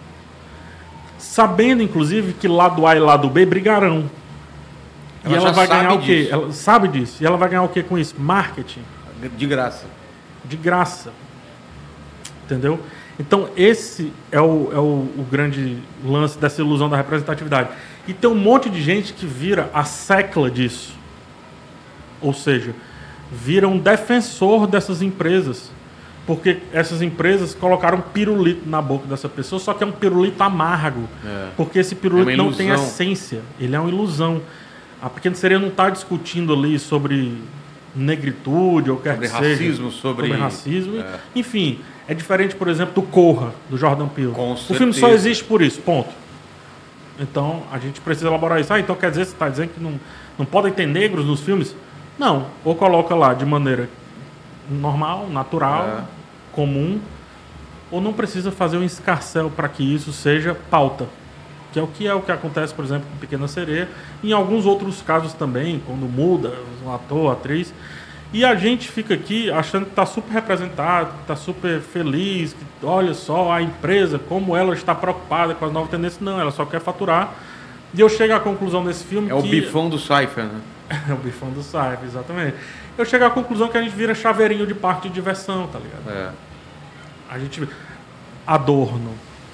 sabendo, inclusive, que lado A e lado B brigarão. Ela e ela vai ganhar o quê? Disso. Ela sabe disso. E ela vai ganhar o quê com isso? Marketing. De graça. De graça. Entendeu? Então, esse é o, é o, o grande lance dessa ilusão da representatividade. E tem um monte de gente que vira a secla disso. Ou seja, vira um defensor dessas empresas. Porque essas empresas colocaram pirulito na boca dessa pessoa, só que é um pirulito amargo. É. Porque esse pirulito é não tem essência. Ele é uma ilusão. A Pequena Sereia não está discutindo ali sobre negritude ou quer sobre que racismo, seja. Sobre... sobre racismo. É. Enfim, é diferente, por exemplo, do Corra, do Jordan Peele. Com o certeza. filme só existe por isso, ponto. Então, a gente precisa elaborar isso. Ah, então quer dizer, você está dizendo que não, não podem ter negros nos filmes? Não. Ou coloca lá de maneira normal, natural, é. comum, ou não precisa fazer um escarcéu para que isso seja pauta. Que é o que é o que acontece, por exemplo, com Pequena Sereia, e em alguns outros casos também, quando muda um ator, atriz. E a gente fica aqui achando que está super representado, que está super feliz, que olha só a empresa, como ela está preocupada com as novas tendências. Não, ela só quer faturar. E eu chego à conclusão desse filme é que... o bifão do Cypher, né? É o bifão do Cypher, exatamente. Eu chego à conclusão que a gente vira chaveirinho de parque de diversão, tá ligado? É. A gente... Adorno.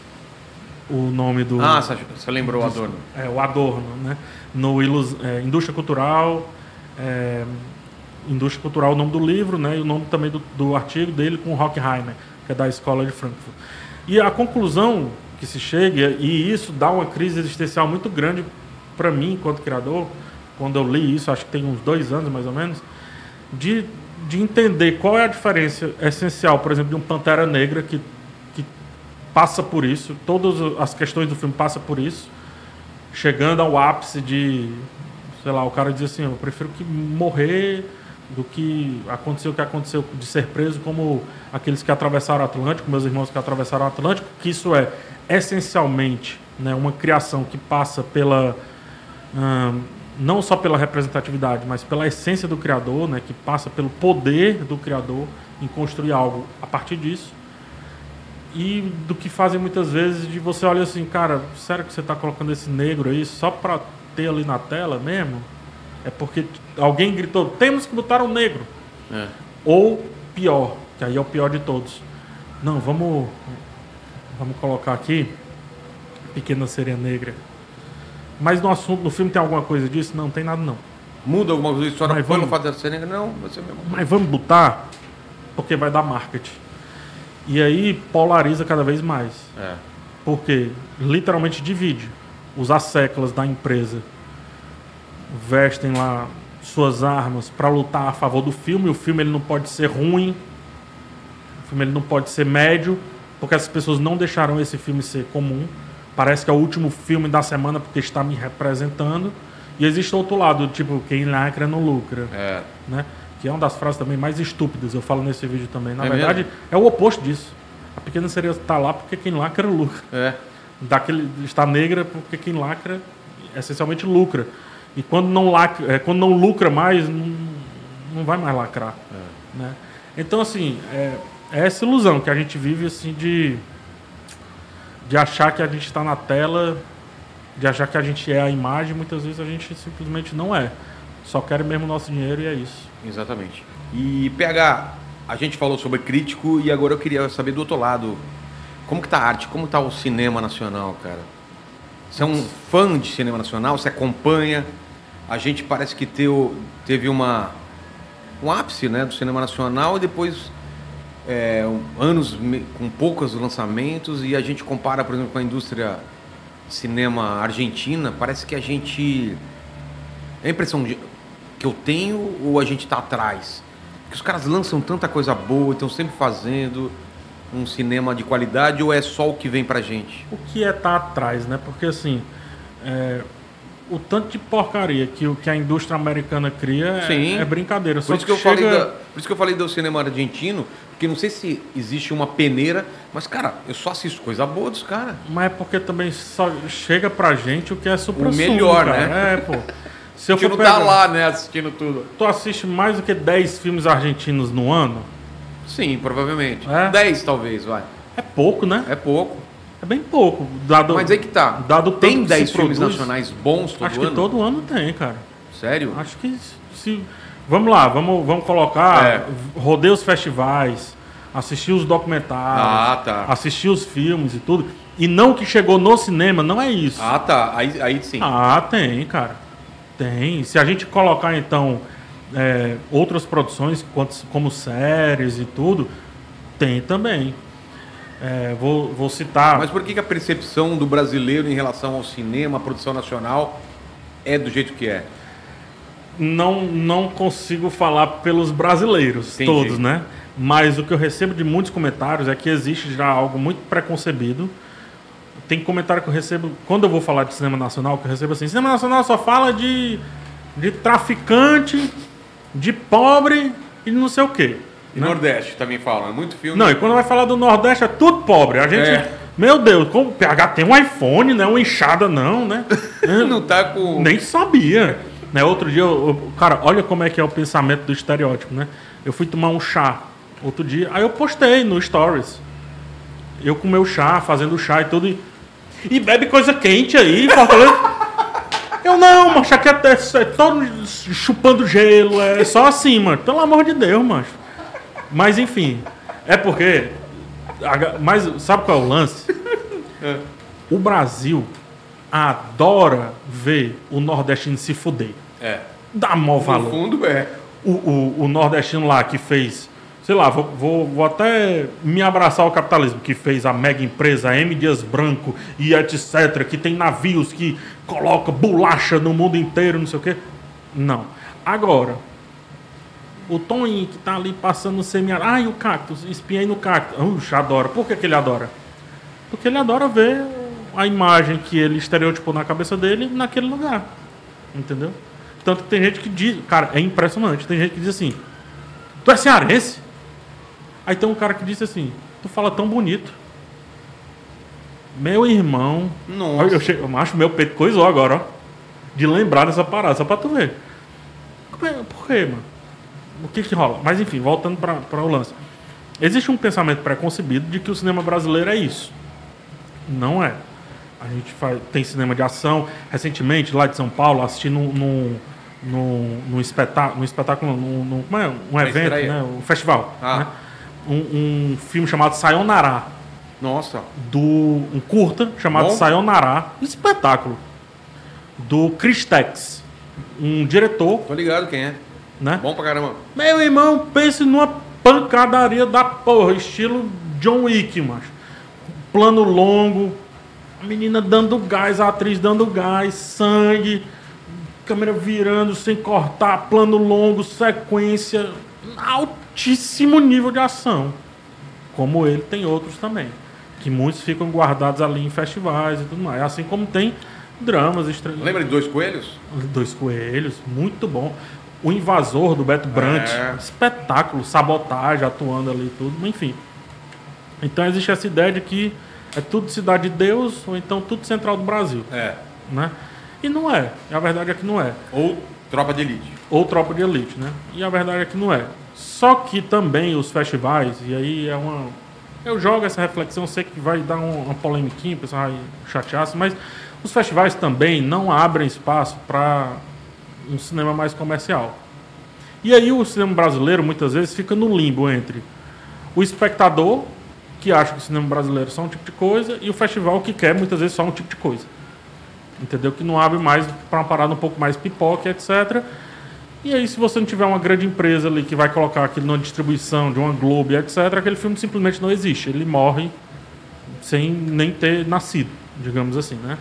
O nome do... Ah, você lembrou o Adorno. É, o Adorno, né? No Ilus, é, Indústria Cultural... É, Indústria Cultural, o nome do livro, né? E o nome também do, do artigo dele com o Horkheimer, que é da Escola de Frankfurt. E a conclusão que se chega, e isso dá uma crise existencial muito grande para mim, enquanto criador, quando eu li isso, acho que tem uns dois anos mais ou menos, de, de entender qual é a diferença essencial, por exemplo, de um Pantera Negra que, que passa por isso, todas as questões do filme passam por isso, chegando ao ápice de, sei lá, o cara diz assim, eu prefiro que morrer do que aconteceu o que aconteceu de ser preso, como aqueles que atravessaram o Atlântico, meus irmãos que atravessaram o Atlântico, que isso é essencialmente, né, uma criação que passa pela hum, não só pela representatividade, mas pela essência do criador, né, que passa pelo poder do criador em construir algo a partir disso, e do que fazem muitas vezes de você olhar assim, cara, sério que você está colocando esse negro aí só para ter ali na tela mesmo? É porque alguém gritou, temos que botar um negro. É. Ou pior, que aí é o pior de todos. Não, vamos, vamos colocar aqui Pequena Sereia Negra. Mas no assunto, no filme tem alguma coisa disso? Não, tem nada não. Muda alguma coisa de história? Mas vamos fazer a Sereia Negra? Não, vai ser mesmo. Mas vamos botar, porque vai dar marketing. E aí polariza cada vez mais. É. Porque literalmente divide os asseclas da empresa. Vestem lá suas armas para lutar a favor do filme. O filme ele não pode ser ruim, o filme ele não pode ser médio, porque essas pessoas não deixaram esse filme ser comum. Parece que é o último filme da semana porque está me representando. E existe outro lado, tipo, quem lacra não lucra. É. Né? Que é uma das frases também mais estúpidas, eu falo nesse vídeo também. Na é verdade, mesmo? É o oposto disso. A Pequena Sereia está lá porque quem lacra lucra. É. Daquele, está negra porque quem lacra essencialmente lucra. E quando não, lacra, é, quando não lucra mais, não, não vai mais lacrar. É. Né? Então, assim, é, é essa ilusão que a gente vive, assim, de, de achar que a gente está na tela, de achar que a gente é a imagem, muitas vezes a gente simplesmente não é. Só quer mesmo o nosso dinheiro e é isso. Exatamente. E, P H, a gente falou sobre crítico e agora eu queria saber do outro lado. Como que tá a arte? Como tá o cinema nacional, cara? Você é um fã de cinema nacional? Você acompanha? A gente parece que teu, teve uma, um ápice, né, do cinema nacional e depois é, um, anos me- com poucos lançamentos e a gente compara, por exemplo, com a indústria de cinema argentina, parece que a gente... É a impressão de- que eu tenho ou a gente está atrás? Que os caras lançam tanta coisa boa, estão sempre fazendo um cinema de qualidade ou é só o que vem pra gente? O que é estar atrás, né? Porque assim, é, o tanto de porcaria que, o- que a indústria americana cria Sim. é, é brincadeira. Só Por isso, que eu chega- falei da, por isso que eu falei do cinema argentino, porque não sei se existe uma peneira, mas, cara, eu só assisto coisa boa dos caras. Mas é porque também só chega pra gente o que é supra O melhor, cara. né? É, pô. Se eu A gente for não tá pegar- lá, né, assistindo tudo. Tu assiste mais do que dez filmes argentinos no ano? Sim, provavelmente. É? dez talvez, vai. É pouco, né? É pouco. É bem pouco. Dado, Mas aí que tá. Dado o tanto Tem que dez se filmes produz, nacionais bons todo Acho ano? que todo ano tem, cara. Sério? Acho que se... Vamos lá, vamos, vamos colocar, É. rodear os festivais, assistir os documentários, Ah, tá. assistir os filmes e tudo. E não o que chegou no cinema, não é isso. Ah, tá. Aí, aí sim. Ah, tem, cara. Tem. Se a gente colocar, então, é, outras produções, quanto- como séries e tudo, tem também. É, vou, vou citar... Mas por que, que a percepção do brasileiro em relação ao cinema, à produção nacional, é do jeito que é? Não, não consigo falar pelos brasileiros, Entendi. todos, né? Mas o que eu recebo de muitos comentários é que existe já algo muito preconcebido. Tem comentário que eu recebo, quando eu vou falar de cinema nacional, que eu recebo assim, cinema nacional só fala de, de traficante, de pobre e não sei o quê. E né? Nordeste também falam, é muito filme. Não, e quando vai falar do Nordeste é tudo pobre. A gente, É. meu Deus, como o P H tem um iPhone, né? Uma enxada não, né? não tá com... Nem sabia. Né? Outro dia, eu, eu- cara, olha como é que é o pensamento do estereótipo, né? Eu fui tomar um chá outro dia, aí eu postei no Stories. Eu com meu chá, fazendo chá e tudo. E, e bebe coisa quente aí, Fortaleza. Eu não, macho, aqui até é todo chupando gelo, é só assim, mano. Pelo amor de Deus, macho. Mas enfim, é porque. a- Mas sabe qual é o lance? O Brasil adora ver o nordestino se fuder. É. Dá mó No valor. fundo, é. O, o, o nordestino lá que fez, sei lá, vou, vou, vou até me abraçar ao capitalismo, que fez a mega empresa M. Dias Branco e etcétera, que tem navios que coloca bolacha no mundo inteiro, não sei o quê. Não. Agora, o Toninho que tá ali passando no semiárido, ai, o cactus, espiei no cactus. Uxa, adora. Por que, que ele adora? Porque ele adora ver a imagem que ele estereotipou na cabeça dele naquele lugar. Entendeu? Tanto que tem gente que diz... Cara, é impressionante. Tem gente que diz assim... Tu é cearense? Aí tem um cara que disse assim... Tu fala tão bonito. Meu irmão... Nossa. Olha, eu, che... eu acho meu peito coisou agora, ó. De lembrar dessa parada. Só pra tu ver. Como é- Por quê, mano? O que que rola? Mas enfim, voltando pra, pra o lance. Existe um pensamento preconcebido de que o cinema brasileiro é isso. Não é. A gente faz, tem cinema de ação. Recentemente, lá de São Paulo, assisti num, num, num, num, espetá num espetáculo, num, num, como é? um evento, estreia? né? Um festival. Ah. Né? Um, um filme chamado Sayonara. Nossa. Do, um curta chamado Bom? Sayonara. Um espetáculo. Do Chris Tex. Um diretor, Tô ligado quem é. né? Bom pra caramba. Meu irmão, pense numa pancadaria da porra, estilo John Wick, macho. Plano longo, a menina dando gás, a atriz dando gás, sangue, câmera virando sem cortar, plano longo, sequência, altíssimo nível de ação. Como ele, tem outros também, que muitos ficam guardados ali em festivais e tudo mais. Assim como tem dramas estranhos. Lembra de Dois Coelhos? Dois Coelhos, muito bom. O Invasor, do Beto Brant, É. espetáculo, Sabotagem, atuando ali e tudo, enfim. Então existe essa ideia de que é tudo Cidade de Deus, ou então tudo Central do Brasil, É. né? E não é, a verdade é que não é. Ou Tropa de Elite. Ou Tropa de Elite, né? E a verdade é que não é. Só que também os festivais, e aí é uma... Eu jogo essa reflexão, sei que vai dar um, uma polemiquinha, o pessoal vai chatear-se, mas os festivais também não abrem espaço para um cinema mais comercial. E aí o cinema brasileiro, muitas vezes, fica no limbo entre o espectador, que acha que o cinema brasileiro é só um tipo de coisa, e o festival, que quer, muitas vezes, só um tipo de coisa. Entendeu? Que não abre mais para uma parada um pouco mais pipoca, etcétera. E aí, se você não tiver uma grande empresa ali que vai colocar aquilo numa distribuição de uma Globo, etcétera, aquele filme simplesmente não existe. Ele morre sem nem ter nascido, digamos assim, né?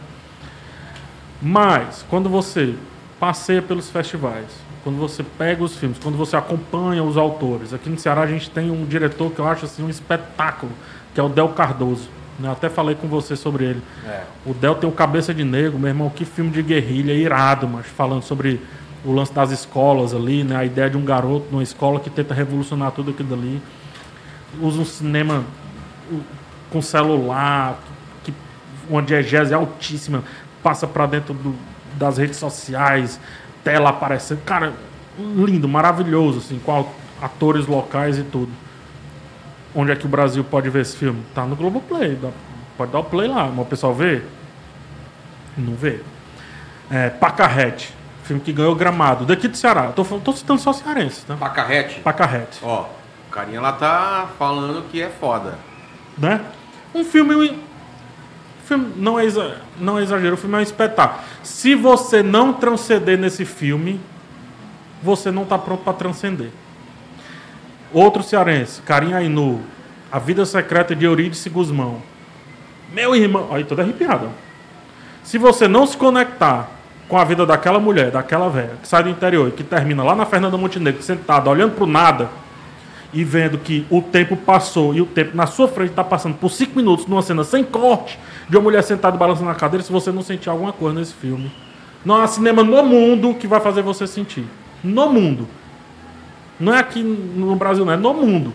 Mas, quando você passeia pelos festivais, quando você pega os filmes, quando você acompanha os autores, aqui no Ceará a gente tem um diretor que eu acho assim, um espetáculo, que é o Del Cardoso. Eu até falei com você sobre ele. É. O Del tem o Cabeça de Negro, meu irmão, que filme de guerrilha irado, mas falando sobre o lance das escolas ali, né? A ideia de um garoto numa escola que tenta revolucionar tudo aquilo ali. Usa um cinema com celular, que, uma diegese altíssima, passa para dentro do, das redes sociais, tela aparecendo. Cara, lindo, maravilhoso, assim, com atores locais e tudo. Onde é que o Brasil pode ver esse filme? Tá no Globoplay. Pode dar o play lá, mas o pessoal vê? Não vê. É, Pacarrete. Filme que ganhou Gramado. Daqui do Ceará. Tô, tô citando só cearenses, né? Pacarrete? Pacarrete. Ó, o carinha lá tá falando que é foda. Né? Um filme... filme não, é exa, não é exagero, o filme é um espetáculo. Se você não transcender nesse filme, você não tá pronto para transcender. Outro cearense, Karim Ainu, A Vida Secreta de Eurídice Guzmão. Meu irmão... Aí, todo arrepiado. Se você não se conectar com a vida daquela mulher, daquela velha, que sai do interior e que termina lá na Fernanda Montenegro, sentada, olhando pro nada e vendo que o tempo passou e o tempo na sua frente está passando por cinco minutos numa cena sem corte de uma mulher sentada balançando na cadeira, se você não sentir alguma coisa nesse filme. Não há cinema no mundo que vai fazer você sentir. No mundo. Não é aqui no Brasil, não. É no mundo.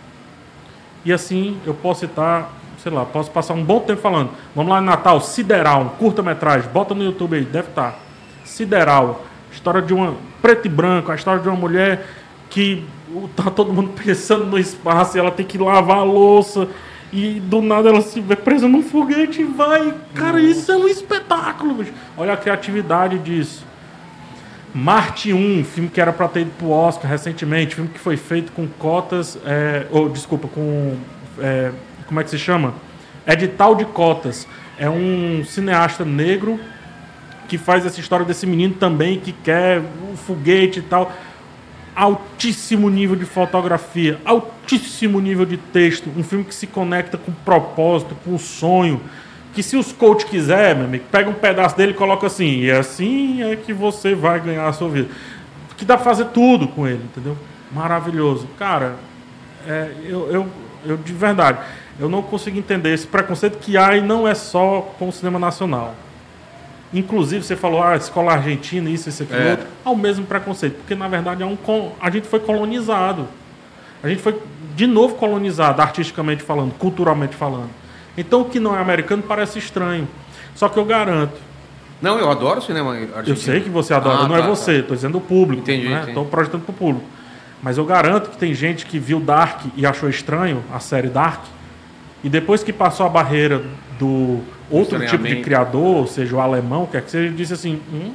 E assim, eu posso citar, sei lá, posso passar um bom tempo falando. Vamos lá no Natal, Sideral, um curta-metragem. Bota no YouTube aí, deve estar. Sideral. História de uma... Preto e branco. A história de uma mulher que tá todo mundo pensando no espaço e ela tem que lavar a louça. E do nada ela se vê presa num foguete e vai. Cara, isso é um espetáculo, bicho. Olha a criatividade disso. Marte um, filme que era para ter ido pro Oscar recentemente, filme que foi feito com cotas, é, ou desculpa, com, é, como é que se chama? Edital de cotas. É um cineasta negro que faz essa história desse menino também, que quer um foguete e tal. Altíssimo nível de fotografia, altíssimo nível de texto, um filme que se conecta com propósito, com o sonho. Que se os coach quiser, meu amigo, pega um pedaço dele e coloca assim, e assim é que você vai ganhar a sua vida. Que dá pra fazer tudo com ele, entendeu? Maravilhoso. Cara, é, eu, eu, eu de verdade, eu não consigo entender esse preconceito que há e não é só com o cinema nacional. Inclusive, você falou, ah, escola argentina, isso, isso, aquilo, é. outro. Há o mesmo preconceito, porque na verdade é um, a gente foi colonizado. A gente foi, de novo, colonizado, artisticamente falando, culturalmente falando. Então, o que não é americano parece estranho. Só que eu garanto. Não, eu adoro cinema argentino. Eu sei que você adora, ah, não tá, é você. Estou tá. dizendo o público. Entendi, né? Estou projetando para o público. Mas eu garanto que tem gente que viu Dark e achou estranho a série Dark. E depois que passou a barreira do outro tipo de criador, ou seja, o alemão, quer que seja, disse assim, hum,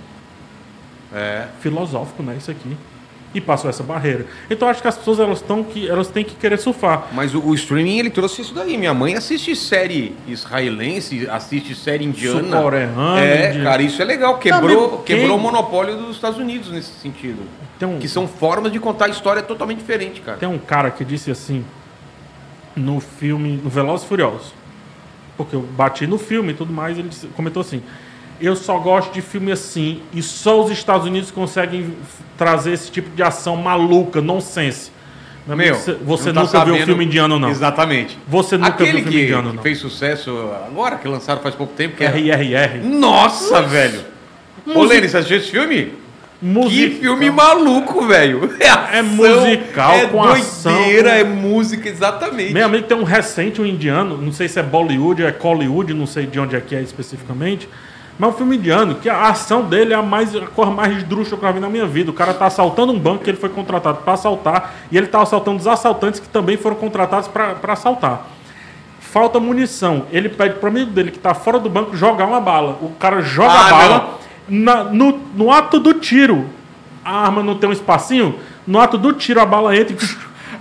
é filosófico, né, isso aqui. E passou essa barreira. Então acho que as pessoas elas estão que elas têm que querer surfar. Mas o, o streaming ele trouxe isso daí. Minha mãe assiste série israelense, assiste série indiana. Sul-coreana. É, de... cara, isso é legal. Quebrou, Não, quebrou quem... o monopólio dos Estados Unidos nesse sentido. Um... Que são formas de contar a história totalmente diferente, cara. Tem um cara que disse assim no filme, no Velozes e Furiosos. Porque eu bati no filme e tudo mais, ele disse, comentou assim: eu só gosto de filme assim, e só os Estados Unidos conseguem trazer esse tipo de ação maluca, nonsense. Meu, Meu você não nunca tá viu o filme indiano, não. Exatamente. Você nunca Aquele viu o filme que, indiano, que não. fez sucesso agora, que lançaram faz pouco tempo, que R R R. É... Nossa, Nossa, velho! Music... Ô, Lênin, você assistiu esse filme? Musical. Que filme maluco, velho! É, ação, é musical, é com doideira, ação. É música, exatamente. Meu amigo, tem um recente, um indiano, não sei se é Bollywood, é Collywood, não sei de onde é que é especificamente, mas é um filme indiano, que a ação dele é a, mais, a cor mais esdrúxula que eu já vi na minha vida. O cara tá assaltando um banco que ele foi contratado para assaltar, e ele tá assaltando os assaltantes que também foram contratados para assaltar. Falta munição. Ele pede pro amigo dele que tá fora do banco jogar uma bala. O cara joga ah, a bala... Na, no, no ato do tiro, a arma não tem um espacinho. No ato do tiro, a bala entra e... Isso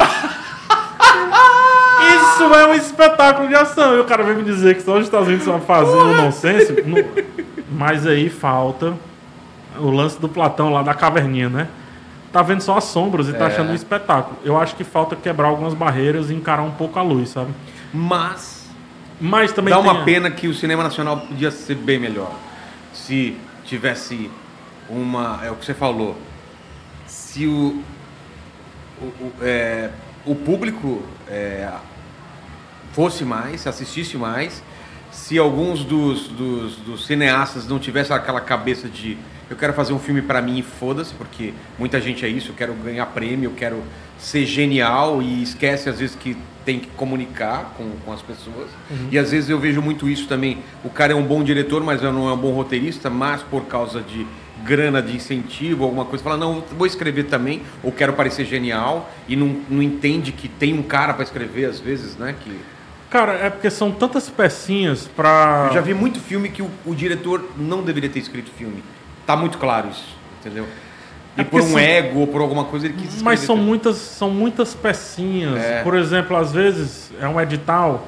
é um espetáculo de ação. E o cara vem me dizer que só os Estados Unidos estão fazendo nonsense. Mas aí falta o lance do Platão lá da caverninha, né? tá vendo só as sombras e tá É. achando um espetáculo. Eu acho que falta quebrar algumas barreiras e encarar um pouco a luz, sabe? Mas Mas também dá tem uma a- pena que o cinema nacional podia ser bem melhor. Se tivesse uma... É o que você falou. Se o... O, o, é, o público é, fosse mais, assistisse mais, se alguns dos, dos, dos cineastas não tivessem aquela cabeça de eu quero fazer um filme pra mim e foda-se, porque muita gente é isso, eu quero ganhar prêmio, eu quero ser genial e esquece às vezes que tem que comunicar com, com as pessoas. Uhum. E às vezes eu vejo muito isso também, o cara é um bom diretor, mas não é um bom roteirista, mas por causa de grana de incentivo, alguma coisa, fala, não, vou escrever também, ou quero parecer genial, e não, não entende que tem um cara pra escrever às vezes, né, que... Cara, é porque são tantas pecinhas pra... Eu já vi muito filme que o, o diretor não deveria ter escrito filme. Tá muito claro isso, entendeu? E É por porque um são- ego ou por alguma coisa ele quis escrever. Mas são também. muitas, são muitas pecinhas. É. Por exemplo, às vezes é um edital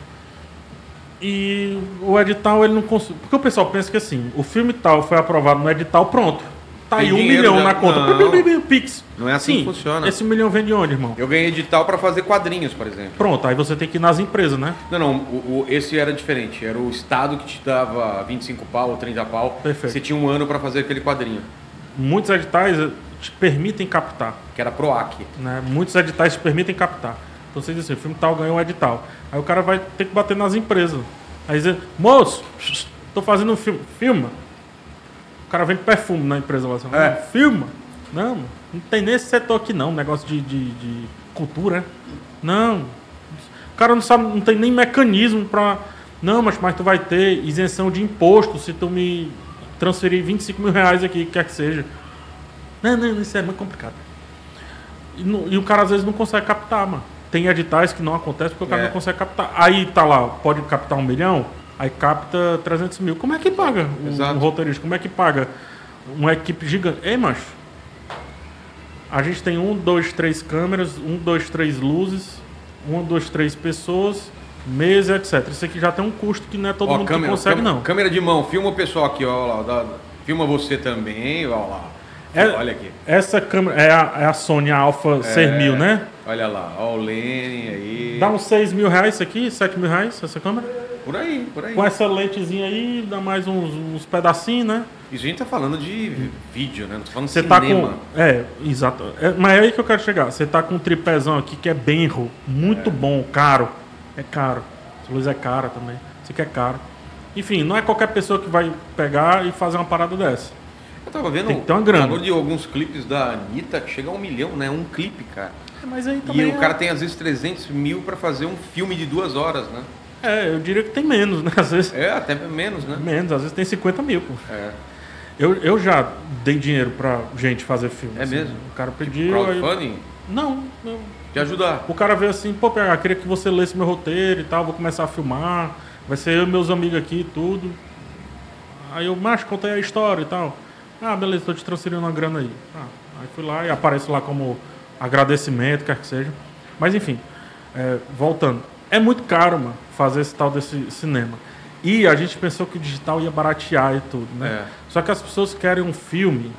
e o edital ele não consegue... Porque o pessoal pensa que assim, o filme tal foi aprovado no edital, pronto. Tá Tem aí um dinheiro milhão já. na conta. Não. Pix. Não é assim Sim, que funciona. Esse milhão vem de onde, irmão? Eu ganhei edital pra fazer quadrinhos, por exemplo. Pronto, aí você tem que ir nas empresas, né? Não, não, o, o- esse era diferente. Era o estado que te dava vinte e cinco pau ou trinta pau. Perfeito. Você tinha um ano pra fazer aquele quadrinho, Muitos editais eh, te permitem captar. que era PROAC. Né? Muitos editais te permitem captar. Então você diz assim, o filme tal ganhou um edital. Aí o cara vai ter que bater nas empresas. Aí dizer, moço, tô fazendo um filme. Filma. O cara vende perfume na empresa lá. Assim, É. Filma. Não, não tem nesse setor aqui não, negócio de, de, de cultura. Não. O cara não sabe, não tem nem mecanismo pra... Não, mas, mas tu vai ter isenção de imposto se tu me transferir vinte e cinco mil reais aqui, quer que seja. Não, não, isso é muito complicado. E, não- e o cara às vezes não consegue captar, mano. Tem editais que não acontecem porque o cara É. não consegue captar. Aí tá lá, pode captar um milhão, aí capta trezentos mil. Como é que paga o, Exato. o roteirista? Como é que paga uma equipe gigante? Ei, macho, a gente tem um, dois, três câmeras, um, dois, três luzes, um, dois, três pessoas, mesa, etcétera. Isso aqui já tem um custo que não é todo Ó, mundo câmera, que consegue, câmera, não. câmera de mão, filma o pessoal aqui, ó lá. dá- filma você também, ó lá. É- Olha aqui. Essa câmera é a, é a Sony Alpha seis mil, né? Olha lá, ó o Lene aí. Dá uns seis mil reais isso aqui, sete mil reais essa câmera. Por aí, por aí. Com essa lentezinha aí, dá mais uns, uns pedacinhos, né? Isso a gente tá falando de vídeo, né? Não tô falando de Você tá cinema. com. É, exato. É, mas é aí que eu quero chegar. Você tá com um tripézão aqui que é Benro, muito bom, caro. É caro. Essa luz é cara também. Isso aqui é caro. Enfim, não é qualquer pessoa que vai pegar e fazer uma parada dessa. Eu tava vendo Tem que ter uma grana. o valor de alguns clipes da Anitta que chega a um milhão, né? Um clipe, cara. É, mas aí E também. o cara tem às vezes trezentos mil pra fazer um filme de duas horas, né? É, eu diria que tem menos, né? Às vezes. É, até menos, né? Menos, às vezes tem cinquenta mil, pô. É. Eu, eu já dei dinheiro pra gente fazer filme. É assim. mesmo? O cara pediu. aí eu- Crowdfunding? Não, não. De ajudar. O cara veio assim, pô, P H, queria que você lesse meu roteiro e tal, vou começar a filmar, vai ser eu e meus amigos aqui e tudo. Aí eu, macho, contei a história e tal. Ah, beleza, tô te transferindo uma grana aí. Ah, aí fui lá e apareço lá como agradecimento, quer que seja. Mas enfim, é, voltando. É muito caro, mano, fazer esse tal desse cinema. E a gente pensou que o digital ia baratear e tudo, né? É. Só que as pessoas querem um filme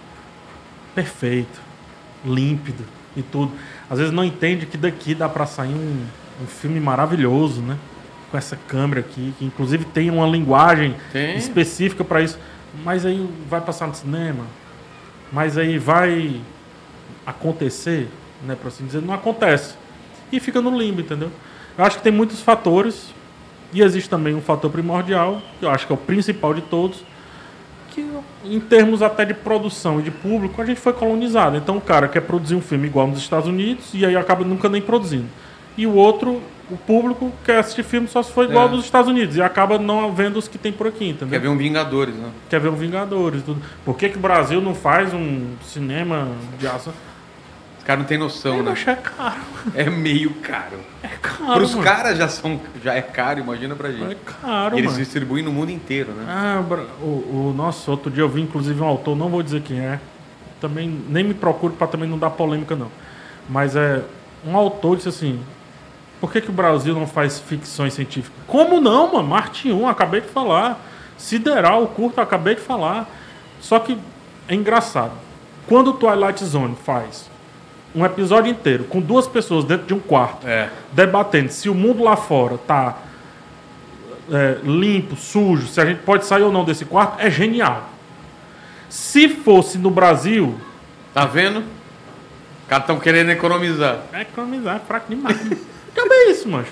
perfeito, límpido e tudo. Às vezes não entende que daqui dá pra sair um, um filme maravilhoso, né? Com essa câmera aqui, que inclusive tem uma linguagem Tem. específica para isso. Mas aí vai passar no cinema, mas aí vai acontecer, né? Por assim dizer, não acontece. E fica no limbo, entendeu? Eu acho que tem muitos fatores, e existe também um fator primordial, que eu acho que é o principal de todos, que em termos até de produção e de público, a gente foi colonizado. Então o cara quer produzir um filme igual nos Estados Unidos e aí acaba nunca nem produzindo. E o outro, o público, quer assistir filme só se for igual É. dos Estados Unidos e acaba não vendo os que tem por aqui, entendeu? Quer ver um Vingadores, né? Quer ver um Vingadores, tudo. Por que, que o Brasil não faz um cinema de ação? Os caras não têm noção, Eu né? acho que é caro. É meio caro. É caro, Para os mano. caras já, são, já é caro, imagina pra É gente. caro, E eles mano. distribuem no mundo inteiro, né? Ah, Bra- o, o nosso outro dia eu vi inclusive um autor, não vou dizer quem é, também nem me procure para também não dar polêmica não. Mas é um autor disse assim: por que, que o Brasil não faz ficções científicas? Como não, mano? Marte um, acabei de falar. Sideral, o curto, acabei de falar. Só que é engraçado. Quando o Twilight Zone faz um episódio inteiro com duas pessoas dentro de um quarto, É. debatendo se o mundo lá fora tá é, limpo, sujo, se a gente pode sair ou não desse quarto, é genial. Se fosse no Brasil, Tá vendo? Os caras estão querendo economizar. é economizar, é fraco demais. Cadê isso, mano?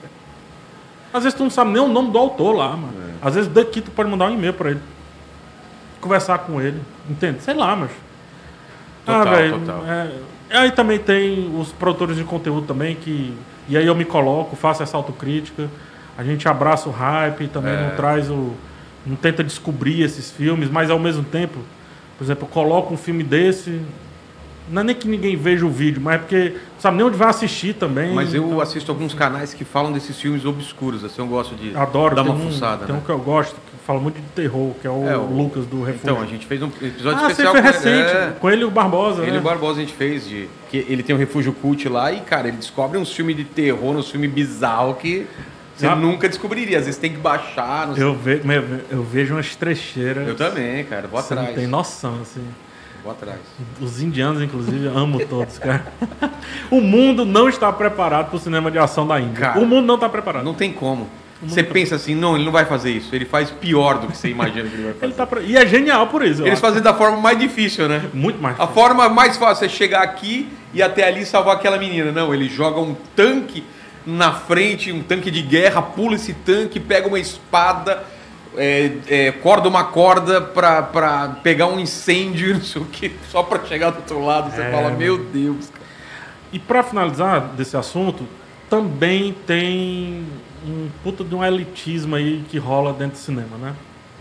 Às vezes tu não sabe nem o nome do autor lá, mano. É. Às vezes daqui tu pode mandar um e-mail pra ele. Conversar com ele. Entende? Sei lá, mas. Total, ah, velho. total. É... Aí também tem os produtores de conteúdo também que. E aí eu me coloco, faço essa autocrítica. A gente abraça o hype, também É. não traz o. Não tenta descobrir esses filmes, mas ao mesmo tempo, por exemplo, eu coloco um filme desse. Não é nem que ninguém veja o vídeo, mas é porque não sabe nem onde vai assistir também. Mas eu então, assisto alguns canais que falam desses filmes obscuros, assim, eu gosto de Adoro, dar tem uma um, fuçada, tem né? um que eu gosto, que fala muito de terror, que é o, É, o- Lucas do Refúgio. Então, a gente fez um episódio ah, especial você foi com recente, ele. É. com ele e o Barbosa, Ele e né? o Barbosa a gente fez, de, que ele tem um refúgio cult lá e, cara, ele descobre uns filmes de terror, uns filmes bizarros que você Ah. nunca descobriria. Às vezes tem que baixar, não sei. Eu, ve, meu, eu vejo umas trecheiras. Eu também, cara, vou Você atrás. não tem noção, assim. Vou atrás. Os indianos, inclusive, eu amo todos, cara. O mundo não está preparado para o cinema de ação da Índia. Cara, o mundo não está preparado. Não tem como. Você pensa assim, não, ele não vai fazer isso. Ele faz pior do que você imagina que ele vai fazer. Ele tá pre- E é genial por isso. eu Eles acho. fazem da forma mais difícil, né? Muito mais. A forma mais fácil é chegar aqui e até ali salvar aquela menina. Não, ele joga um tanque na frente, um tanque de guerra, pula esse tanque, pega uma espada, é, é, corda uma corda pra, pra pegar um incêndio, não sei o que, só pra chegar do outro lado. Você É, fala, mano. meu Deus, cara. E para finalizar desse assunto, também tem um puta de um elitismo aí que rola dentro do cinema, né?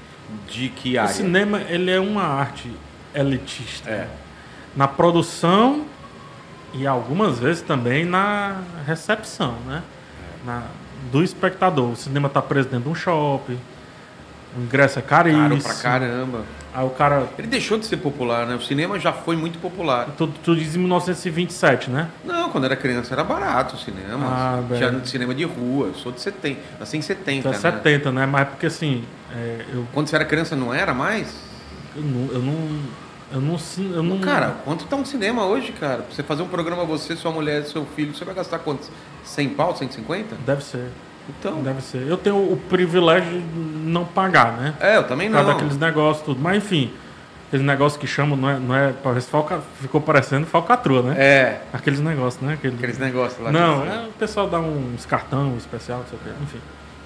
De que O área? cinema, ele é uma arte elitista. É. Na produção e algumas vezes também na recepção, né? Na, do espectador. O cinema tá preso dentro de um shopping, o ingresso é caríssimo. Caro pra caramba. Aí o cara... Ele deixou de ser popular, né? O cinema já foi muito popular. Tu, tu diz em mil novecentos e vinte e sete, né? Não, quando era criança era barato o cinema. Ah, Tinha velho. cinema de rua. Eu sou de setenta. Nasci em setenta, Então é né? setenta, né? Mas porque assim, é, eu, Quando você era criança não era mais? eu não... Eu não eu não, sin- eu não Cara, quanto tá um cinema hoje, cara? Pra você fazer um programa, você, sua mulher, seu filho, você vai gastar quantos? cem pau, cento e cinquenta? Deve ser. Então. Deve ser. Eu tenho o privilégio de não pagar, né? É, eu também Por causa não. daqueles negócios, tudo. Mas enfim, aqueles negócios que chamam, não é. Não é parece falca, ficou parecendo falcatrua, né? É, Aqueles negócios, né? Aquele, aqueles negócios lá. não, que- é, o pessoal dá uns cartão especial, não sei o quê, enfim.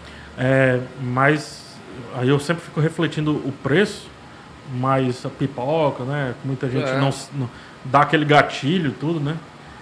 É, mas aí eu sempre fico refletindo o preço, mas a pipoca, né? Muita gente É. não, não dá aquele gatilho, tudo, né?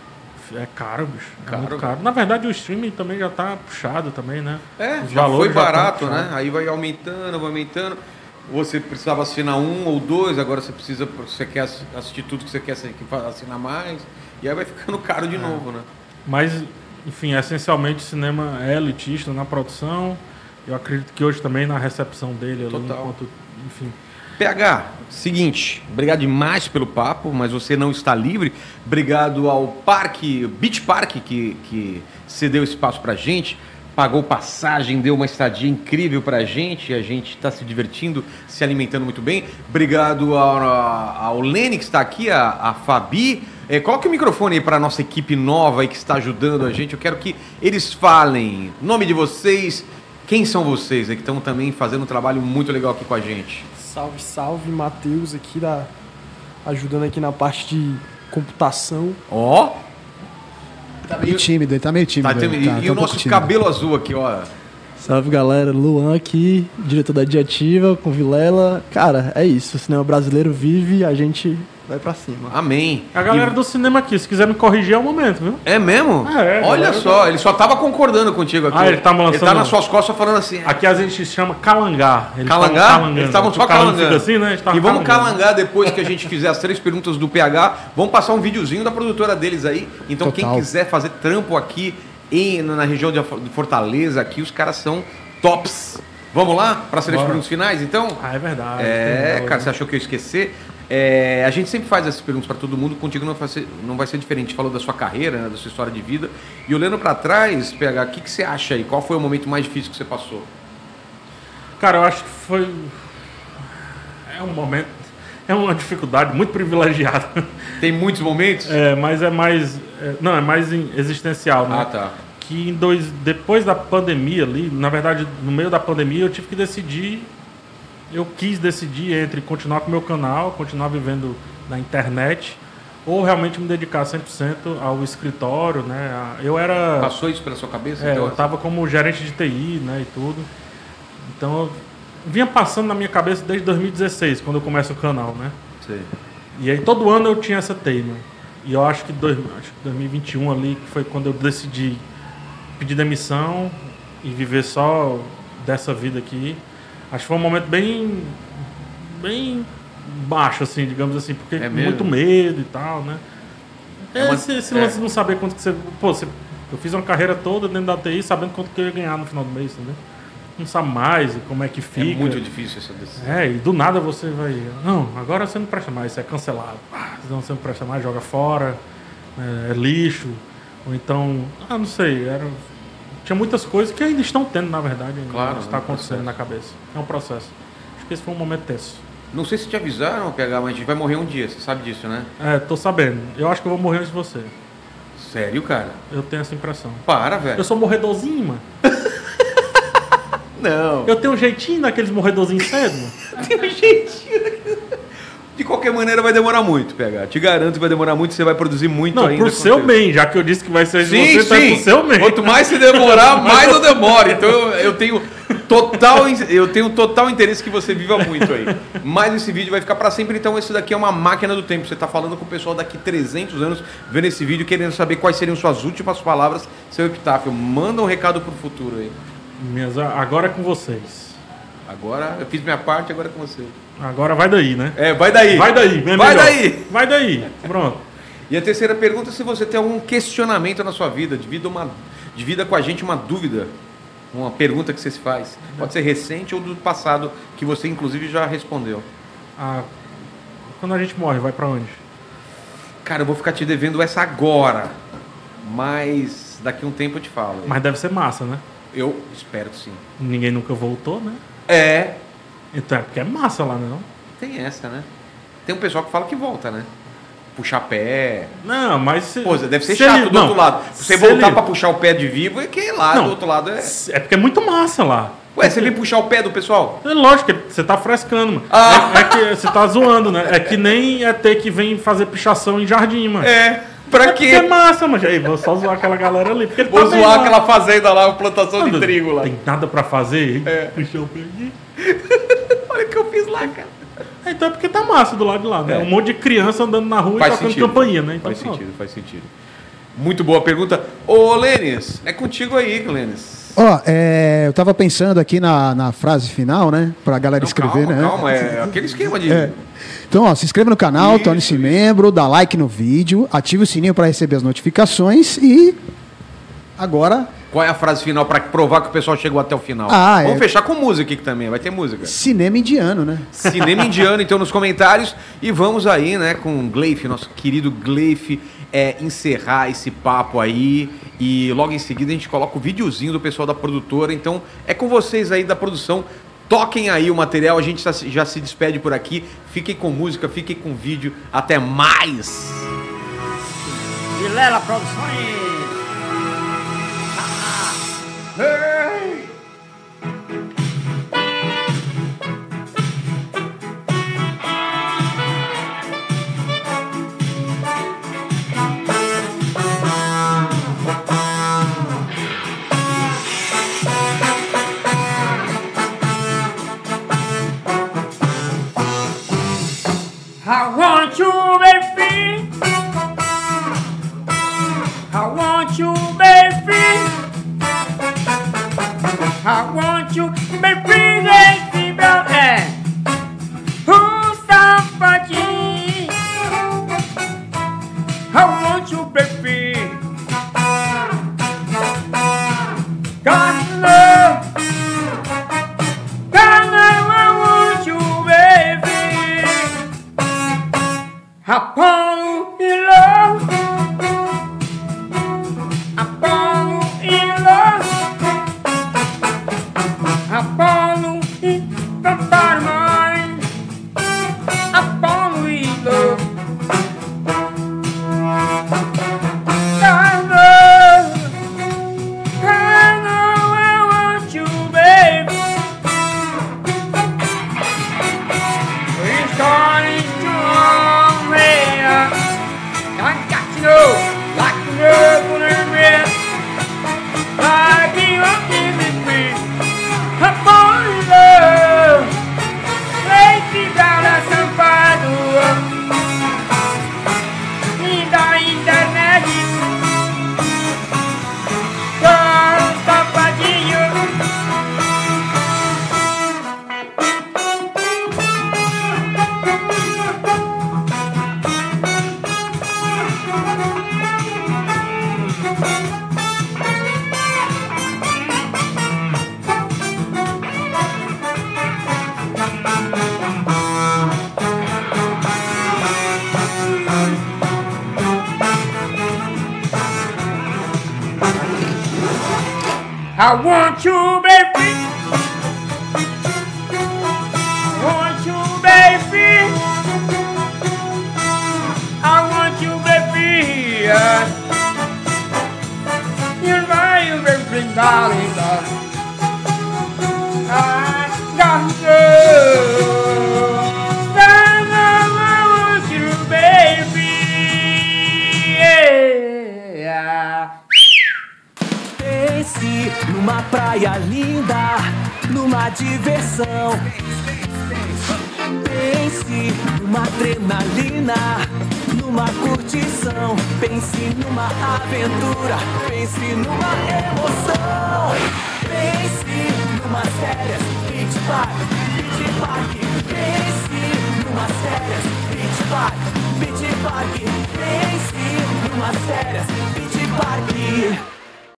É caro, bicho. É Caro. muito caro. Na verdade, o streaming também já tá puxado também, né? É, Os já foi valores já barato, estão né? puxados. Aí vai aumentando, vai aumentando. Você precisava assinar um ou dois, agora você precisa, você quer ass- assistir tudo que você quer assi- que assinar mais. E aí vai ficando caro É. de novo, né? Mas, enfim, essencialmente o cinema é elitista na produção. Eu acredito que hoje também na recepção dele, ali, Total. enquanto, enfim. P H, seguinte, obrigado demais pelo papo, mas você não está livre. Obrigado ao Parque, Beach Park, que, que cedeu espaço pra gente, pagou passagem, deu uma estadia incrível pra gente, a gente está se divertindo, se alimentando muito bem. Obrigado ao, ao Lene, que está aqui, a, a Fabi. É, coloque o microfone aí para a nossa equipe nova aí que está ajudando a gente. Eu quero que eles falem o nome de vocês, quem são vocês aí que estão também fazendo um trabalho muito legal aqui com a gente. Salve, salve, Matheus aqui da ajudando aqui na parte de computação. Ó, Tá meio tímido, ele tá meio tímido. tá, tem- ele e, tá- e tá o um pouco nosso tímido. cabelo azul aqui, ó. Salve galera, Luan aqui, diretor da Diativa, com Vilela. Cara, é isso, o cinema brasileiro vive, a gente vai pra cima. Amém. A galera E- do cinema aqui, se quiser me corrigir, é o momento, viu? É mesmo? Ah, é, Olha galera. só, ele só tava concordando contigo aqui. Ah, ele tá lançando- Ele tá nas suas costas falando assim. Aqui a gente chama calangar. Eles Calangar? estavam calangando. Eles estavam só O calango calangando. fica assim, né? Eles estavam E vamos calangando. calangar depois que a gente fizer as três perguntas do P H. Vamos passar um videozinho da produtora deles aí. Então Total. quem quiser fazer trampo aqui em, na região de de Fortaleza, aqui os caras são tops. Vamos lá para as três Bora. perguntas finais, então? Ah, é verdade. É, tem- cara, você achou que eu ia esquecer? É, a gente sempre faz essas perguntas para todo mundo, contigo não vai ser, não vai ser diferente. Falou da sua carreira, né, da sua história de vida. E olhando para trás, P H, o que, que você acha aí? Qual foi o momento mais difícil que você passou? Cara, eu acho que foi. É um momento. é uma dificuldade muito privilegiada. Tem muitos momentos? É, mas é mais... é, não, é mais em- existencial, né? Ah, tá. Que em dois, depois da pandemia ali, na verdade, no meio da pandemia, eu tive que decidir... Eu quis decidir entre continuar com o meu canal, continuar vivendo na internet, ou realmente me dedicar cem por cento ao escritório, né? A- Eu era... Passou isso pela sua cabeça? É, então? eu estava como gerente de T I, né, e tudo. Então, eu vinha passando na minha cabeça desde dois mil e dezesseis, quando eu começo o canal, né? Sei. E aí todo ano eu tinha essa teima. E eu acho que, dois, acho que dois mil e vinte e um ali, que foi quando eu decidi pedir demissão e viver só dessa vida aqui. Acho que foi um momento bem, bem baixo, assim, digamos assim, porque É com mesmo? muito medo e tal, né? É uma- esse esse é. lance de não saber quanto que você... Pô, você, eu fiz uma carreira toda dentro da T I sabendo quanto que eu ia ganhar no final do mês, entendeu? Não sabe mais como é que É fica. muito difícil essa decisão. É, e do nada você vai... Não, agora você não presta mais, isso é cancelado. Ah, não, você não presta mais, joga fora, é, é lixo. Ou então, ah, não sei, era... Tinha muitas coisas que ainda estão tendo, na verdade, ainda Claro, está é um acontecendo processo. na cabeça. É um processo. Acho que esse foi um momento tenso. Não sei se te avisaram, P H, mas a gente vai morrer um dia, você sabe disso, né? É, tô sabendo. Eu acho que eu vou morrer antes de você. Sério, cara? Eu tenho essa impressão. Para, velho. Eu sou morredorzinho, mano. Não. Eu tenho um jeitinho daqueles morredorzinhos cedo, mano. tenho um jeitinho. De qualquer maneira vai demorar muito, P H. Te garanto que vai demorar muito, você vai produzir muito Não, ainda. pro seu bem, já que eu disse que vai ser de Sim, você, então é sim. pro seu bem. Quanto mais se demorar, mais eu demoro. Então eu, eu tenho total, eu tenho total interesse que você viva muito aí. Mas esse vídeo vai ficar pra sempre, então esse daqui é uma máquina do tempo. Você tá falando com o pessoal daqui trezentos anos, vendo esse vídeo, querendo saber quais seriam suas últimas palavras, seu epitáfio. Manda um recado pro futuro aí. Minhas, agora é com vocês. Agora, eu fiz minha parte, agora é com você. Agora vai daí, né? É, vai daí. Vai daí, é Vai melhor. daí. Vai daí. Pronto. E a terceira pergunta é se você tem algum questionamento na sua vida, divida, uma, divida com a gente uma dúvida, uma pergunta que você se faz. Pode ser recente ou do passado, que você inclusive já respondeu. Ah, quando a gente morre, vai pra onde? Cara, eu vou ficar te devendo essa agora, mas daqui a um tempo eu te falo. Mas deve ser massa, né? Eu espero que sim. Ninguém nunca voltou, né? É, Então é porque é massa lá, não? tem essa, né? Tem um pessoal que fala que volta, né? Puxar pé. Não, mas... Se, Pô, deve ser se chato ele- do não, outro lado. Você se voltar ele- pra puxar o pé de vivo, é que lá Não. do outro lado é... É porque é muito massa lá. Ué, você vem puxar o pé do pessoal? É lógico, você tá frescando, mano. Ah. É, é que você tá zoando, né? É que nem é ter que vem fazer pichação em jardim, mano. É, pra É porque quê? é massa, mano. Aí, vou só zoar aquela galera ali. Porque ele Vou tá bem zoar lá. aquela fazenda lá, plantação de Mano, trigo lá. Tem nada pra fazer. É. Puxar o pé aqui. Olha o que eu fiz lá, cara. Então é porque tá massa do lado de lá, né? É. Um monte de criança andando na rua e tocando campainha, né? Então, faz pronto. sentido, faz sentido. Muito boa pergunta. Ô, Lênis, é contigo aí, Lênis. Ó, é, eu tava pensando aqui na, na frase final, né? Pra galera Não, escrever, calma, né? calma, é aquele esquema de... É. Então, ó, se inscreva no canal, Isso, torne-se isso. membro, dá like no vídeo, ative o sininho para receber as notificações e agora Qual é a frase final pra provar que o pessoal chegou até o final? Ah, Vamos é. fechar com música aqui também, vai ter música. cinema indiano, né? Cinema indiano, então, nos comentários. E vamos aí, né, com o Gleif, nosso querido Gleif, é, encerrar esse papo aí. E logo em seguida a gente coloca o videozinho do pessoal da produtora. Então, é com vocês aí da produção. Toquem aí o material, a gente já se despede por aqui. Fiquem com música, fiquem com vídeo. Até mais! Vilela Produções. Hey! I want you, baby. I want you, baby. I want you, baby, baby, baby. Who's somebody? I want you, baby. God love. God love, I want you, baby. I want you in love. I want you in love. I want you in the bottom of mine. I want I want you, baby. Want you, baby. I want you, baby. You're my baby, darling, darling. I got you. I want you, baby. Yeah. Pense numa praia linda, numa diversão. Pense numa adrenalina, numa curtição. Pense numa aventura, pense numa emoção. Pense numa férias, beach park,